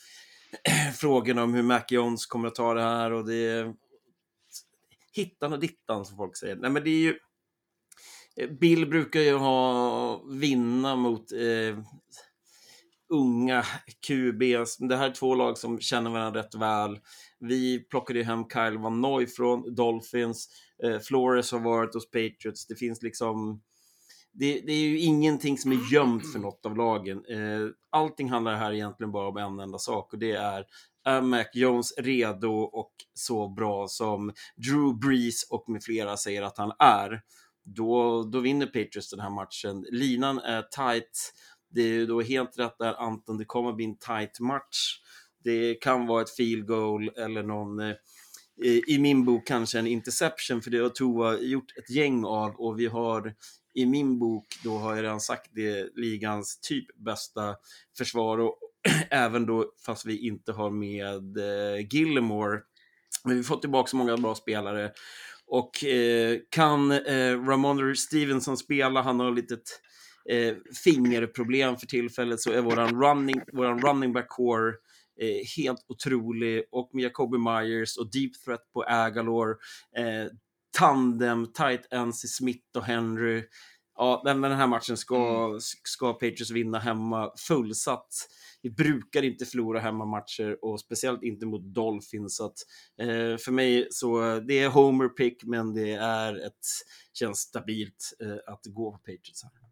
frågorna om hur Mac Jones kommer att ta det här, och det är hittan och dittan som folk säger. Nej, men det är ju Bill brukar ju ha vinna mot eh, unga Q Bs. Det här är två lag som känner varandra rätt väl. Vi plockade ju hem Kyle Van Noy från Dolphins. Eh, Flores har varit hos Patriots. Det finns liksom... Det, det är ju ingenting som är gömt för något av lagen. Eh, allting handlar här egentligen bara om en enda sak, och det är är Mac Jones redo och så bra som Drew Brees och med flera säger att han är. Då, då vinner Patriots den här matchen. Linan är tight. Det är ju då helt rätt där, Anton. Det kommer bli en tight match. Det kan vara ett field goal eller någon... Eh, i min bok kanske en interception, för det har Tua gjort ett gäng av, och vi har i min bok, då har jag redan sagt det, ligans typ bästa försvar, och även då fast vi inte har med eh, Gilmore, men vi får tillbaka så många bra spelare, och eh, kan eh, Ramondre Stevenson spela, han har lite eh, fingerproblem för tillfället, så är våran running, våran running back core Eh, helt otrolig, och med Jacoby Myers och deep threat på Aguilar, eh, tandem, tight ends i Smith och Henry. Ja, den, den här matchen ska, mm. ska Patriots vinna hemma fullsatt. Vi brukar inte förlora hemmamatcher, och speciellt inte mot Dolphins, så att, eh, för mig så det är homer pick, men det är ett, känns stabilt eh, att gå på Patriots här.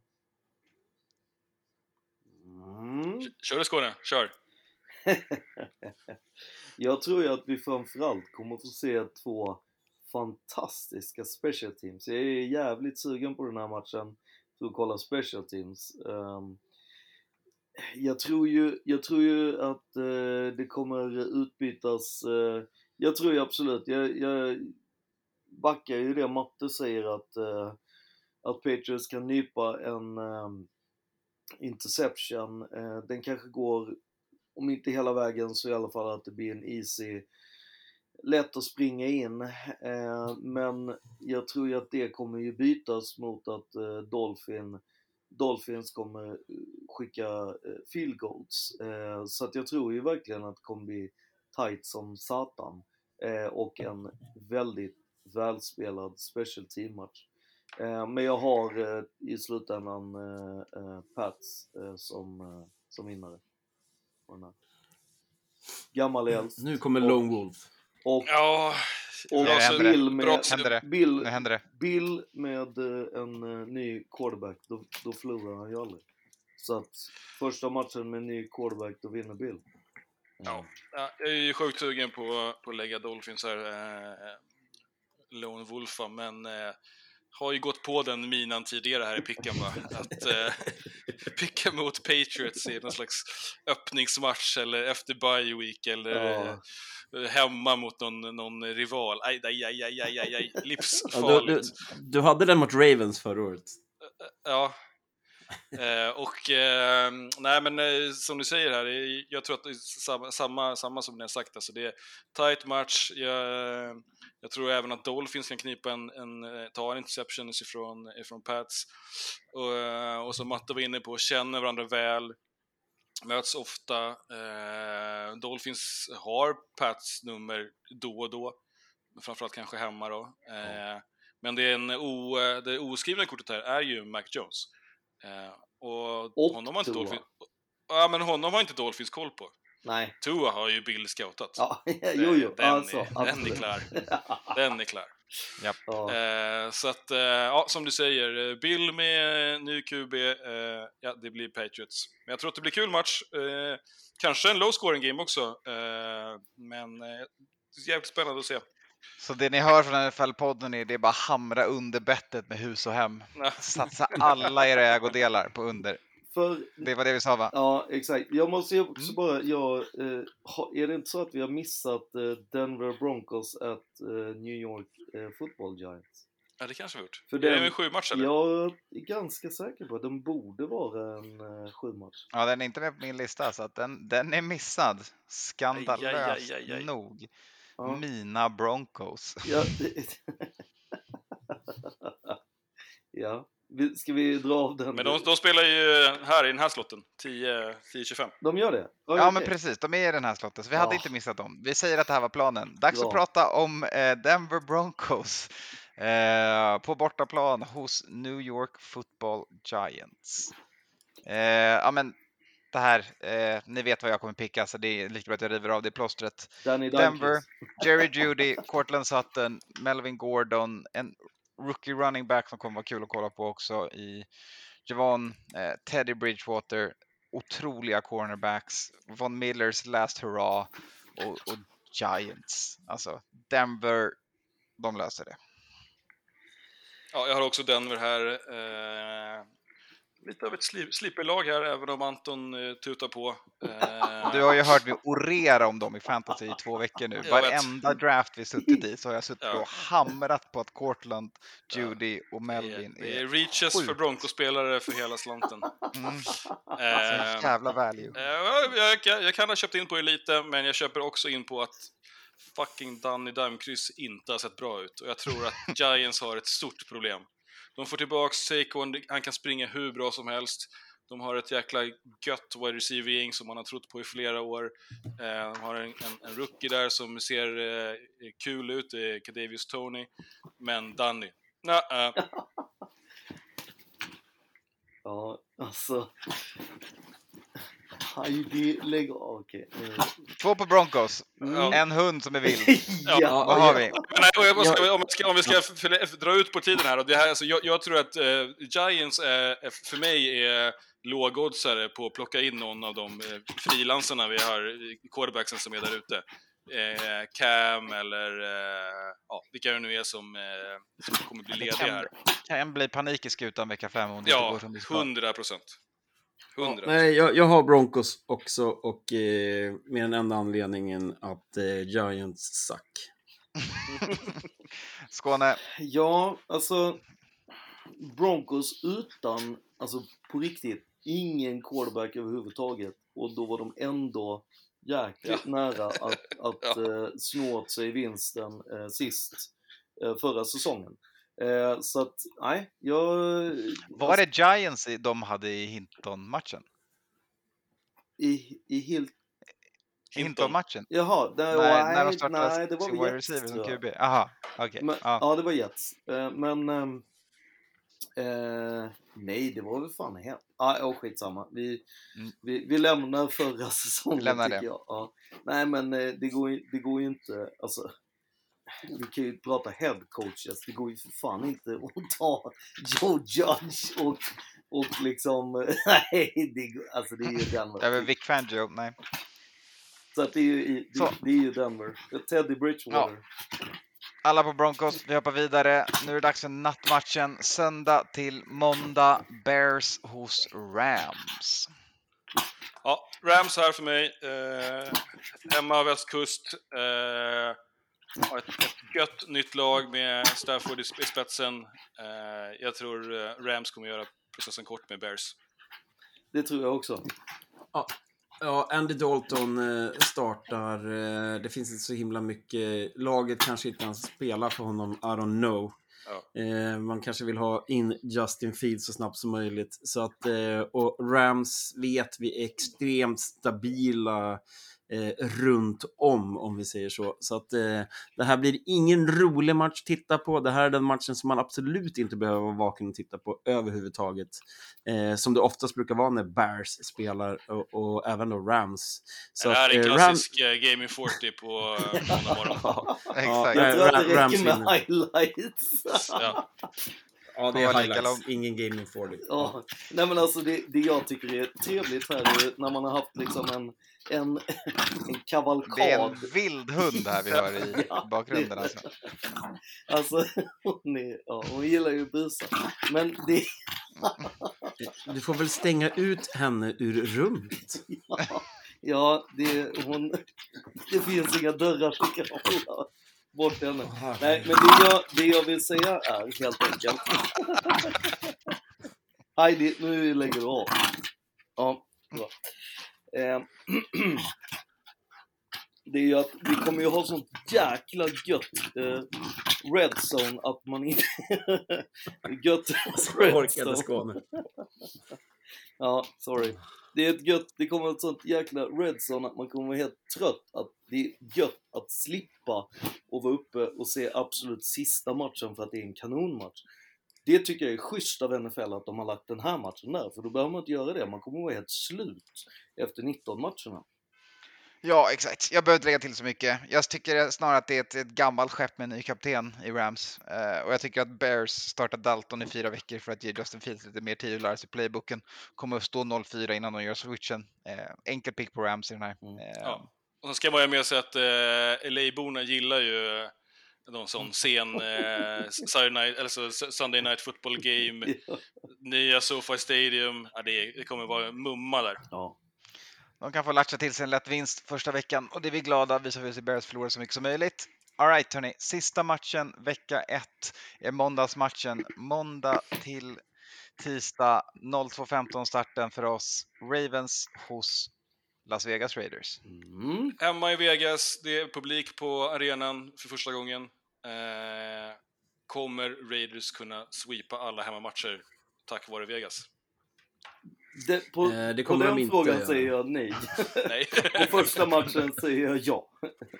Mm. Kör du Skåne, kör! Jag tror ju att vi framförallt kommer att få se två fantastiska special teams. Jag är jävligt sugen på den här matchen för att kolla special teams. Um, jag tror ju, jag tror ju att uh, det kommer utbytas. Uh, jag tror ju absolut, jag, jag backar ju det Matte säger att, uh, att Patriots kan nypa en um, interception. Uh, den kanske går, om inte hela vägen, så i alla fall att det blir en easy, lätt att springa in. Eh, men jag tror ju att det kommer ju bytas mot att eh, Dolphin, Dolphins kommer skicka eh, field goals. Eh, så att jag tror ju verkligen att det kommer bli tight som satan. Eh, och en väldigt välspelad special team match. Eh, men jag har eh, i slutändan eh, eh, Pats eh, som, eh, som vinnare. Gammal äldst. Nu kommer Lone Wolf. Och, ja, och ja, Bill med, det. Bill, nu händer det. Bill med en uh, ny quarterback, då, då förlorar han ju aldrig. Så att första matchen med en ny quarterback, då vinner Bill. Mm. Ja, jag är ju sjukt sugen på, på att lägga Dolphins här, eh, Lone Wolf, men eh, har ju gått på den minan tidigare här i picken, va? Att eh, picka mot Patriots i någon slags öppningsmatch eller efter bye week eller ja. eh, hemma mot någon, någon rival. Aj, aj, aj, aj, aj, aj, aj. Ja, livsfarligt. du, du, du hade den mot Ravens förra året. Ja. Eh, och eh, nej, men eh, som du säger här, jag tror att det är samma, samma, samma som ni har sagt, alltså det är tight match. Jag, jag tror även att Dolphins kan knipa en, en ta en interception ifrån, ifrån Pats, och, och som Matte var inne på, känner varandra väl, möts ofta. eh, Dolphins har Pats nummer då och då, framförallt kanske hemma då, eh, men det är en o, det oskrivna kortet här är ju Mac Jones. Uh, och, och honom har inte Tua. Dolphins, ja, men honom har inte Dolphins koll på. Nej. Tua har ju Bill scoutat. Ja, jo, jo. Den, alltså, är, den är klar. Den är klar. Japp. Ja. Uh, så att, uh, ja, som du säger, Bill med ny Q B, uh, ja, det blir Patriots. Men jag tror att det blir kul match. Uh, kanske en low scoring game också. Uh, men uh, det är jävligt spännande att se. Så det ni hör från N F L-podden är det är bara hamra under bettet med hus och hem. Ja. Satsa alla era ägodelar på under. För, det var det vi sa, va? Ja, exakt. Jag måste också mm. bara, jag, eh, ha, är det inte så att vi har missat eh, Denver Broncos at eh, New York eh, Football Giants? Ja, det kanske vi gjort. För är det den, en sju match eller? Jag är ganska säker på att den borde vara en eh, sju match. Ja, den är inte med på min lista, så att den, den är missad. Skandalöst aj, aj, aj, aj. nog. Ja. Mina Broncos. Ja, ja. Vi- Ska vi dra av den? Men de, de spelar ju här i den här slotten, tio tjugofem. De gör det? Ja, okej. men precis. De är i den här slotten, så vi hade Ja. inte missat dem. Vi säger att det här var planen. Dags Bra. att prata om eh, Denver Broncos eh, på bortaplan hos New York Football Giants. Eh, ja, men det här, eh, ni vet vad jag kommer picka, så det är lika bra att jag river av det plåstret. Danny Denver, Dunkless. Jerry Jeudy, Cortland Sutton, Melvin Gordon, en rookie running back som kommer vara kul att kolla på också i Javon, eh, Teddy Bridgewater, otroliga cornerbacks, Von Millers last hurrah och, och Giants. Alltså Denver, de löser det. Ja, jag har också Denver här. Eh, lite av ett slip- slipperlag här, även om Anton eh, tutar på. Eh, Du har ju hört mig orera om dem i fantasy i två veckor nu. Jag vet. Varenda draft vi suttit i så har jag suttit Ja. och hamrat på att Cortland, Jeudy och Melvin det är är reaches sjukt. för Broncos-spelare för hela slanten. Mm. Eh, Så jävla value. Eh, jag, jag, jag kan ha köpt in på det lite, men jag köper också in på att fucking Danny Dimekryss inte har sett bra ut. Och jag tror att Giants har ett stort problem. De får tillbaka Saquon, han kan springa hur bra som helst. De har ett jäkla gött wide receiver-gäng som man har trott på i flera år. Eh, de har en, en, en rookie där som ser eh, kul ut, det är Kadarius Toney. Men Danny, nej. Uh. Ja, alltså... Heidi, lägg av. Okej. Okay. Två på Broncos. Mm. En hund som är vild. Ja, Vad har vi? Men nej, och jag måste, om, vi ska, om vi ska för, dra ut på tiden här, och det här alltså, jag, jag tror att eh, Giants är, för mig är lågoddsare på att plocka in någon av de eh, frilansarna vi har, quarterbacksen som är där ute. Eh, Cam eller eh, ja, vilka det nu är som, eh, som kommer bli lediga här. Kan bli panik i skutan vecka fem om det Ja, inte går som det ska. hundra procent. Ja, nej, jag, jag har Broncos också, och eh, med den enda anledningen att eh, Giants suck. Skåne. Ja, alltså Broncos utan, alltså på riktigt, ingen quarterback överhuvudtaget. Och då var de ändå jäkligt Ja. nära att, att Ja. eh, snå åt sig vinsten eh, sist eh, förra säsongen. Eh, så att, nej, jag... Var det Giants i- de hade i Hinton-matchen? I, i helt... Hinton-matchen? Jaha, det, Nej, nej, när de startade nej, det var sin väl wide Jets, receiver som tror jag. Q B. Aha, okej. Men, Ja. ja, det var Jets. Eh, men ehm, eh, nej, det var väl fan helt... Ah, ja, skitsamma. Vi, Mm. vi, vi lämnar förra säsongen, Vi lämnar tycker det. jag. Ja. Nej, men eh, det går, ju- det går ju inte... Alltså, vi kan ju prata head coaches. Det går ju för fan inte att ta Joe Judge och, och liksom... Nej, det, går- alltså det är ju Denver. Över Vic Fangio, nej. Så att det är ju, i- Så. det, det är ju Denver. Teddy Bridgewater. Alla på Broncos, vi hoppar vidare. Nu är det dags för nattmatchen. Söndag till måndag. Bears hos Rams. Ja, Rams här för mig. Eh, hemma västkust. Eh, har ett, ett gött nytt lag med Stafford i, i spetsen. Eh, jag tror eh, Rams kommer göra processen kort med Bears. Det tror jag också. Ja, ja, Andy Dalton eh, startar. Eh, det finns inte så himla mycket. Laget kanske inte ens spelar för honom. I don't know. Ja. Eh, man kanske vill ha in Justin Fields så snabbt som möjligt. Så att, eh, och Rams vet vi är extremt stabila eh, runt om, om vi säger så. Så att eh, det här blir ingen rolig match att titta på. Det här är den matchen som man absolut inte behöver vara vaken och titta på överhuvudtaget. Eh, som det oftast brukar vara när Bears spelar, och, och även då Rams. Så det här att, är en eh, klassisk Rams... Gaming fyrtio på eh, måndag morgon. Ja, Exakt. Jag tror att det Rams räcker med vinner. highlights. Ja. Ja, det Får är vara lika highlights. lång. Ingen gaming for det. Ja, nej men alltså det, det jag tycker är trevligt här är när man har haft liksom en, en, en kavalkad. Det är en vild hund här vi hör i Ja, bakgrunden. det- Alltså. Alltså, hon, är, ja, hon gillar ju att busa. Men det, Du får väl stänga ut henne ur rummet. ja, ja det, hon, det finns inga dörrar som kan hålla bort henne. Nej, men det jag, det jag vill säga är helt enkelt. Heidi, nu lägger du av. Ja, bra. Eh, det är ju att vi kommer ju ha sånt jäkla gött eh, red zone att man inte... gött red Orkade zone. Skåne. Ja, sorry. Det är ett gött, det kommer ett sånt jäkla red zone att man kommer vara helt trött. Att det är gött att slippa och vara uppe och se absolut sista matchen för att det är en kanonmatch. Det tycker jag är schysst av N F L att de har lagt den här matchen där. För då behöver man inte göra det. Man kommer vara helt slut efter nitton matcherna. Ja, exakt. Jag behöver inte lägga till så mycket. Jag tycker snarare att det är ett, ett gammalt skepp med en ny kapten i Rams. Uh, och jag tycker att Bears startar Dalton i fyra veckor för att ge Justin Fields lite mer tid att lära sig playbooken. Kommer att stå noll fyra innan de gör switchen. Uh, enkel pick på Rams i den här. Uh, ja. Och sen ska man ju med sig att uh, L A-borna gillar ju någon sån sen uh, Saturday night, eller så Sunday Night Football Game. Nya SoFi Stadium. Ja, det, det kommer vara mumma där. Ja. De kan få latcha till sig en lätt vinst första veckan och det är vi glada. Vi ska vi se Bears förlora så mycket som möjligt. All right, hörni. Sista matchen, vecka ett, är måndagsmatchen. Måndag till tisdag, två femton starten för oss. Ravens hos Las Vegas Raiders. Mm. Hemma i Vegas, det är publik på arenan för första gången. Eh, kommer Raiders kunna sweepa alla hemmamatcher tack vare Vegas? Det, på, Eh, det på kommer den de inte frågan göra. säger jag nej. Nej. På första matchen säger jag ja.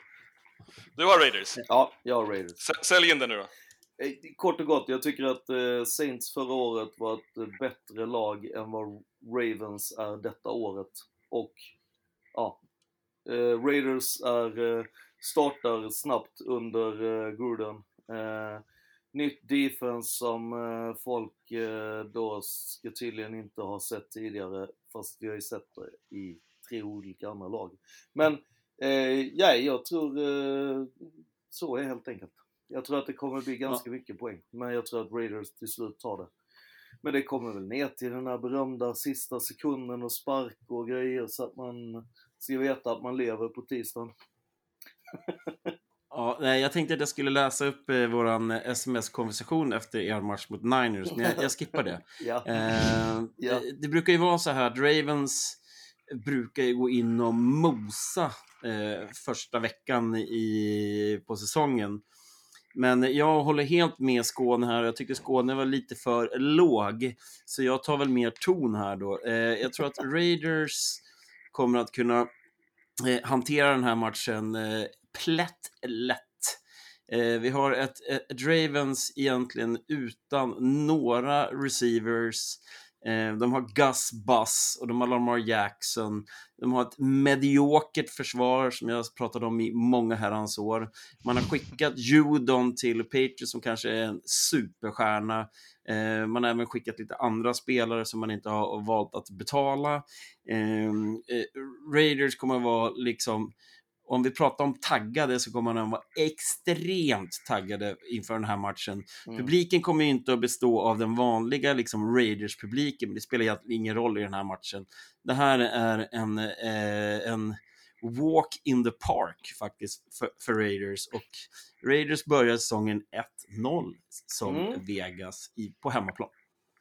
Du har Raiders. Ja, jag har Raiders. S- sälj in den nu då. Eh, Kort och gott, jag tycker att eh, Saints förra året var ett eh, bättre lag än vad Ravens är detta året. Och ja, eh, Raiders är, eh, startar snabbt under eh, Gruden. Eh, nytt defense som eh, folk eh, då ska tydligen inte ha sett tidigare, fast vi har ju sett det i tre olika andra lag. Men eh, ja, jag tror eh, så är helt enkelt. Jag tror att det kommer bli ganska ja. mycket poäng, men jag tror att Raiders till slut tar det. Men det kommer väl ner till den här berömda sista sekunden och spark och grejer så att man ska veta att man lever på tisdagen. Ja, nej, jag tänkte att jag skulle läsa upp eh, våran sms-konversation efter er match mot Niners, men jag, jag skippar det. ja. Eh, ja. Det brukar ju vara så här att Ravens brukar ju gå in och mosa eh, första veckan i, på säsongen. Men jag håller helt med Skåne här. Jag tyckte Skåne var lite för låg. Så jag tar väl mer ton här då. Eh, jag tror att Raiders kommer att kunna eh, hantera den här matchen eh, plätt lätt. Eh, vi har ett, ett Ravens egentligen utan några receivers. Eh, de har Gus Bus och de har Lamar Jackson. De har ett mediokert försvar som jag pratade om i många herrans år. Man har skickat Judon till Patriots som kanske är en superstjärna. Eh, man har även skickat lite andra spelare som man inte har valt att betala. Eh, eh, Raiders kommer att vara liksom... Om vi pratar om taggade så kommer de vara extremt taggade inför den här matchen. Mm. Publiken kommer ju inte att bestå av den vanliga liksom Raiders-publiken, men det spelar egentligen ingen roll i den här matchen. Det här är en, eh, en walk in the park faktiskt för, för Raiders. Och Raiders börjar säsongen ett noll som mm. Vegas i, på hemmaplan.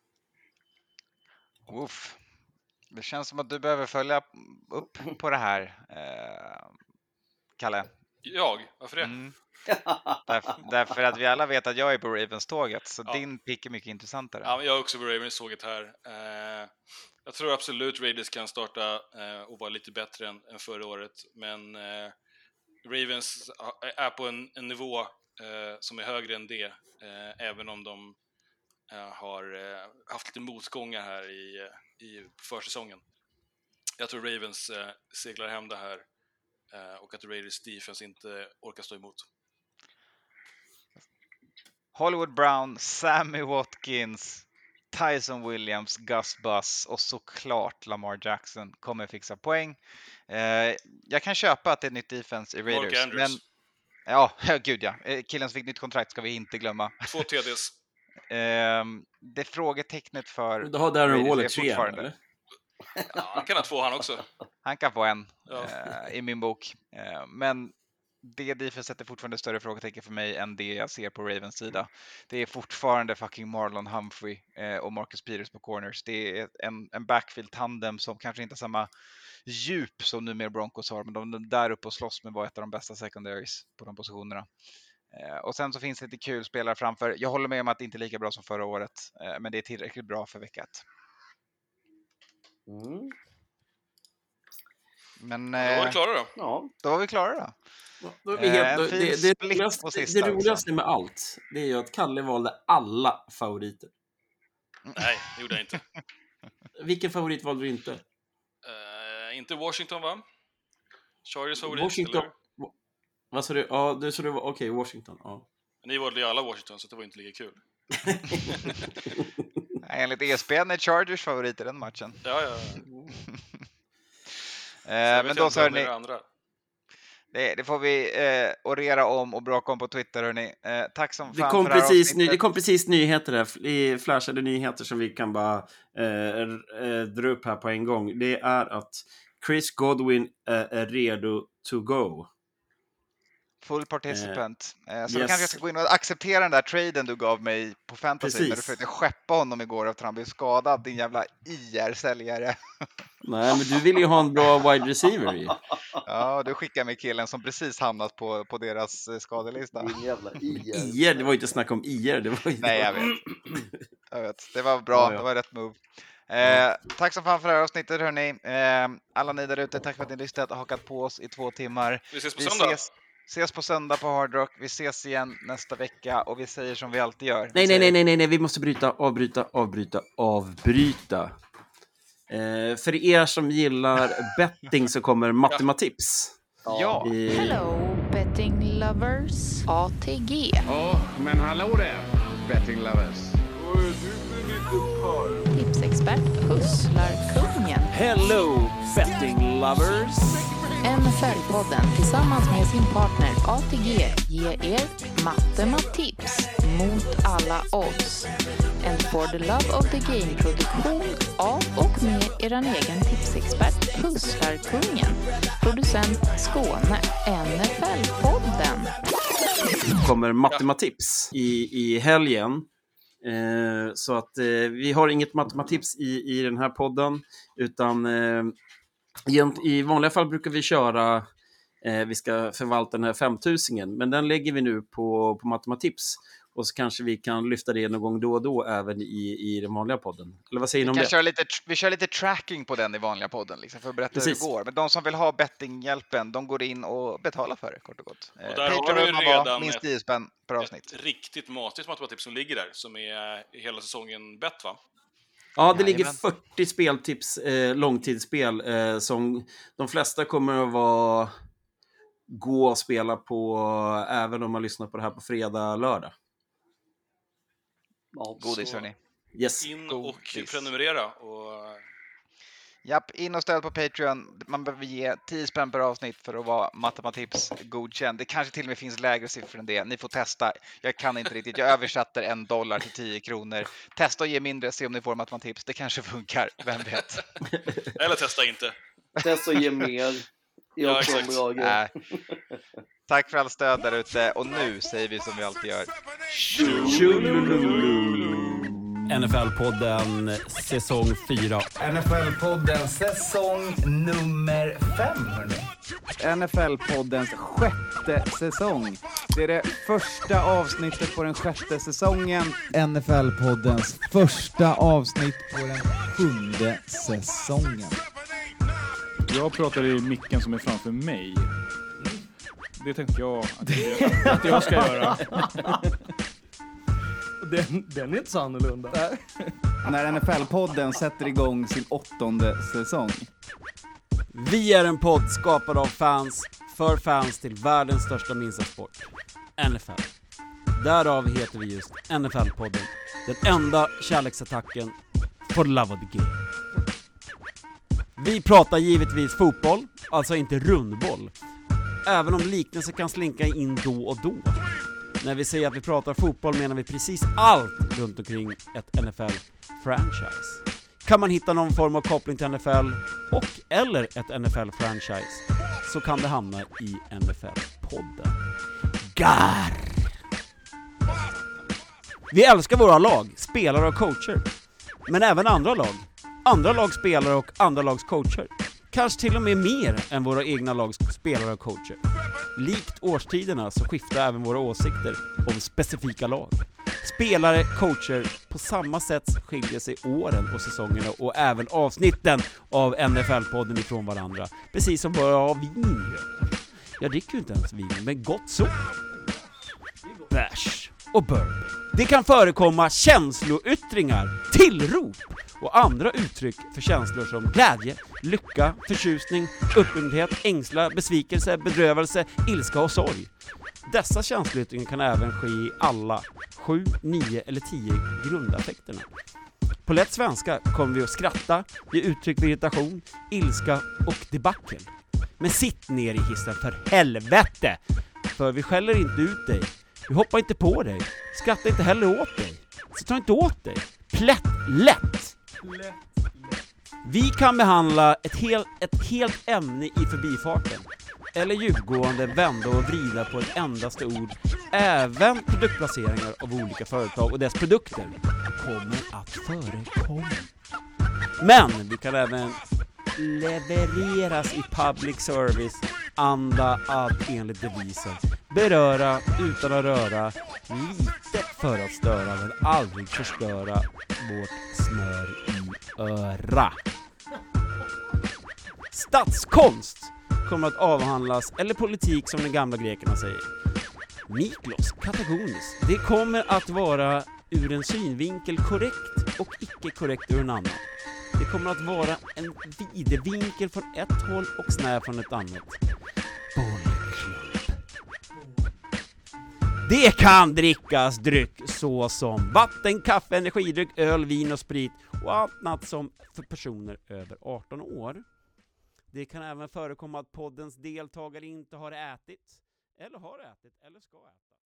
Uff. Det känns som att du behöver följa upp på det här. Eh... Kalle? Jag? Varför det? Mm. Därför, därför att vi alla vet att jag är på Ravens-tåget, så ja. din pick är mycket intressantare. Ja, jag är också på Ravens-tåget här. Eh, jag tror absolut Raiders kan starta eh, och vara lite bättre än, än förra året, men eh, Ravens är på en, en nivå eh, som är högre än det, eh, även om de eh, har eh, haft lite motgångar här i, i försäsongen. Jag tror Ravens eh, seglar hem det här. Uh, och att Raiders defense inte orkar stå emot. Hollywood Brown, Sammy Watkins, Tyson Williams, Gus Bus och såklart Lamar Jackson kommer fixa poäng. Uh, jag kan köpa att det är nytt defense i Raiders. Men, ja, gud ja. Killen som fick nytt kontrakt ska vi inte glömma. Två T Ds. uh, det frågetecknet för du har Darren Waller tre, eller? Ja, han kan ha två han också. Han kan få en ja. eh, i min bok. Eh, men det defense är fortfarande större frågetecken för mig än det jag ser på Ravens sida. Det är fortfarande fucking Marlon Humphrey eh, och Marcus Peters på corners. Det är en, en backfield tandem som kanske inte har samma djup som numera Broncos har. Men de, de där uppe och slåss med var ett av de bästa secondaries på de positionerna. Eh, och sen så finns det lite kul spelare framför. Jag håller med om att det inte är lika bra som förra året, eh, men det är tillräckligt bra för vecka ett. Mm. Men, Då var vi klara då. Ja. Då var vi klara då. Då är vi helt, Eh, en det, fin det, det, split roligaste, på det, sista det roligaste också. med allt, det är ju att Kalle valde alla favoriter. Nej, det gjorde jag inte. Vilken favorit valde du inte? Uh, inte Washington, va? Chargers favorit, Washington. eller? Wa- Vad sa du? Ja, du sa du var okej, okay, Washington. Ja. Ni valde ju alla Washington, så det var inte lika kul. Enligt E S P N är Chargers favorit i den matchen. Ja, ja. eh, men då så hörni, andra. det, det får vi eh, orera om och bråka om på Twitter, hörni. Eh, tack som Det fan kom, för det här precis, ny, avsnittet. det kom precis nyheter där, i flashade nyheter som vi kan bara eh, eh, dra upp här på en gång. Det är att Chris Godwin eh, är redo to go. Full participant. Eh, så då yes. kanske jag ska gå in och acceptera den där traden du gav mig på Fantasy. Precis. När du försökte skeppa honom igår efter att han blev skadad, din jävla I R-säljare. Nej, men du vill ju ha en bra wide receiver i. Ja, du skickar mig killen som precis hamnat på, på deras eh, skadelista. Din jävla I R. I R, det var ju inte snack om I R. Det var ju... Nej, jag vet. jag vet. Det var bra, Ja, ja. det var rätt move. Eh, tack så fan för det här avsnittet, hörni. Eh, alla ni där ute, tack för att ni lyssnat och hakat på oss i två timmar. Vi ses på Vi söndag. ses, ses på söndag på Hard Rock. Vi ses igen nästa vecka och vi säger som vi alltid gör. Vi Nej, nej, säger- nej, nej, nej, nej, vi måste bryta, avbryta, avbryta, avbryta. Eh, för er som gillar betting så kommer Matematips. Ja. I, Hello betting lovers. A T G. Ja, men hallå där, betting lovers. Tipsexpert Pusslarkungen. Hello betting lovers. N F L-podden tillsammans med sin partner A T G ger er matematips mot alla odds. En For the Love of the Game-produktion av och med er egen tipsexpert Pusslarkungen. Producent Skåne. N F L-podden. kommer Matematips i, i helgen. Eh, så att eh, vi har inget Matematips i, i den här podden, utan eh, egent- i vanliga fall brukar vi köra, eh, vi ska förvalta den här femtusingen, men den lägger vi nu på, på Matematips. Och så kanske vi kan lyfta det någon gång då och då även i, i den vanliga podden. Eller vad säger ni Vi, om kan det? köra lite, vi kör lite tracking på den i vanliga podden liksom, för att berätta Precis. hur det går. Men de som vill ha bettinghjälpen, de går in och betalar för det, kort och gott. Och där har du Patreon var redan minst ett- tio spänn per avsnitt. Ett riktigt matigt matematips som ligger där, som är hela säsongen bett, va? Ja, det ligger Jajamän. fyrtio speltips, eh, långtidsspel, eh, som de flesta kommer att vara gå och spela på, även om man lyssnar på det här på fredag, lördag. Ja, Godis, Så hörni. Yes. in och Godis. prenumerera. Och Japp, in och stöd på Patreon. Man behöver ge tio spänn per avsnitt för att vara Matematips godkänd. Det kanske till och med finns lägre siffror än det. Ni får testa. Jag kan inte riktigt. Jag översatte en dollar till tio kronor. Testa och ge mindre, se om ni får Matematips. Det kanske funkar, vem vet. Eller testa inte. Testa att ge mer. Det är Ja, också en exakt. bra grej. Nej. Tack för all stöd där ute. Och nu säger vi som vi alltid gör. N F L-podden säsong fyra. N F L-podden säsong nummer fem, hörni. N F L-poddens sjätte säsong. Det är det första avsnittet på den sjätte säsongen. N F L-poddens första avsnitt på den sjunde säsongen. Jag pratar i micken som är framför mig. Det tänkte jag att jag, att jag ska göra. Den, den är inte så annorlunda. När N F L-podden sätter igång sin åttonde säsong. Vi är en podd skapad av fans, för fans till världens största minsta-sport, N F L. Därav heter vi just N F L-podden, den enda kärleksattacken for the love of the game. Vi pratar givetvis fotboll, alltså inte rundboll, även om liknelser kan slinka in då och då. När vi säger att vi pratar fotboll menar vi precis allt runt omkring ett N F L-franchise. Kan man hitta någon form av koppling till N F L och eller ett N F L-franchise så kan det hamna i N F L-podden. Gar! Vi älskar våra lag, spelare och coacher. Men även andra lag. Andra lags spelare och andra lags coacher. Kanske till och med mer än våra egna lags spelare och coacher. likt årstiderna så skiftar även våra åsikter om specifika lag. Spelare, coacher, på samma sätt skiljer sig åren och säsongerna och även avsnitten av N F L-podden ifrån varandra. Precis som bara vin gör. Jag dricker ju inte ens vin, men gott så. Bärs och bourbon. Det kan förekomma känsloyttringar, tillrop och andra uttryck för känslor som glädje, lycka, förtjusning, upprymdhet, ängslan, besvikelse, bedrövelse, ilska och sorg. Dessa känsloyttringar kan även ske i alla sju, nio eller tio grundaffekterna. På lätt svenska kommer vi att skratta, ge uttryck för irritation, ilska och debacle. Men sitt ner i hissen för helvete! För vi skäller inte ut dig. Vi hoppar inte på dig. Skrattar inte heller åt dig. Så ta inte åt dig. Plätt lätt. Vi kan behandla ett, hel, ett helt ämne i förbifarten. Eller djupgående vända och vrida på ett endaste ord. Även produktplaceringar av olika företag och dess produkter kommer att förekomma. Men vi kan även levereras i public service anda allt enligt devisen. Beröra utan att röra, lite för att störa men aldrig förstöra vårt smör i öra. Statskonst kommer att avhandlas, eller politik som de gamla grekerna säger. Miklos, Katagonis. Det kommer att vara ur en synvinkel korrekt och icke korrekt ur en annan. Det kommer att vara en videvinkel från ett håll och snäv från ett annat. Bollklubb. Det kan drickas dryck så som vatten, kaffe, energidryck, öl, vin och sprit och annat som för personer över arton år. Det kan även förekomma att poddens deltagare inte har ätit, eller har ätit, eller ska äta.